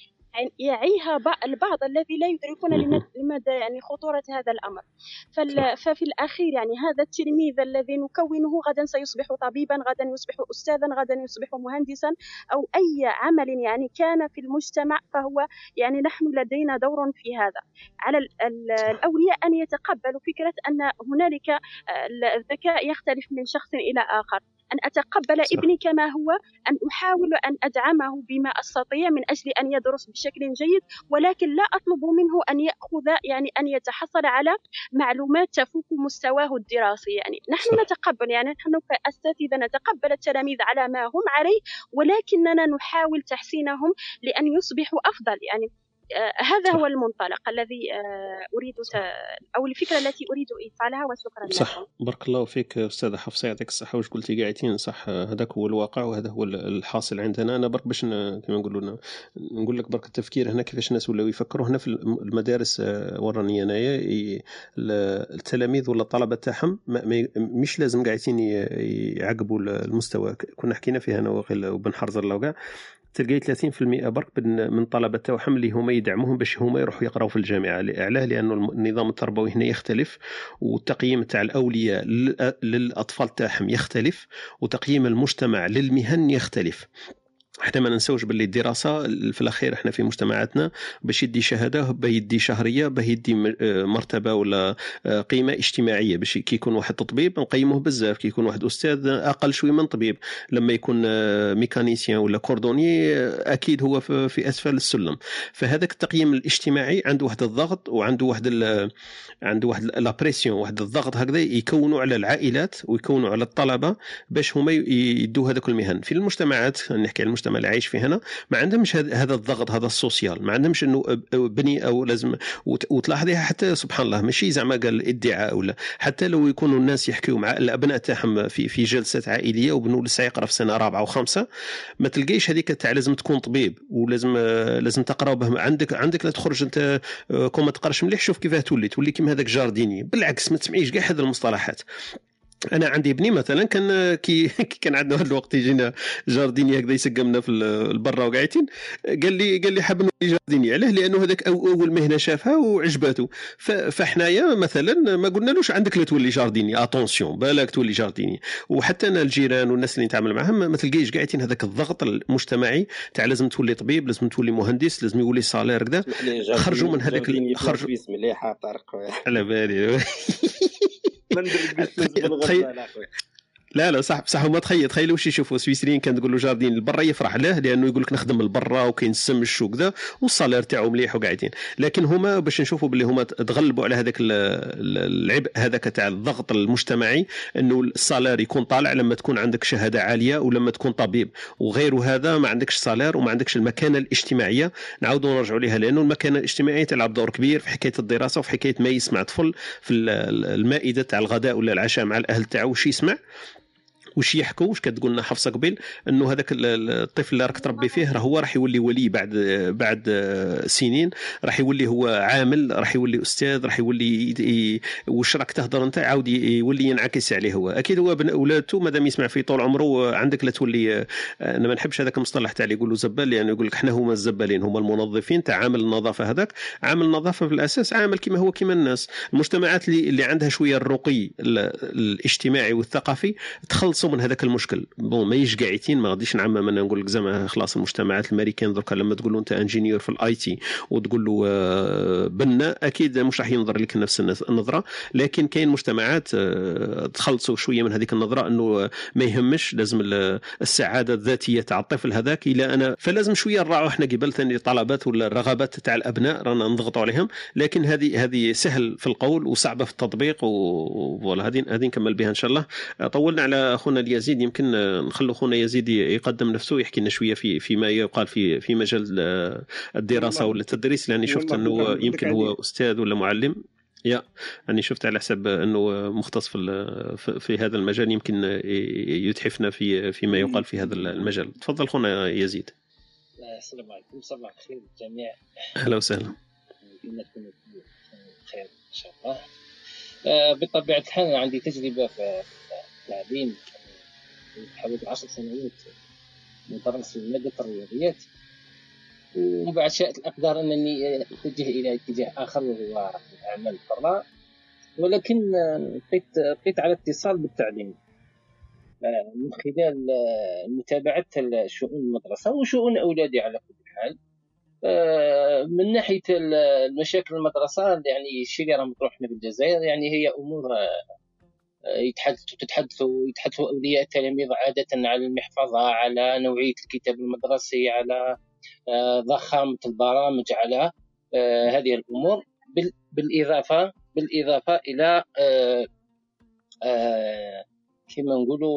يعيها البعض الذي لا يدركون لماذا يعني خطورة هذا الأمر. ففي الأخير يعني هذا التلميذ الذي نكونه غدا سيصبح طبيبا، غدا يصبح أستاذا، غدا يصبح مهندسا، أو أي عمل يعني كان في المجتمع، فهو يعني نحن لدينا دور في هذا. على الأولياء أن يتقبلوا فكرة أن هنالك الذكاء يختلف من شخص إلى آخر، أن أتقبل صح. ابني كما هو، أن أحاول أن أدعمه بما أستطيع من أجل أن يدرس بشكل جيد، ولكن لا أطلب منه أن يأخذ يعني أن يتحصل على معلومات تفوق مستواه الدراسي. يعني نحن صح. نتقبل يعني نحن كأساتذة نتقبل التلاميذ على ما هم عليه، ولكننا نحاول تحسينهم لأن يصبحوا أفضل. يعني آه هذا صح. هو المنطلق الذي آه أريد ت... أو الفكرة التي أريد إيصالها، وشكرا لكم. صح، بارك الله فيك أستاذة حفصة، يعطيك الصحة. واش قلتي قاعدين صح، هذاك هو الواقع وهذا هو الحاصل عندنا. أنا برك باش كما نقولوا نقول لك برك التفكير هنا كيفاش الناس ولاو يفكروا هنا في المدارس وراني أنايا التلاميذ ولا الطلبة تاعهم مش لازم قاعدين يعقبوا المستوى. كنا حكينا فيها أنا وبن حرز الله وكاع، تلقاي ثلاثين بالمئة برك من طلبة تاعهم اللي هما يدعموهم باش هما يروحوا يقراوا في الجامعة. علاه؟ لأنه النظام التربوي هنا يختلف، والتقييم تاع الأولياء للأطفال تاعهم يختلف، وتقييم المجتمع للمهن يختلف. احنا ما ننسوش باللي الدراسة في الأخير احنا في مجتمعاتنا باش يدي شهادة بيدي شهرية بيدي مرتبة ولا قيمة اجتماعية. باش كي يكون واحد طبيب نقيمه بزاف، كي يكون واحد أستاذ أقل شوي من طبيب، لما يكون ميكانيسيان ولا كوردوني أكيد هو في أسفل السلم. فهذاك التقييم الاجتماعي عنده واحد الضغط وعنده واحد عنده واحد لا بريسيون، واحد الضغط هكذا يكونوا على العائلات ويكونوا على الطلبة باش هما يدوا هذاك المهن. في المجتمعات نحكي على المجتمع المجتمع اللي عايش فيه هنا ما عندهمش هذا الضغط هذا السوسيال، ما عندهمش انه بني او لازم. وتلاحظيها حتى سبحان الله ماشي زعما قال ادعاء ولا، حتى لو يكونوا الناس يحكيوا مع الابناء تاعهم في في جلسات عائليه وبنو لسه يقرا في سنه رابعه وخامسه، ما تلقيش هذيك تاع لازم تكون طبيب ولازم لازم تقرا به. عندك عندك لا تخرج انت كون ما تقراش مليح، شوف كيفاه تولي تولي كيما هذاك جارديني. بالعكس ما تسمعيش كاع هذه المصطلحات. انا عندي ابني مثلا كان كي كان عندنا هذا الوقت يجينا جارديني هكذا يسقمنا في البرة وقاعدين، قال لي قال لي حاب نولي جارديني. علاه؟ لانه هذاك اول مهنه شافها وعجباته. فاحنايا مثلا ما قلنالوش عندك لا تولي جارديني، اتونسيون بالك تولي جارديني. وحتى انا الجيران والناس اللي نتعامل معهم ما تلقيش قاعدين هذاك الضغط المجتمعي تاع لازم تولي طبيب، لازم تولي مهندس، لازم يولي صالير كذا. خرجوا من هذاك خرجوا مليحه طارق على بالي لا لا صح صح. وما تخيل تخيلوا واش يشوفوا سويسريين كان تقول له جاردين البرا يفرح له، لانه يقول لك نخدم البرا وكاين السمش وكذا والصالير تاعو مليح وقاعدين. لكن هما باش نشوفوا باللي هما تغلبوا على هذاك العبء هذاك تاع الضغط المجتمعي، انه الصالير يكون طالع لما تكون عندك شهاده عاليه ولما تكون طبيب، وغير هذا ما عندكش صالير وما عندكش المكانه الاجتماعيه. نعاودوا نرجعوا لها لانه المكانه الاجتماعيه تلعب دور كبير في حكايه الدراسه وفي حكايه ما يسمع طفل في المائده تاع الغداء ولا العشاء مع الاهل تاعو وش يسمع وش يحكوا. وش كتقول لنا حفصه قبل انه هذاك الطفل اللي راك تربي فيه راه هو راح يولي ولي بعد بعد سنين، راح يولي هو عامل، راح يولي استاذ، راح يولي واش راك تهضر انت عاود يولي ينعكس عليه هو. اكيد هو ولادته مادام يسمع فيه طول عمره عندك لا تولي. انا ما نحبش هذاك المصطلح تاع اللي يقولوا زبال، لانه يعني يقول لك احنا هما الزبالين، هما المنظفين تاع عامل النظافه. هذاك عامل النظافه في الاساس عامل كما هو كما الناس. المجتمعات اللي اللي عندها شويه الرقي الاجتماعي والثقافي تخلص من هذاك المشكل. بون ما يشقعيتين ما غاديش نعمم انا نقول لك زعما خلاص المجتمعات الامريكان درك لما تقول له انت انجينيور في الاي تي وتقول له بنا، اكيد مش راح ينظر لك نفس النظره. لكن كاين مجتمعات تخلصوا شويه من هذيك النظره انه ما يهمش، لازم السعاده الذاتيه تاع الطفل هذاك الى انا. فلازم شويه نراعوا احنا قبل ثاني الطلبات ولا الرغبات تاع الابناء رانا نضغطوا عليهم، لكن هذه هذه سهل في القول وصعبه في التطبيق. وفوالا هذه هذه نكمل بها ان شاء الله. طولنا على اخونا يزيد، يمكن نخلو خونا يزيد يقدم نفسه ويحكي لنا شويه في فيما يقال في في مجال الدراسه ولا التدريس، لاني شفت انه يمكن هو استاذ ولا معلم. يا أنا شفت على حسب أنه مختص في في هذا المجال، يمكن يتحفنا في فيما يقال في هذا المجال. تفضل خونا يزيد. السلام عليكم، صباح الخير للجميع. أهلا وسهلا. تكونوا بخير إن شاء الله. بطبيعة الحال أنا عندي تجربة في التعليم حوالي عشر سنوات مدرس في مادة الرياضيات، ومن بعد شاءت الأقدار أنني أتجه إلى اتجاه آخر وهو الأعمال الحرة، ولكن بقيت بقيت على اتصال بالتعليم من خلال متابعة شؤون المدرسة وشؤون أولادي على كل حال. من ناحية المشاكل المدرسة، يعني الشيء اللي راه مطروح هنا في الجزائر يعني هي أمور يتحدثوا تتحدثوا يتحدثوا أولياء التلاميذ عادة على المحفظة، على نوعية الكتاب المدرسي، على ضخامة البرامج، على هذه الأمور، بالإضافة بالإضافة إلى كما نقولوا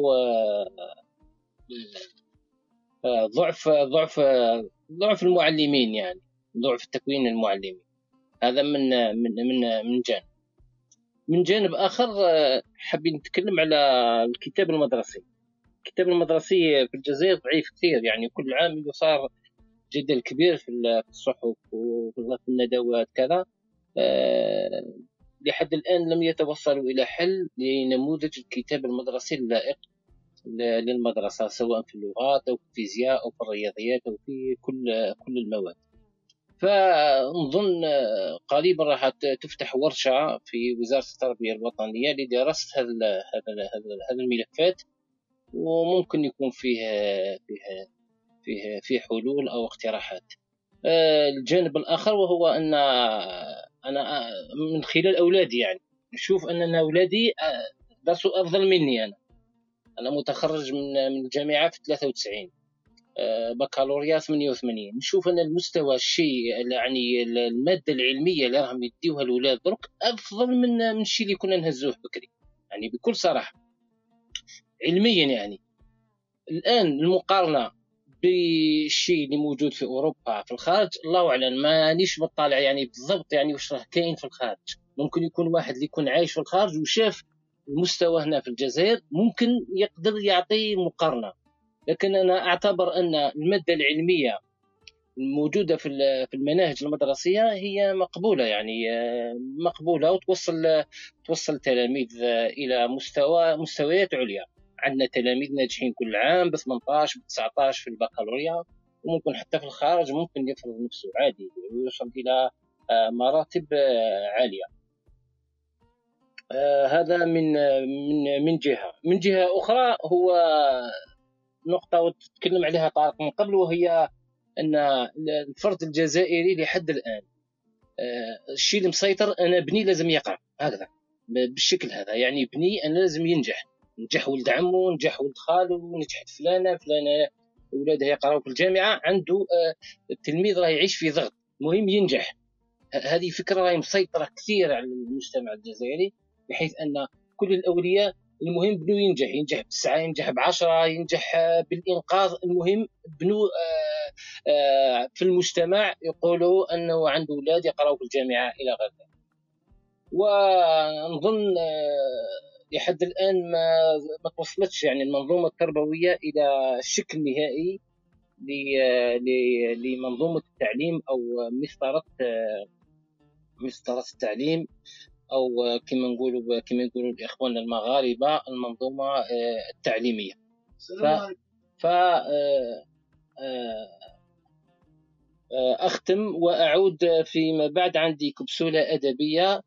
ضعف ضعف ضعف المعلمين، يعني ضعف تكوين المعلمين. هذا من من من من جانب. من جانب آخر حابين نتكلم على الكتاب المدرسي. الكتاب المدرسي في الجزائر ضعيف كثير، يعني كل عام يصار جدل كبير في الصحف وفي الندوات كذا. أه لحد الآن لم يتوصلوا إلى حل لنموذج الكتاب المدرسي اللائق للمدرسة، سواء في اللغات أو في الفيزياء أو في الرياضيات أو في كل كل المواد. فنظن قريبا راح تفتح ورشة في وزارة التربية الوطنية لدراسة هذا هذا الملفات، وممكن يكون فيه فيه فيه فيه حلول أو اقتراحات. الجانب الآخر وهو أن أنا من خلال أولادي يعني نشوف أن أولادي درسوا أفضل مني. أنا أنا متخرج من من الجامعة في ثلاثة وتسعين، بكالوريا ثمانية وثمانين. نشوف أن المستوى الشيء يعني المادة العلمية اللي راهم يديوها الأولاد درك أفضل من من الشيء اللي كنا نهزوه بكري، يعني بكل صراحة علميا. يعني الآن المقارنة بالشيء اللي موجود في اوروبا في الخارج الله اعلم، مانيش مطالع يعني بالضبط يعني واش راه كاين في الخارج. ممكن يكون واحد اللي يكون عايش في الخارج وشاف المستوى هنا في الجزائر ممكن يقدر يعطي مقارنه، لكن انا اعتبر ان الماده العلميه الموجوده في في المناهج المدرسيه هي مقبوله، يعني مقبوله وتوصل توصل التلاميذ الى مستوى مستويات عليا. عندنا تلاميذ ناجحين كل عام ب ثمنطاش ب تسعطاش في البكالوريا، وممكن حتى في الخارج ممكن يفرض نفسه عادي ويوصل الى مراتب عاليه. هذا من من من جهه. من جهه اخرى هو نقطه وتتكلم عليها طارق من قبل، وهي ان الفرد الجزائري لحد الان الشيء اللي مسيطر انا بني لازم يقرا هكذا بالشكل هذا، يعني بني انا لازم ينجح، نجح ولد عمه، نجح ولد خاله، نجحت فلانه فلانه اولادها يقراوا في الجامعه، عنده التلميذ راه يعيش في ضغط، المهم ينجح. هذه فكره راهي مسيطره كثير على المجتمع الجزائري، بحيث ان كل الاولياء المهم بنو ينجح، ينجح بتسعة، ينجح بعشرة، ينجح بالإنقاذ، المهم بنو في المجتمع يقولوا أنه عنده أولاد يقرأوا في الجامعة إلى غير ذلك. ونظن لحد الآن ما ما توصلتش يعني المنظومة التربوية إلى شكل نهائي لمنظومة التعليم أو مسطرة مسطرة التعليم، او كما نقولوا كما يقولوا اخواننا المغاربه المنظومه التعليميه. ف ف اختم واعود فيما بعد. عندي كبسوله ادبيه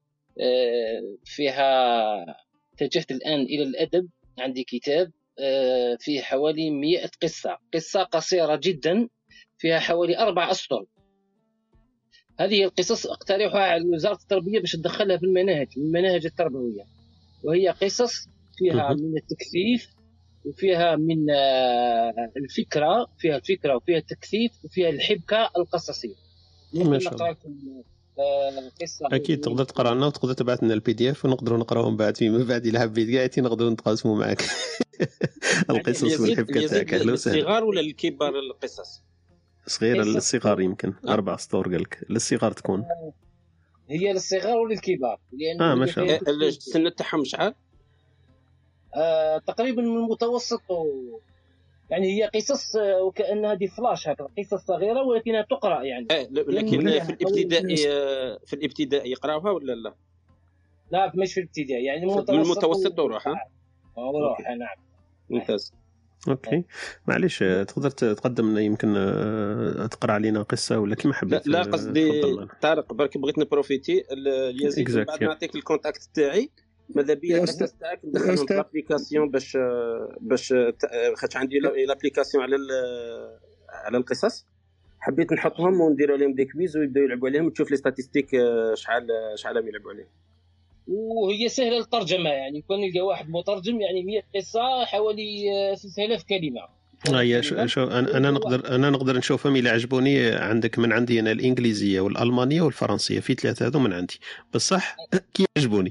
فيها، اتجهت الان الى الادب. عندي كتاب فيه حوالي مئة قصه، قصه قصيره جدا فيها حوالي اربع اسطر. هذه القصص اقترحها على وزارة التربية باش تدخلها في المناهج من المناهج التربوية، وهي قصص فيها من التكثيف وفيها من الفكرة، فيها الفكرة وفيها التكثيف وفيها الحبكة القصصية. ما شاء الله. قصة اكيد تقدر تقرا لنا وتقدر تبعث لنا البي دي اف ونقدروا نقراوهم بعد فيما بعد الى حبيت كاع نقدروا نتقاسموا معك القصص والحبكة تاعك. اهلا وسهلا. للصغار ولا للكبار القصص؟ صغيرة للصغار، يمكن أربع سطور قالك. للصغار تكون هي للصغار وللكبار، لأن آه ما شاء الله. السن تاعهم شحال؟ آه تقريبا من المتوسط و... يعني هي قصص وكأنها دي فلاش هكذا، قصص صغيرة ولكنها تقرأ يعني. آه لكن في الابتدائي في الابتدائي يقراوها ولا لا؟ لا مش في الابتدائي، يعني المتوسط. من المتوسط وروح. ها وروح نعم. ممتاز. اوكي معليش تقدر تقدم لنا يمكن تقرا علينا قصه ولا كيما حبيت؟ لا, لا قصدي طارق برك بغيت نبروفيتي اليزيد من بعد نعطيك الكونتاكت تاعي، ماذا بيا الاساس تاعك ندخلهم في الابليكاسيون باش باش خاطش عندي الابليكاسيون على على القصص، حبيت نحطهم ونديروا لهم دي كويز ويبداو يلعبوا عليهم وتشوف لي ستاتستيك شحال شحال يلعبوا عليهم. وهي سهله الترجمه، يعني كون نلقى واحد مترجم يعني مئة قصه حوالي ستة آلاف كلمه. هي شو, شو انا انا نقدر انا نقدر نشوفهم الى عجبوني. عندك من عندي انا الانجليزيه والالمانيه والفرنسيه، في ثلاثه هذو من عندي بصح كي يعجبوني.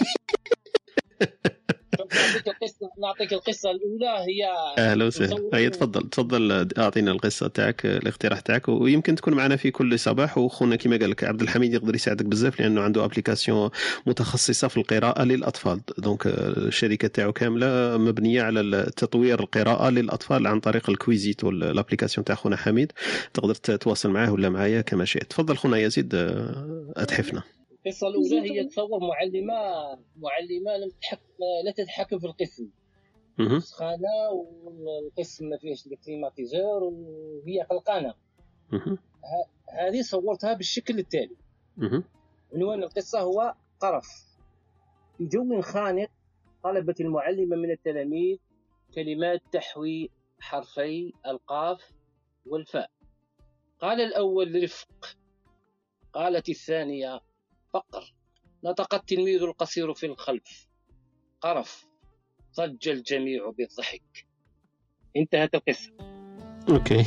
نعطيك القصه نعطيك القصه الاولى هي اهلا وسهلا. هيا تفضل تفضل اعطينا القصه تاعك الاقتراح تاعك، ويمكن تكون معنا في كل صباح. وخونا كما قال لك عبد الحميد يقدر يساعدك بزاف لانه عنده ابليكاسيون متخصصه في القراءه للاطفال. دونك الشركه تاعو كامله مبنيه على تطوير القراءه للاطفال عن طريق الكويزيت والابليكاسيون تاع خونا حميد. تقدر تتواصل معاه ولا معايا كما شئت. تفضل خونا يزيد اتحفنا. القصة الأولى هي تصور معلمة معلمة لم تحكم لا تتحكم في القسم. سخانة والقسم ما فيهش الكليماتيزور وهي قلقانة. هذه صورتها بالشكل التالي. عنوان القصة هو قرف. في جو خانق طلبت المعلمة من التلاميذ كلمات تحوي حرفي القاف والفاء. قال الأول رفق، قالت الثانية فقر، نطق التلميذ القصير في الخلف قرف، ضج الجميع بالضحك. انتهت القصة. اوكي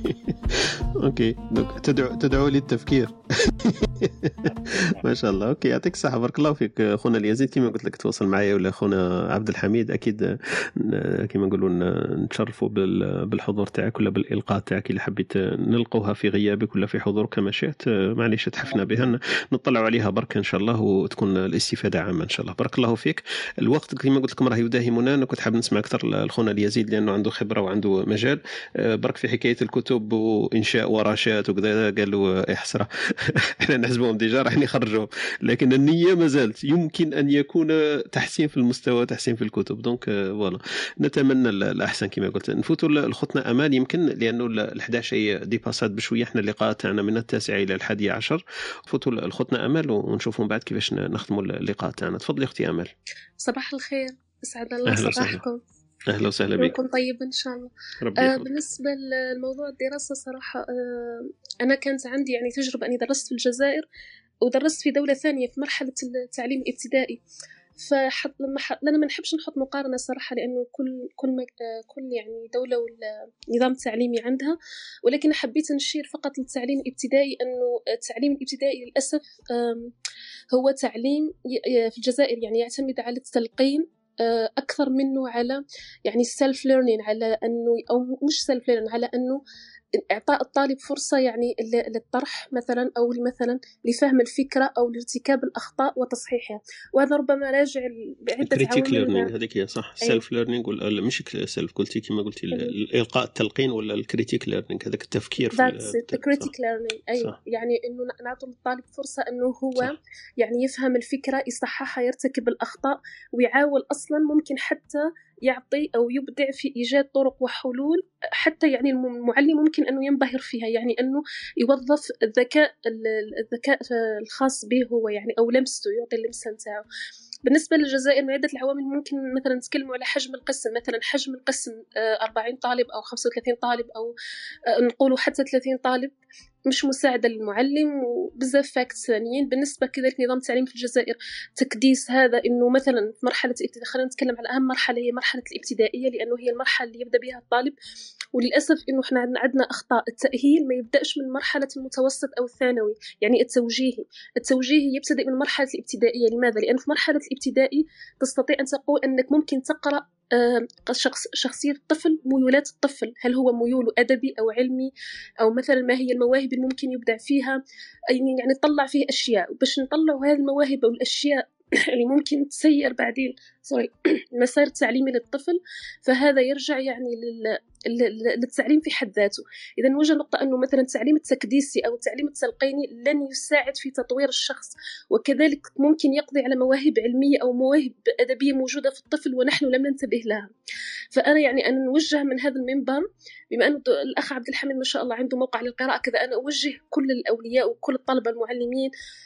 اوكي دونك تدعو تدعو للتفكير. ما شاء الله. اوكي يعطيك الصحه، بارك الله فيك خونا اليزيد. كما قلت لك تواصل معايا ولا خونا عبد الحميد، اكيد كما نقولوا نتشرفوا بالحضور تاعك ولا بالالقاء تاعك اللي حبيت نلقوها في غيابك ولا في حضورك كما شئت. معليش تحفنا بها، نطلعوا عليها برك ان شاء الله وتكون الاستفاده عامه ان شاء الله. بارك الله فيك. الوقت كما قلت لكم راه يداهمنا، انا كنت حاب نسمع اكثر الخونا اليزيد لانه عنده خبره وعنده مجال برك في حكايه الكتب وانشاء ورشات وكذا. قالوا احسره احنا نحسبهم ديجا راح نخرجوهم، لكن النيه ما زالت. يمكن ان يكون تحسين في المستوى، تحسين في الكتب. دونك فوالا نتمنى الاحسن. كما قلت نفوتوا لخوتنا امال، يمكن لانه ال11 هي ديباسات بشويه، احنا اللقاء تاعنا من التاسع الى الحادي عشر. فوتوا لخوتنا امال ونشوفوا بعد كيفاش نختموا اللقاء تاعنا. تفضلي اختي امال. صباح الخير، اسعد الله صباحكم. اهلا وسهلا بك. يومكم طيب ان شاء الله. آه بالنسبه لموضوع الدراسه صراحه آه انا كانت عندي يعني تجربه اني درست في الجزائر ودرست في دوله ثانيه في مرحله التعليم الابتدائي. فحط لما حط لنا ما نحبش نحط مقارنه صراحه، لانه كل كل مك... كل يعني دوله والنظام التعليمي عندها، ولكن حبيت نشير فقط للتعليم الابتدائي. انه التعليم الابتدائي للاسف هو تعليم في الجزائر يعني يعتمد على التلقين أكثر منه على يعني self learning، على أنه أو مش self learning، على أنه إعطاء الطالب فرصة يعني للطرح مثلا أو مثلا لفهم الفكرة أو لارتكاب الأخطاء وتصحيحها. وهذا ربما راجع بعدة عوامل. هذيك هي صح self learning ولا مش self قلتي كما قلتي الإلقاء التلقين ولا الكريتيك learning، هذاك التفكير في the critical learning. أي صح. يعني إنه نعطي للطالب فرصة إنه هو صح. يعني يفهم الفكرة، يصححها، يرتكب الأخطاء، ويعاول أصلا ممكن حتى يعطي أو يبدع في إيجاد طرق وحلول حتى يعني المعلم ممكن أنه ينبهر فيها، يعني أنه يوظف الذكاء الذكاء الخاص به هو يعني أو لمسته، يعطي اللمسة نتاعه. بالنسبة للجزائر من عدة العوامل، ممكن مثلا نتكلم على حجم القسم. مثلا حجم القسم أربعين طالب أو خمسة وثلاثين طالب أو نقولوا حتى ثلاثين طالب مش مساعدة للمعلم، وبزاف فاكت ثانيين. بالنسبة كذلك نظام التعليم في الجزائر تكديس هذا، إنه مثلا في مرحلة الابتدائية، خلينا نتكلم على أهم مرحلة هي مرحلة الابتدائية، لأنه هي المرحلة اللي يبدأ بها الطالب. وللأسف إنه إحنا عندنا أخطاء. التأهيل ما يبدأش من مرحلة المتوسط أو الثانوي، يعني التوجيهي التوجيهي يبتدئ من مرحلة الابتدائية. لماذا؟ لأن في مرحلة الابتدائي تستطيع أن تقول أنك ممكن تقرأ شخص شخصية الطفل، ميولات الطفل، هل هو ميول أدبي أو علمي، أو مثلا ما هي المواهب اللي ممكن يبدع فيها، يعني نطلع فيه أشياء باش نطلعوا هذه المواهب والأشياء اللي ممكن تسير بعدين سوري المسار التعليمي للطفل. فهذا يرجع يعني لل للتعليم في حد ذاته. إذا نوجه نقطة أنه مثلا التعليم التكديسي أو التعليم التلقيني لن يساعد في تطوير الشخص، وكذلك ممكن يقضي على مواهب علمية أو مواهب أدبية موجودة في الطفل ونحن لم ننتبه لها. فأنا يعني أنا نوجه من هذا المنبر، بما أن الأخ عبد الحميد ما شاء الله عنده موقع للقراءة كذا، أنا أوجه كل الأولياء وكل الطلبة المعلمين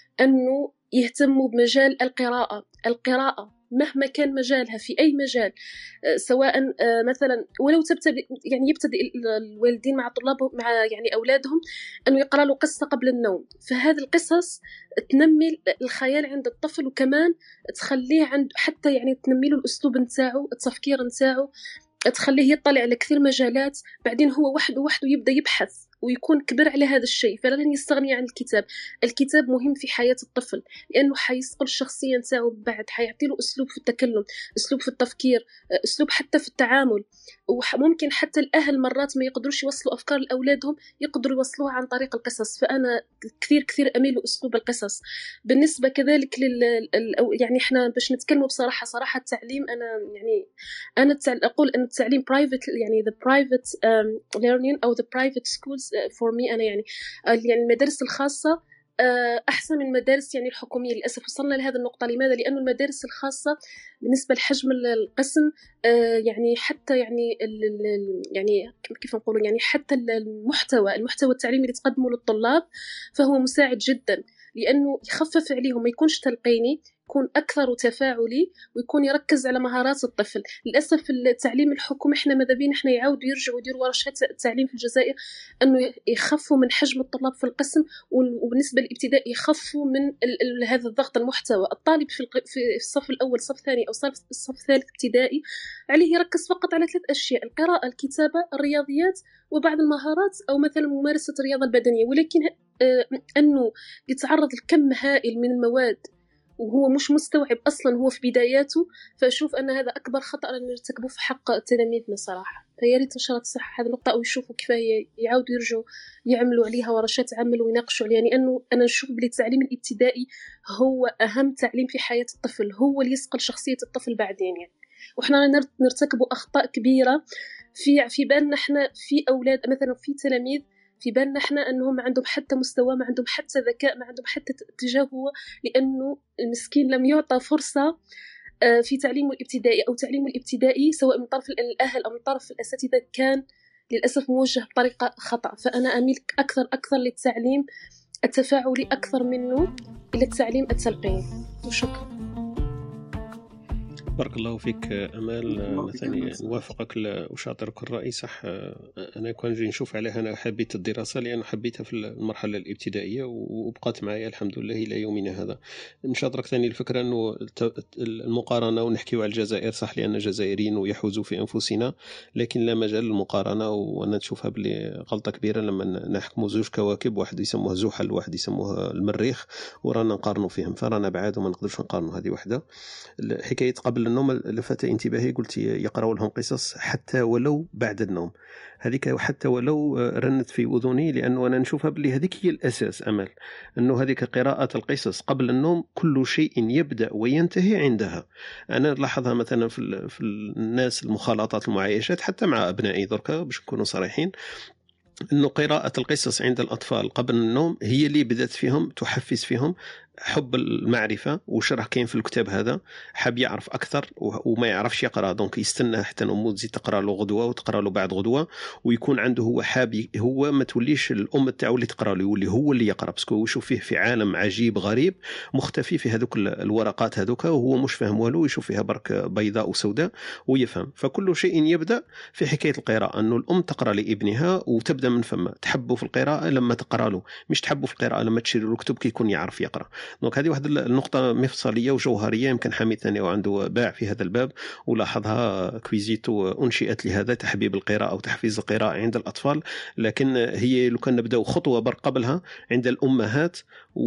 أنه يهتموا بمجال القراءة. القراءة مهما كان مجالها في أي مجال، سواء مثلا ولو تبتدئ يعني يبتدئ الوالدين مع طلابهم مع يعني أولادهم أنه يقرأ له قصة قبل النوم. فهذه القصص تنمي الخيال عند الطفل، وكمان تخليه عند حتى يعني تنمي له الأسلوب نتاعه، التفكير نتاعه، تخليه يطلع على كثير مجالات. بعدين هو وحده وحده يبدأ يبحث ويكون كبر على هذا الشيء، فلن يستغني عن الكتاب. الكتاب مهم في حياة الطفل لأنه حيصقل الشخصية نتاعو، بعد حيعطي له أسلوب في التكلم، أسلوب في التفكير، أسلوب حتى في التعامل. وممكن حتى الأهل مرات ما يقدروش يوصلوا أفكار لأولادهم، يقدروا يوصلوها عن طريق القصص. فأنا كثير كثير أميل لأسلوب القصص. بالنسبة كذلك لل يعني إحنا باش نتكلموا بصراحة صراحة التعليم، أنا يعني أنا أقول أن التعليم private يعني the private um, learning أو the private schools for me أنا يعني يعني المدارس الخاصة أحسن من المدارس يعني الحكومية. للأسف وصلنا لهذه النقطة. لماذا؟ لأن المدارس الخاصة بالنسبة لحجم القسم يعني حتى يعني يعني كيف نقول يعني حتى المحتوى المحتوى التعليمي اللي تقدمه للطلاب فهو مساعد جدا. لأنه يخفف عليهم، ما يكونش تلقيني، يكون أكثر تفاعلي، ويكون يركز على مهارات الطفل. للأسف في التعليم الحكومي إحنا ماذا بينا إحنا يعاودوا يرجعوا يديروا ورشات التعليم في الجزائر أنه يخفوا من حجم الطلاب في القسم، وبالنسبة للابتدائي يخفوا من ال ال هذا الضغط المحتوى. الطالب في, في الصف الأول، الصف الثاني أو الصف الثالث ابتدائي عليه يركز فقط على ثلاث أشياء: القراءة، الكتابة، الرياضيات، وبعض المهارات أو مثلا ممارسة الرياضة البدنية. ولكن آه أنه يتعرض لكم هائل من المواد وهو مش مستوعب أصلا، هو في بداياته، فأشوف أن هذا أكبر خطأ نرتكبه في حق تلاميذنا صراحة. فيا ريت وزارة الصحة هذه النقطة، أو يشوفوا كفاية يعاودوا يرجعوا يعملوا عليها ورشات عمل ويناقشوا عليها، لأنه يعني أنا نشوف بلي التعليم الابتدائي هو أهم تعليم في حياة الطفل، هو اللي يصقل شخصية الطفل بعدين يعني. وإحنا نرتكبوا أخطاء كبيرة في في بالنا إحنا في أولاد مثلا، في تلاميذ في بالنا احنا انهم ما عندهم حتى مستوى، ما عندهم حتى ذكاء، ما عندهم حتى تجاوب، لانه المسكين لم يعطى فرصه في تعليمه الابتدائي او تعليمه الابتدائي سواء من طرف الاهل او من طرف الاساتذه كان للاسف موجه بطريقه خطا. فانا اميل اكثر اكثر للتعليم التفاعلي اكثر منه الى التعليم التلقيني. وشكرا. بارك الله فيك أمال. ثاني نوافقك وشاطرك الرأي صح. أنا كان جاي نشوف عليها، أنا حبيت الدراسة لأن حبيتها في المرحلة الابتدائية وبقات معي الحمد لله إلى يومنا هذا. نشاطرك ثاني الفكرة أنه المقارنة، ونحكي على الجزائر صح لأن جزائريين ويحوزوا في أنفسنا، لكن لا مجال للمقارنة. وأنا نشوفها بلي غلطة كبيرة لما نحكموا زوج كواكب، واحد يسموها زحل واحد يسموها المريخ، ورانا نقارنوا فيهم، فرانا بعاد وما نقدرش نقارنوا. هذه واحدة. حكاية قبل النوم لفت انتباهي، قلت يقرأوا لهم قصص حتى ولو بعد النوم، هذيك حتى ولو رنت في أذني، لأنه أنا نشوفها بلي هذيك هي الأساس أمل، أنه هذيك قراءة القصص قبل النوم كل شيء يبدأ وينتهي عندها. أنا لاحظها مثلا في, في الناس المخالطات المعايشات، حتى مع أبنائي دركا باش نكونوا صريحين، أنه قراءة القصص عند الأطفال قبل النوم هي اللي بدأت فيهم تحفز فيهم حب المعرفة، وش راه كاين في الكتاب هذا، حاب يعرف أكثر وما يعرفش يقرأ، دونك يستنى حتى أمه تزيد تقرأ له غدوة وتقرأ له بعد غدوة، ويكون عنده هو حاب، هو ما توليش الأم تاعو اللي تقرأ له، يولي هو اللي يقرأ، باسكو يشوف فيه في عالم عجيب غريب مختفي في هذوك الورقات هذوك، وهو مش فاهم والو، يشوف فيها برك بيضاء وسوداء ويفهم. فكل شيء يبدأ في حكاية القراءة، أنه الأم تقرأ لابنها وتبدأ من فما، تحبه في القراءة لما تقرأ له، مش تحبه في القراءة لما تشير له كتب كي يكون يعرف يقرأ. دونك هذه واحد النقطة مفصلية وجوهرية، يمكن حميد ثاني وعنده باع في هذا الباب ولاحظها. كويزيتو أنشئت لهذا، تحبيب القراءة أو تحفيز القراءة عند الأطفال، لكن هي لو كان نبدأ خطوة بر قبلها عند الأمهات،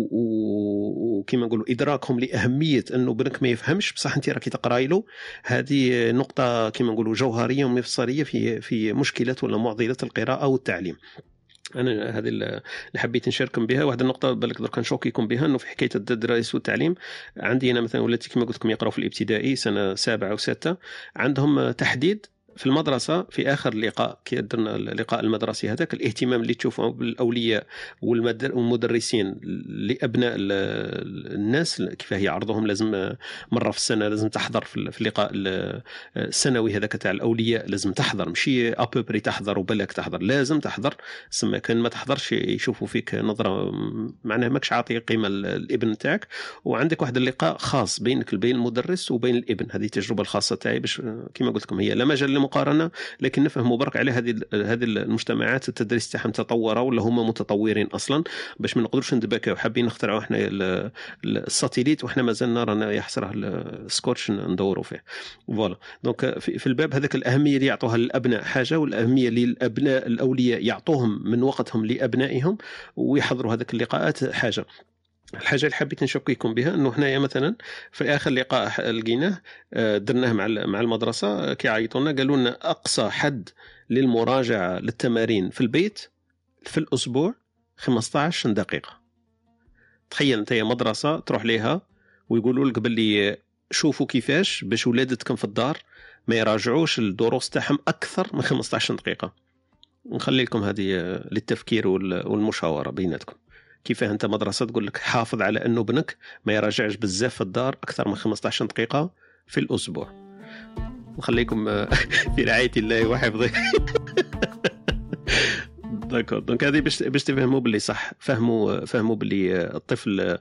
وكما نقولوا إدراكهم لأهمية أنه بنك ما يفهمش بصح أنت راكي تقرأي له. هذه نقطة كما نقولوا جوهرية ومفصلية في في مشكلة ولا معضلة القراءة والتعليم. أنا هذه اللي حبيت نشارككم بها. واحد النقطة بالك درك نشوكيكم بها، إنه في حكاية الدراسة والتعليم، عندي أنا مثلا ولادي كما قلت لكم يقرأوا في الابتدائي سنة سابعة وستة، عندهم تحديد في المدرسة في آخر اللقاء كي درنا اللقاء المدرسي هذاك، الاهتمام اللي تشوفه بالأولياء والمدرسين لأبناء الناس كيف هي عرضهم، لازم مرة في السنة لازم تحضر في اللقاء السنوي هذاك تاع الأولياء، لازم تحضر، مشي أبوبري تحضر وبلك تحضر، لازم تحضر. سما كان ما تحضرش يشوفوا فيك نظرة معناها ماكش عاطي قيمة الابن تاعك. وعندك واحد اللقاء خاص بينك وبين المدرس وبين الابن، هذه التجربة الخاصة تاعي باش كما قلت لكم هي لا مجال مقارنة، لكن نفهم برك على هذه هذه المجتمعات التدريس تاعهم تطوروا ولا هم متطورين اصلا، باش ما نقدروش ندبكاو حابين نخترعوا احنا الساتيليت وحنا مازلنا رانا يحسره السكوتش ندوروا فيه. فوالا دونك في الباب هذاك الاهميه اللي يعطوها للابناء حاجه، والاهميه اللي الابناء الاولياء يعطوهم من وقتهم لابنائهم ويحضروا هذاك اللقاءات حاجه. الحاجة اللي حبيت نشكيكم بها أنه هنا مثلا في آخر لقاء لقيناه درناه مع مع المدرسة كي عيطونا قالوا لنا أقصى حد للمراجعة للتمارين في البيت في الأسبوع خمسة عشر دقيقة. تخيل أنت يا مدرسة تروح ليها ويقولوا لك باللي شوفوا كيفاش باش ولادتكم في الدار ما يراجعوش الدروس تاعهم أكثر من خمسة عشر دقيقة. نخلي لكم هذه للتفكير والمشاورة بيناتكم. كيف أنت مدرسة تقول لك حافظ على أنه ابنك ما يراجعش بزاف في الدار أكثر من خمسة عشر دقيقة في الأسبوع. نخليكم في رعاية الله وحفظه. داكور. دونك هذه باش باش تفهموا باللي صح، فهموا فهموا باللي الطفل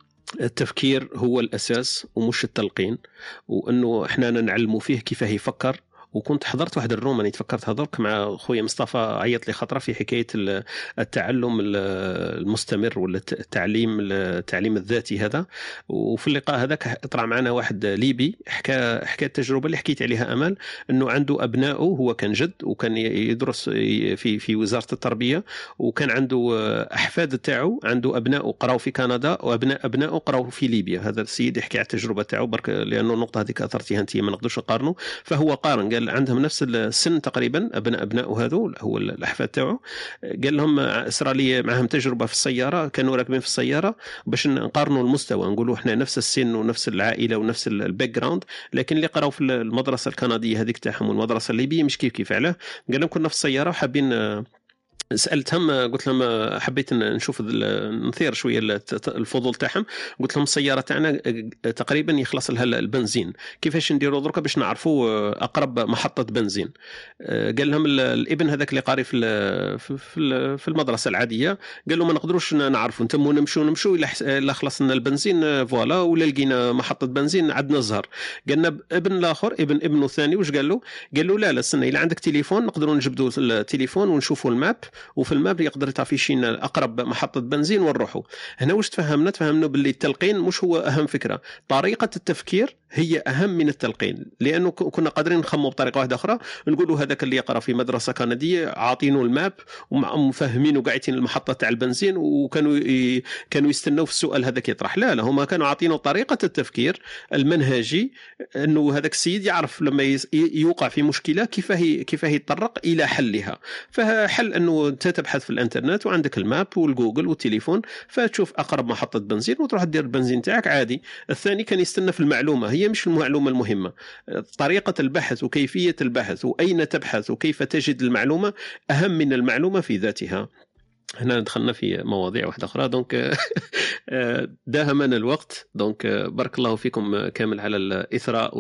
التفكير هو الأساس ومش التلقين، وأنه إحنا نعلموا فيه كيف يفكر. وكنت حضرت واحد الروم أنا تفكرت هذوك مع خويا مصطفى، عيط لي خطرة في حكاية التعلم المستمر ولا التعليم التعليم الذاتي هذا. وفي اللقاء هذاك طلع معنا واحد ليبي حكى حكى التجربة اللي حكيت عليها أمل، أنه عنده أبنائه، هو كان جد وكان يدرس في في وزارة التربية، وكان عنده أحفاد تاعو عنده أبنائه قراوا في كندا وأبناء أبنائه قراوا في ليبيا. هذا السيد يحكي على التجربة تاعو برك، لأنه النقطة هذيك أثرتيها أنت ما نقدرش نقارنه. فهو قارن، قال عندهم نفس السن تقريبا أبناء أبنائه هذو هو الأحفاد تاعو. قال لهم أسرى لي معهم تجربة في السيارة، كانوا راكبين في السيارة باش نقارنوا المستوى، نقولوا إحنا نفس السن ونفس العائلة ونفس الباك جراوند، لكن اللي قراوا في المدرسة الكندية هذيك تاعهم والمدرسة الليبية مش كيف كيف. علاه؟ قال لهم كنا في السيارة وحابين، سألتهم قلت لهم حبيت نشوف نثير شوية الفضول تاعهم، قلت لهم السيارة تاعنا تقريبا يخلص لها البنزين، كيفاش نديروا دركا باش نعرفوا أقرب محطة بنزين؟ قال لهم الابن هذاك اللي قاري في في المدرسة العادية، قال له ما نقدروش نعرفوا، نتمو نمشوا نمشوا إلا خلصنا البنزين فوالا، ولا لقينا محطة بنزين عندنا الزهر. قالنا ابن الآخر ابن ابنه الثاني واش قال له؟ قال له لا لا استنى، إلا عندك تليفون نقدروا نجبدوا التليفون ونشوفوا الماب، وفي الماب يقدر يعطينا اقرب محطه بنزين ونروحوا. هنا واش تفهمنا؟ تفهمنا باللي التلقين مش هو اهم فكره، طريقه التفكير هي اهم من التلقين، لانه كنا قادرين نخمو بطريقه واحده اخرى، نقولوا هذاك اللي يقرا في مدرسه كنديه عاطينه الماب ومفهمينه قاعدين المحطه تاع البنزين، وكانوا ي... كانوا يستنوا في السؤال هذاك يطرح. لا لا، هما كانوا عاطينه طريقه التفكير المنهجي، انه هذاك السيد يعرف لما يوقع في مشكله كيف هي كيف يتطرق الى حلها. فحل انه انت تبحث في الانترنت وعندك الماب والجوجل والتليفون، فتشوف اقرب محطه بنزين وتروح دير البنزين تاعك عادي. الثاني كان يستنى في المعلومه، هي مش المعلومه المهمه، طريقه البحث وكيفيه البحث واين تبحث وكيف تجد المعلومه اهم من المعلومه في ذاتها. هنا دخلنا في مواضيع واحدة أخرى، دونك داهمنا الوقت. دونك بارك الله فيكم كامل على الإثراء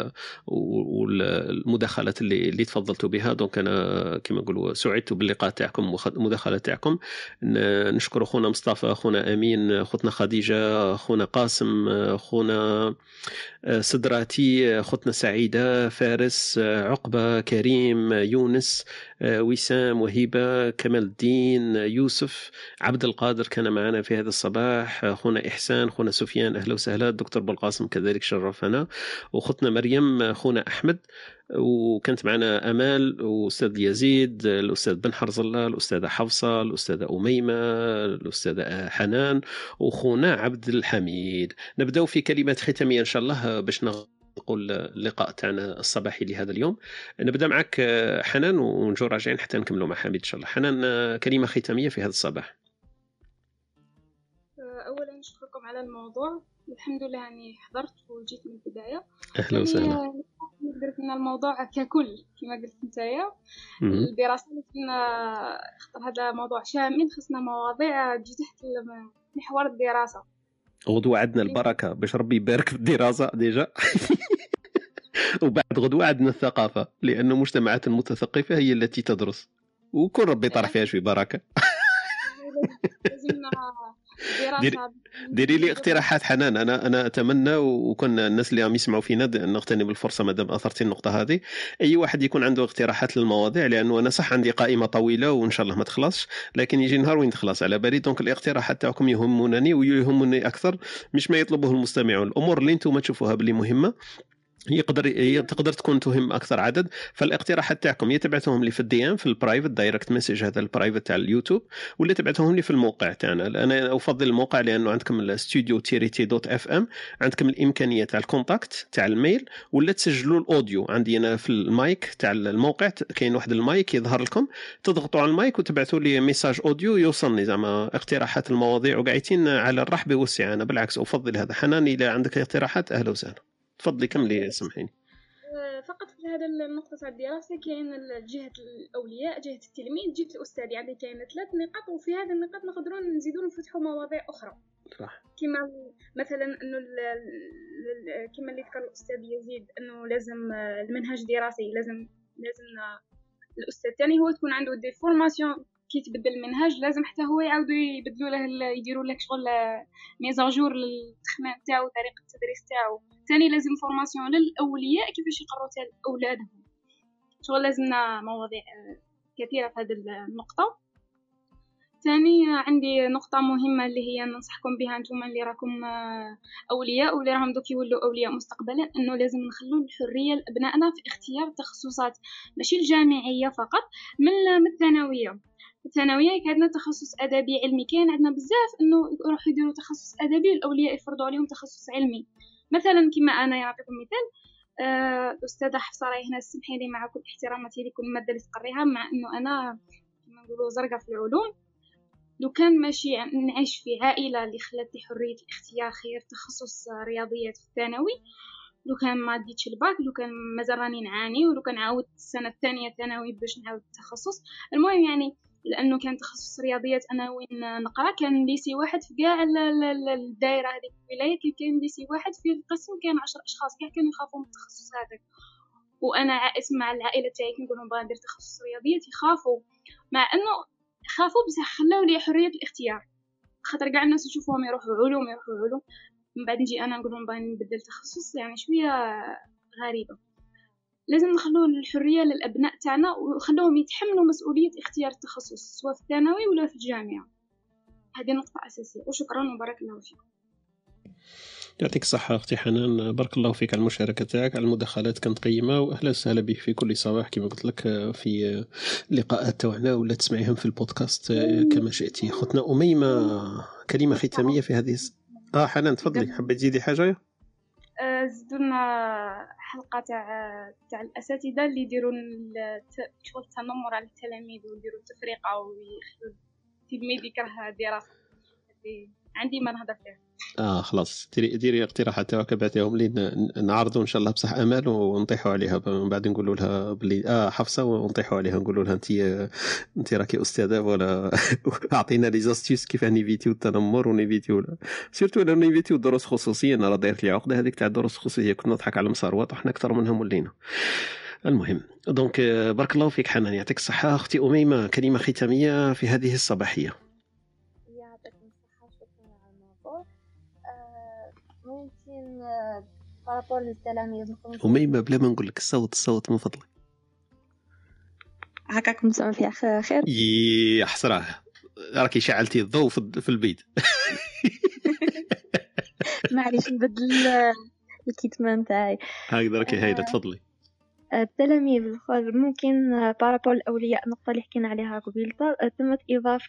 والمداخلات اللي اللي تفضلتوا بها. دونك أنا كما نقولوا سعدت باللقاء تاعكم ومداخلة تاعكم. نشكر أخونا مصطفى، أخونا أمين، أختنا خديجة، أخونا قاسم، أخونا صدراتي، أختنا سعيدة، فارس، عقبة، كريم، يونس، وسام، وهبة، كمال الدين، يوسف، عبد القادر كان معنا في هذا الصباح، أخونا إحسان، أخونا سفيان، أهلا وسهلا، الدكتور بالقاسم كذلك شرفنا، وأختنا مريم، أخونا أحمد، وكانت معنا أمال، وأستاذ يزيد، الأستاذ بن حرز الله، الأستاذة حفصة، الأستاذة أميمة، الأستاذة حنان، وأخونا عبد الحميد. نبدأ في كلمات ختامية إن شاء الله باش نقول اللقاء تاعنا الصباحي لهذا اليوم. نبدأ معك حنان ونجو راجعين حتى نكملوا مع حميد إن شاء الله. حنان، كلمة ختامية في هذا الصباح. أولا نشكركم على الموضوع، الحمد لله يعني حضرت وجيت من البداية. أهلا وسهلا. نقدر أن الموضوع ككل كما قلت نتايا، الدراسة اللي كنا اختار هذا موضوع شامل، خصنا مواضيع تجي تحت محور الدراسة. غدوة عندنا البركة باش ربي يبارك في الدراسة ديجا وبعد غدوة عندنا الثقافة، لأن المجتمعات المتثقفة هي التي تدرس، وكل ربي يطرح فيها شوي بركة. ديري, ديري لي اقتراحات حنان، انا انا اتمنى، وكنا الناس اللي عم يسمعوا فينا نغتنم الفرصه مادام اثرتي النقطه هذه، اي واحد يكون عنده اقتراحات للمواضيع، لانه انا صح عندي قائمه طويله وان شاء الله ما تخلصش، لكن يجي نهار وين تخلص على بالي. دونك الاقتراحات تاعكم يهمونني ويهمني اكثر مش ما يطلبه المستمعون. الامور اللي انتم تشوفوها بلي مهمه يقدر تقدر تكون تهم اكثر عدد، فالاقتراحات تاعكم يا تبعتوهم لي في الدي ام في البرايفت دايركت مسج، هذا البرايفت تاع اليوتيوب، ولا تبعتوهم لي في الموقع تاعنا. انا افضل الموقع لانه عندكم الاستوديو تيريتي دوت اف ام، عندكم الامكانيه تاع الكونتاكت تاع الميل، ولا تسجلوا الاوديو عندي انا في المايك تاع الموقع، كاين واحد المايك يظهر لكم، تضغطوا على المايك وتبعتوا لي ميساج اوديو يوصلني زعما اقتراحات المواضيع، وقاعدين على الرحب والسعه. انا بالعكس افضل هذا. حنان، اذا عندك اقتراحات اهلا وسهلا، تفضلي كملي سامحيني. فقط في هذا النقطة تاع الدراسة كاين جهة الأولياء، جهة التلميذ، جهة الأستاذ، يعني كاين ثلاث نقاط، وفي هذه النقاط نقدروا نزيدوا نفتحوا مواضيع أخرى. صح. كما مثلا إنه كما اللي ذكر الأستاذ يزيد، إنه لازم المنهج الدراسي لازم لازم الأستاذ الثاني هو تكون عنده دي فورماسيون كي يتبدل المنهاج لازم حتى هو يعاودوا يبدلوا له يديروا لك شغل ميزاجور للتخمام تاعو طريقه التدريس تاعو. ثاني لازم فورماسيون للاولياء كيفاش يقروا تاع اولادهم. شغل لازمنا مواضيع كثيره في هذه النقطه. ثاني عندي نقطة مهمة اللي هي ننصحكم بها أنتم اللي راكم أولياء واللي راهم دوك يولوا أولياء مستقبلا، أنه لازم نخلوا الحرية لأبنائنا في اختيار التخصصات، ماشي الجامعية فقط، من الثانوية. الثانوية عندنا تخصص أدبي علمي، كاين عندنا بزاف أنه يروحوا يديروا تخصص أدبي والأولياء يفرضوا عليهم تخصص علمي. مثلا كما أنا يعطيكم مثال، الأستاذة حفصة راهي هنا، سمحي لي مع كل احتراماتي لكل المادة اللي تقريها، مع أنه أنا كما نقولوا زرقاء في العلوم، لو كان ماشي نعيش في عائلة اللي خلت لي حرية الاختيار خير تخصص رياضيات في الثانوي، لو كان ما ديتش الباك، لو كان مازال راني نعاني، ولو كان عاودت السنة الثانية ثانوي باش نعاود التخصص. المهم يعني لأنه كان تخصص رياضيات أنا وين نقرأ كان ليسي واحد في كاع الدائرة هذيك الولاية، كي كان ليسي واحد في القسم كان عشر أشخاص كاع كانوا يخافوا من التخصص هذاك، وأنا اسمع العائلة تاعي كي نقولهم بغا ندير تخصص رياضيات يخافوا، مع أنه خافوا بصح خلاو لي حريه الاختيار، خاطر كاع الناس يشوفوهم يروحوا علوم يروحوا علوم، من بعد نجي انا نقول لهم بغا نبدل تخصص، يعني شويه غريبه. لازم نخلوا الحريه للابناء تاعنا وخلوهم يتحملوا مسؤوليه اختيار التخصص سواء في الثانوي ولا في الجامعه. هذه نقطه اساسيه، وشكرا وبارك الله فيكم. يعطيك الصحة أختي حنان، بارك الله فيك على المشاركة تاعك، على المداخلات كانت قيمة، وأهلا وسهلا بك في كل صباح كما قلت لك في اللقاءات تاعنا ولا تسمعيهم في البودكاست كما شئتي. خطنا أميمة، كلمة ختامية في هذه الس... آه حنان تفضلي، حبيت تزيدي حاجة؟ زدنا حلقة تاع تاع الأساتذة اللي يديروا شغل التنمر على التلاميذ ويديروا التفرقة ويخلوا التلميذ يكره الدراسة. عندي ما نهضر فيها. اه خلاص ديري ديري اقتراحات تاعك بعثيهم لي نعرضوا ان شاء الله بصح امال ونطيحوا عليها، من بعد نقولوا لها بلي اه حفصه ونطيحوا عليها نقولوا لها انت انت راكي استاذه ولا اعطينا لي زاستيوس كيف نيفيتيو التنمر ونيفيتيو سيرتو لو نيفيتيو دروس خصوصيه. انا راه دايرت لي عقده هذيك تاع الدروس الخصوصيه، كنا نضحك على مصروات وحنا اكثر منهم ولينا. المهم دونك بارك الله فيك حنان، يعطيك الصحه. اختي اميمه كلمه ختاميه في هذه الصباحيه. ممكن بارابور للتلاميذ أميمة بلا ما نقول لك الصوت الصوت من فضلك هكاكم تسمعوا فيها خير. يا حسراه راكي شعلتي الضوء في البيت. معليش نبدل الكتمان تاعي هكذا راكي هايله. تفضلي. التلاميذ ممكن بارابور الأولياء، نقطة اللي حكينا عليها قبيل، تمت إضافة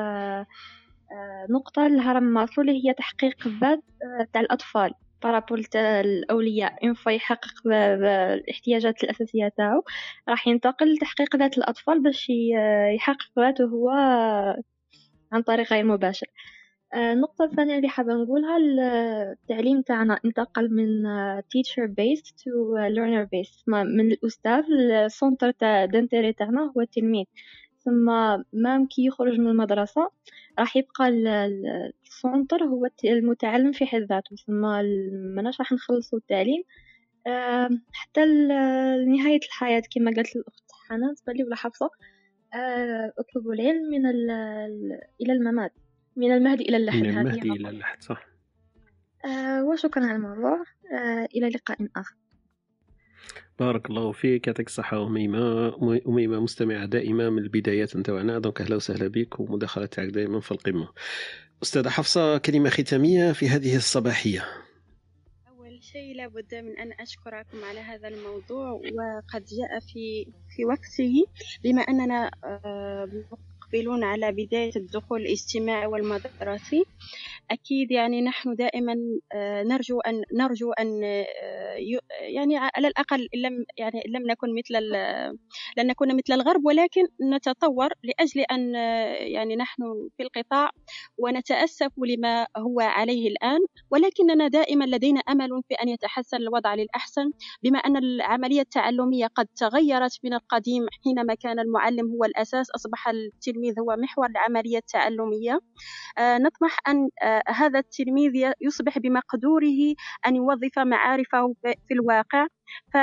نقطة لها رماصو اللي هي تحقيق الذات تاع الأطفال بارابول تاع الأولياء. إن فيحقق الاحتياجات الأساسية تاعو راح ينتقل لتحقيق ذات الأطفال باش يحقق ذاته هو عن طريق غير مباشر. النقطة الثانية اللي حابة نقولها، التعليم تاعنا انتقل من teacher based to learner based، من الأستاذ السنتر تاع دانتيري تاعنا هو التلميذ، ثم مام كي يخرج من المدرسة راح يبقى السنتر هو المتعلم في حد ذاته، ثم مناش راح نخلصوا التعليم حتى نهاية الحياة كما قالت الأخت حنان تبالي ولا حفصة. اطلبوا العلم من إلى الممات، من المهد إلى اللحد. من المهد إلى اللحد صح. وشكرا على الموضوع، إلى لقاء آخر. بارك الله فيك، يعطيك الصحة أميمة. أميمة مستمعة دائمة من البدايات نتاعنا، دونك أهلا وسهلا بك، ومداخلة تاعك دائما في القمة. أستاذة حفصة كلمة ختامية في هذه الصباحية. أول شيء لابد من أن أشكركم على هذا الموضوع، وقد جاء في في وقته بما أننا مقبلون على بداية الدخول الاجتماعي والمدرسي. أكيد يعني نحن دائما نرجو أن نرجو أن يعني على الأقل لم يعني لم نكن مثل لن نكون مثل الغرب، ولكن نتطور لأجل أن يعني نحن في القطاع ونتأسف لما هو عليه الآن، ولكننا دائما لدينا أمل في أن يتحسن الوضع للأحسن، بما أن العملية التعلمية قد تغيرت من القديم حينما كان المعلم هو الأساس، أصبح التلميذ هو محور العملية التعلمية. نطمح أن هذا التلميذ يصبح بمقدوره أن يوظف معارفه في الواقع،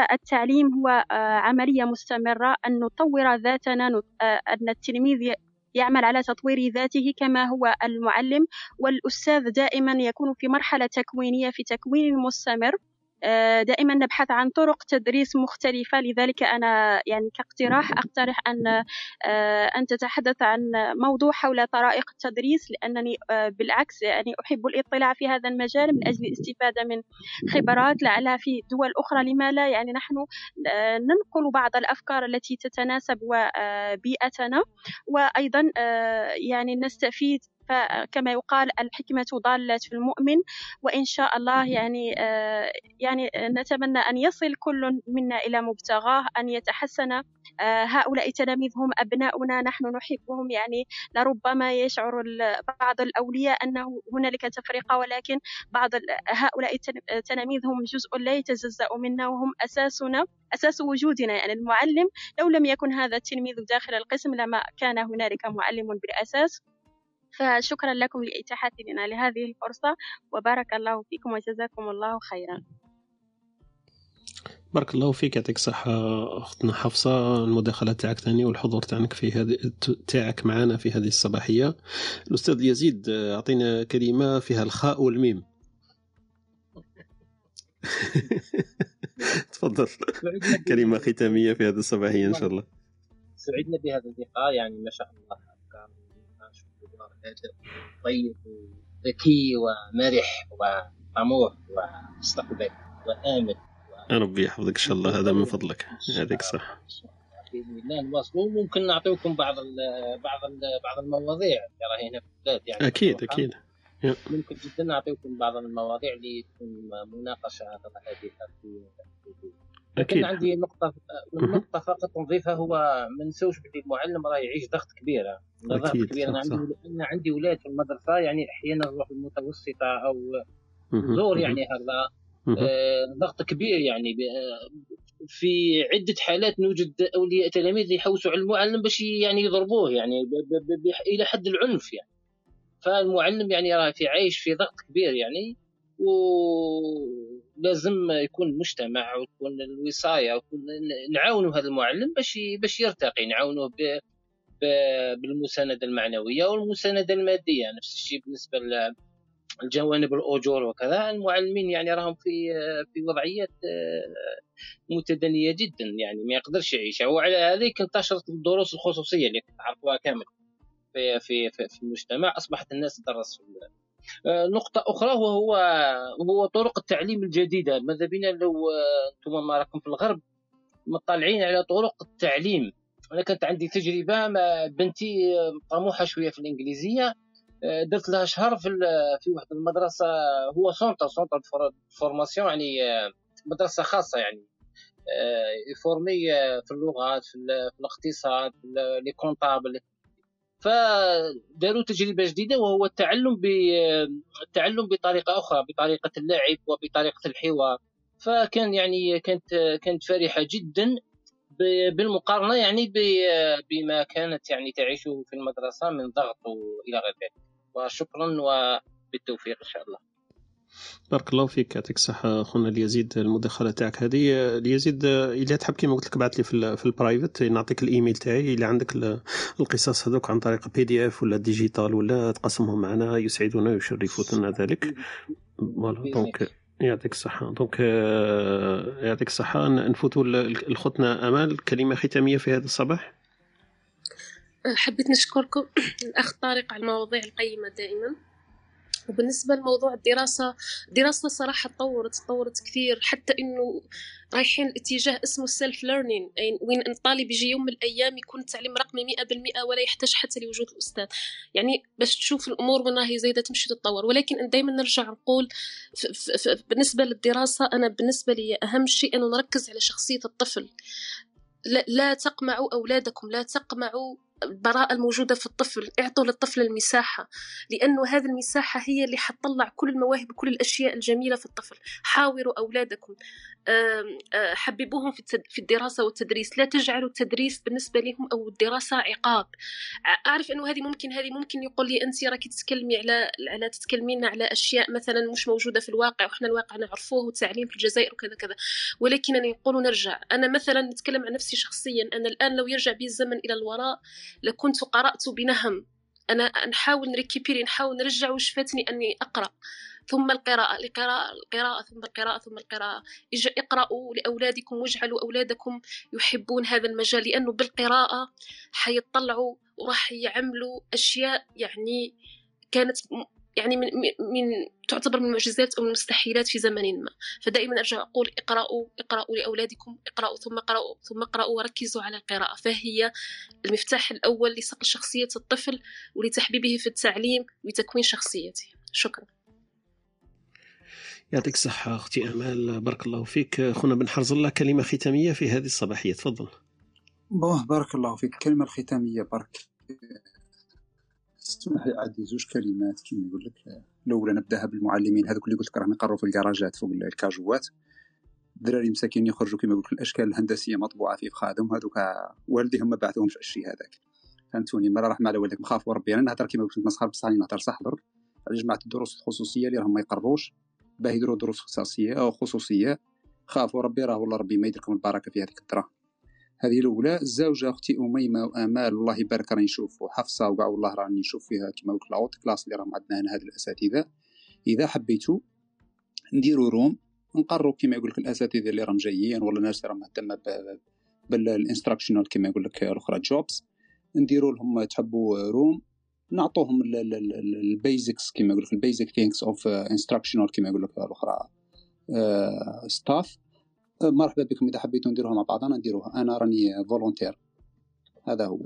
فالتعليم هو عملية مستمرة، أن نطور ذاتنا، أن التلميذ يعمل على تطوير ذاته كما هو المعلم. والأستاذ دائما يكون في مرحلة تكوينية، في تكوين مستمر، دائما نبحث عن طرق تدريس مختلفة. لذلك أنا يعني كاقتراح أقترح أن أن تتحدث عن موضوع حول طرائق التدريس، لأنني بالعكس يعني أحب الاطلاع في هذا المجال من أجل الاستفادة من خبرات لعلها في دول أخرى. لما لا يعني نحن ننقل بعض الأفكار التي تتناسب وبيئتنا، وأيضا يعني نستفيد. فكما يقال الحكمة ضالة في المؤمن، وإن شاء الله يعني يعني نتمنى أن يصل كل منا إلى مبتغاه، أن يتحسن. هؤلاء التلاميذ هم أبناؤنا، نحن نحبهم. يعني لربما يشعر بعض الأولياء أنه هنالك تفرقة، ولكن بعض هؤلاء التلاميذ هم جزء لا يتجزأ منا، وهم أساسنا، أساس وجودنا. يعني المعلم لو لم يكن هذا التلميذ داخل القسم لما كان هنالك معلم بالأساس. فشكرا لكم لإتاحتنا لهذه الفرصة، وبارك الله فيكم وجزاكم الله خيرا. بارك الله فيك، يعطيك الصحة أختنا حفصة، المداخلة تاعك ثاني والحضور تاعك في هذه تاعك معنا في هذه الصباحية. الأستاذ يزيد أعطينا كلمة فيها الخاء والميم. تفضل، كلمة ختامية في هذه الصباحية إن شاء الله. سعدنا بهذا اللقاء، يعني ما شاء الله طيب وذكي ومرح وطموح ومستقبل وآمن. ربي يحفظك إن شاء الله، هذا من فضلك، يعطيك صح. بإذن الله نواصلوا. ممكن نعطيكم بعض ال بعض ال بعض المواضيع ترى هنا في البلاد، يعني أكيد أكيد ممكن جدا نعطيكم بعض المواضيع اللي تكون مناقشة هذه في لكن عندي نقطة نقطة فقط نضيفها، هو ما نسوش بلي المعلم راه يعيش ضغط كبير، ضغط كبير. أنا عندي أنا عندي أولاد في المدرسة، يعني أحيانا نروح المتوسطة أو نزور، يعني هذا ضغط كبير. يعني في عدة حالات نوجد أولياء تلاميذ يحوسوا على المعلم باش يعني يضربوه، يعني إلى حد العنف يعني. فالمعلم يعني راه في عايش في ضغط كبير يعني، ولازم يكون مجتمع وتكون الوصاية وتكون نعاونوا هذا المعلم باش باش يرتقي، نعاونوه بالمساندة المعنوية والمساندة المادية. نفس الشيء بالنسبة للجوانب الأجور وكذا. المعلمين يعني راهم في في وضعيات متدنية جدا، يعني ما يقدرش يعيش. وعلى هذه انتشرت الدروس الخصوصية اللي تعرفوها كامل في في في المجتمع، أصبحت الناس تدرس. نقطة أخرى وهو هو طرق التعليم الجديدة. ماذا بينا لو أنتم ما راكم في الغرب مطلعين على طرق التعليم. أنا كانت عندي تجربة، ما بنتي طموحة شوية في الإنجليزية، درت لها شهر في في واحد المدرسة، هو سونتر سونتر فورماسيون، يعني مدرسة خاصة، يعني يفورمي في اللغات، في الاقتصاد، في لي كونطابل. فداروا تجربة جديدة وهو التعلم بالتعلم بطريقة أخرى، بطريقة اللعب وبطريقة الحوار. فكان يعني كانت كانت فرحة جدا بالمقارنة يعني بما كانت يعني تعيشه في المدرسة من ضغط إلى غير ذلك. وشكرا وبالتوفيق إن شاء الله. بارك الله فيك، يعطيك الصحة خونا اليزيد. المداخلة تاعك هذه اليزيد، إذا تحب كما قلت لك بعث لي في في البرايفت، نعطيك الإيميل تاعي. إلا عندك القصص هذوك عن طريق بي دي إف ولا ديجيتال ولا تقسمهم معنا، يسعدنا ويشرفونا ذلك. فوالا دونك يعطيك الصحة. دونك يعطيك الصحة. نفوتوا لخوتنا أمال، كلمة ختامية في هذا الصباح. حبيت نشكركم الأخ طارق على المواضيع القيمة دائما. وبالنسبة لموضوع الدراسة، دراسة صراحة تطورت تطورت كثير، حتى إنه رايحين الاتجاه اسمه سيلف ليرنينج، وين الطالب يجي يوم من الأيام يكون التعليم رقمي مئة بالمئة ولا يحتاج حتى لوجود الأستاذ، يعني باش تشوف الأمور من راهي زايدة تمشي تتطور. ولكن دائما نرجع نقول ف ف ف بالنسبة للدراسة، أنا بالنسبة لي أهم شيء أنه نركز على شخصية الطفل. لا, لا تقمعوا أولادكم، لا تقمعوا البراءة الموجودة في الطفل، اعطوا للطفل المساحة، لأنه هذه المساحة هي اللي حتطلع كل المواهب وكل الأشياء الجميلة في الطفل. حاوروا أولادكم، حببوهم في الدراسة والتدريس، لا تجعلوا التدريس بالنسبة لهم أو الدراسة عقاب. أعرف أنه هذه ممكن هذه ممكن يقول لي أنت راكي تتكلمي على على تتكلمين على أشياء مثلا مش موجودة في الواقع، وإحنا الواقع نعرفوه، والتعليم في الجزائر وكذا كذا. ولكن أنا يقولوا نرجع، أنا مثلا نتكلم عن نفسي شخصيا، أنا الآن لو يرجع بي الزمن إلى الوراء لكنت قرأت بنهم. أنا نحاول نريكيبيري، نحاول نرجع وش فاتني أني أقرأ. ثم القراءة، القراءة القراءة ثم القراءة ثم القراءة. اقرأوا لأولادكم واجعلوا أولادكم يحبون هذا المجال، لأنه بالقراءة حيطلعوا وراح يعملوا أشياء يعني كانت يعني من, من تعتبر من المعجزات أو المستحيلات في زمن ما. فدائما أرجع أقول اقرأوا اقرأوا لأولادكم، اقرأوا ثم اقرأوا ثم اقرأوا وركزوا على القراءة، فهي المفتاح الأول لصقل شخصية الطفل ولتحبيبه في التعليم وتكوين شخصيته. شكرا. يعطيك الصحة أختي أمال، بارك الله فيك. خونا بن حرز الله كلمة ختامية في هذه الصباحية، تفضل. بوه بارك الله فيك. الكلمة الختامية برك اسمح لي عندي زوج كلمات كيما يقول لك. الاولى نبداها بالمعلمين هذوك اللي قلت لك راهم يقروا في الكراجات فوق الكاجوات، الدراري مساكين يخرجوا كيما يقول لك الاشكال الهندسيه مطبوعه في فخادهم، هذوك والديهم ما بعثوهمش الشيء هذاك، فهمتوني؟ مرة رحمة على والدك مخافوا ربي. انا نهضر كيما قلت لك مسخر بصح نهضر صح درك على جماعه الدروس الخصوصيه اللي راهم ما يقروش باه يديروا دروس خصوصيه او خصوصيه، خافوا ربي راه والله ربي ما يديركم البركه في هذيك الدرا. هذه الاولى. الزوجه اختي اميمه وامال الله يبارك راني نشوف، وحفصه وكاع والله راني نشوف فيها كيما قلت لاوت كلاس اللي راهم عندنا هنا هاد الاساتذه. اذا حبيتوا نديروا روم نقروا كيما يقول لك الاساتذه اللي راهم جايين ولا ناس راهم مهتمه بالانستراكشنال كيما يقول لك الاخرى جوبز، نديروا لهم تحبوا روم نعطوهم البيزكس كيما يقول لك البيزك ثينكس اوف انستراكشنال كيما يقول لك الاخرى ستاف. مرحبا بكم. اذا حبيتوا نديروها مع بعضنا نديروها، انا راني فولونتير. هذا هو.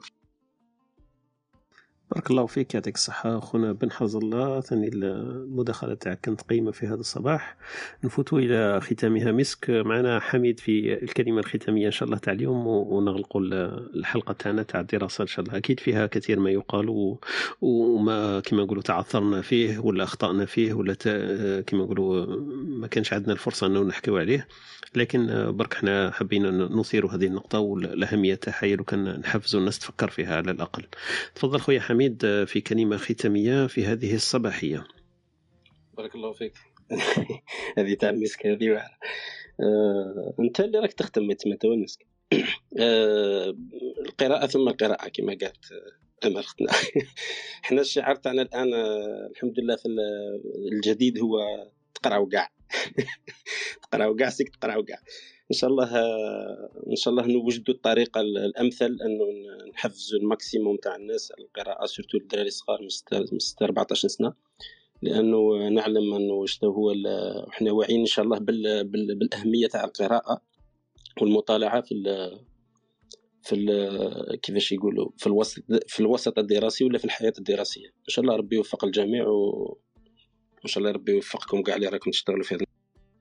بارك الله فيك، يعطيك الصحة خونا بن حرز الله. ثاني المداخلة تاعك كانت قيمة في هذا الصباح. نفوتوا إلى ختامها مسك. معنا حميد في الكلمة الختامية إن شاء الله تاع اليوم، ونغلقوا الحلقة تاعنا تاع الدراسة إن شاء الله. أكيد فيها كثير ما يقال وما كما نقولوا تعثرنا فيه ولا أخطأنا فيه ولا كما نقولوا ما كانش عندنا الفرصة أنه نحكيو عليه، لكن برك احنا حبينا نثير هذه النقطة والأهمية تاعها لو كان نحفزوا الناس تفكر فيها على الأقل. تفضل خويا حميد في كلمة ختامية في هذه الصباحية. بارك الله فيك. هذه تاع مسك هذه واعرة. آه، انت اللي راك تختم ما تونسك. آه، القراءة ثم القراءة كما قالت أمل اختنا. احنا الشعار تاعنا الآن الحمد لله في الجديد هو تقرأ وقع. تقرأ وقع سيك تقرأ وقع. ان شاء الله ان شاء الله نوجدوا الطريقه الامثل انه نحفزوا الماكسيموم تاع الناس على القراءه، سورتو الدراري الصغار من ستة أربعطاش سنه، لانه نعلم انه شنو هو احنا واعيين ان شاء الله بال... بال... بالاهميه تاع القراءه والمطالعه في ال... في ال... كيفاش يقولوا في الوسط في الوسط الدراسي ولا في الحياه الدراسيه. ان شاء الله ربي يوفق الجميع، وان شاء الله ربي يوفقكم كاع اللي راكم تشتغلوا في هذا.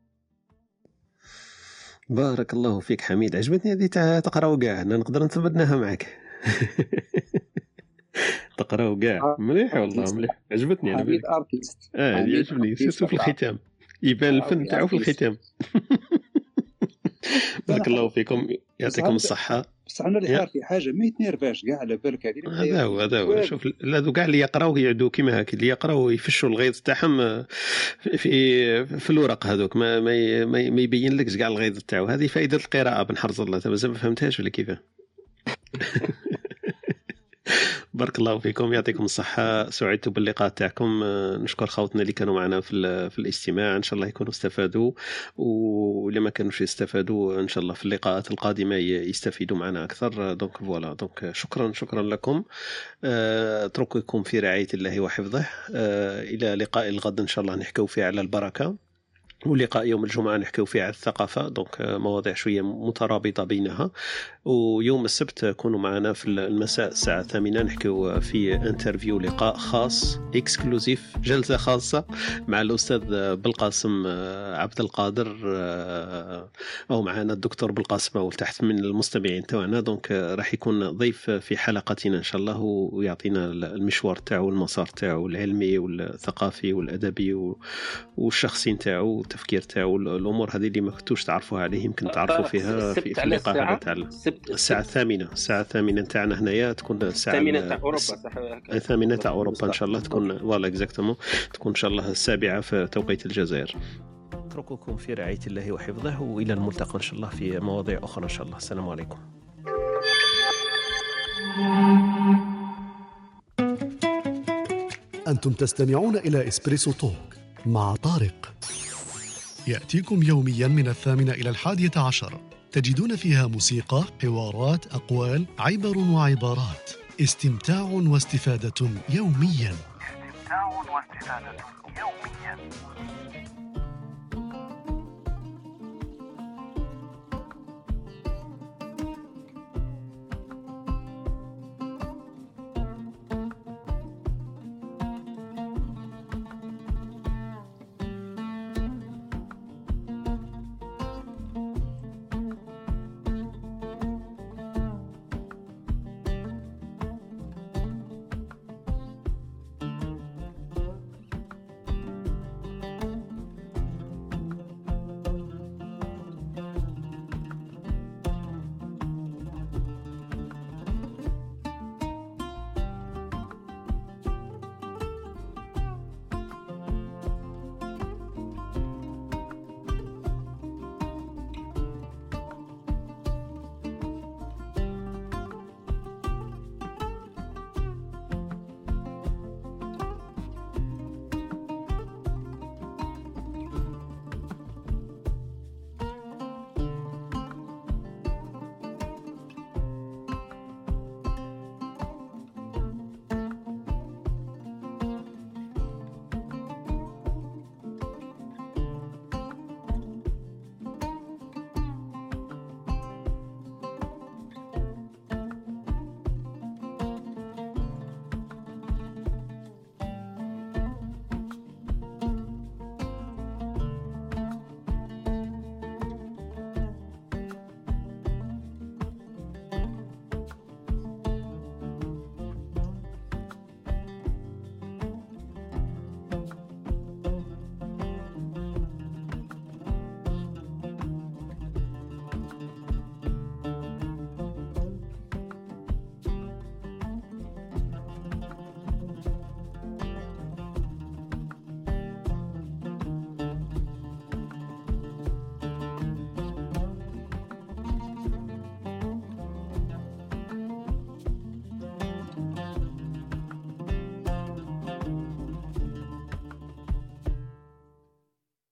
بارك الله فيك حميد، عجبتني هذه تاع تقرا وكاع، نقدر نثبتناها معك. تقرا وكاع مليح والله مليح، عجبتني انا حميد ارتيست. اه يعجبني سيرتو في الختام، يبان الفن تاعو في الختام. بارك الله فيكم، يعطيكم الصحة. بس انا اللي عارف حاجه ما يتنرفاش كاع على بالك هذه. هذا هو هذا هو شوف هذو كاع اللي يقراو يعدوا كيما هكا، اللي يقراو يفشوا الغيظ تاعهم في في الورق هذوك، ما ما ما يبين لكش كاع الغيظ تاعو. هذه فائده القراءه بن حرز الله. انت مازال ما فهمتهاش ولا كيفاه؟ بارك الله فيكم، يعطيكم الصحة. سعدت باللقاء تاعكم. نشكر خوتنا اللي كانوا معنا في في الاستماع، إن شاء الله يكونوا استفادوا، ولما كانوش يستفادوا إن شاء الله في اللقاءات القادمة يستفيدوا معنا أكثر. دونك فوالا، دونك شكرا شكرا لكم. أترككم في رعاية الله وحفظه. إلى لقاء الغد إن شاء الله نحكوا فيه على البركة، ولقاء يوم الجمعة نحكيو فيه على الثقافة، دونك مواضيع شوية مترابطة بينها. ويوم السبت كونوا معنا في المساء الساعة الثامنة نحكيو في انترفيو، لقاء خاص اكسكلوزيف، جلسة خاصة مع الأستاذ بالقاسم عبد القادر، أو معنا الدكتور بالقاسم أو تحت من المستمعين تاعنا. دونك راح يكون ضيف في حلقتنا إن شاء الله، ويعطينا المشوار تاعو والمسار تاعو العلمي والثقافي والأدبي والشخصي تاعو التفكير تاعو، الامور هذه اللي ما كنتوش تعرفوها عليه يمكن تعرفوا فيها في, في اللقاء هذا تاع الساعه الثامنة. الساعه الثامنة تاعنا هنايا تكون الساعه الثامنة تاع اوروبا، صح؟ الثامنة تاع اوروبا ان شاء الله تكون فوالا اكزاكتومون، تكون ان شاء الله السابعة في توقيت الجزائر. اترككم في رعايه الله وحفظه، والى الملتقى ان شاء الله في مواضيع اخرى ان شاء الله. السلام عليكم. أنتم تستمعون إلى إسبريسو توك مع طارق. يأتيكم يوميا من الثامنة إلى الحادية عشر. تجدون فيها موسيقى، حوارات، أقوال، عبر وعبارات. استمتاع واستفادة يوميا. استمتاع واستفادة يوميا.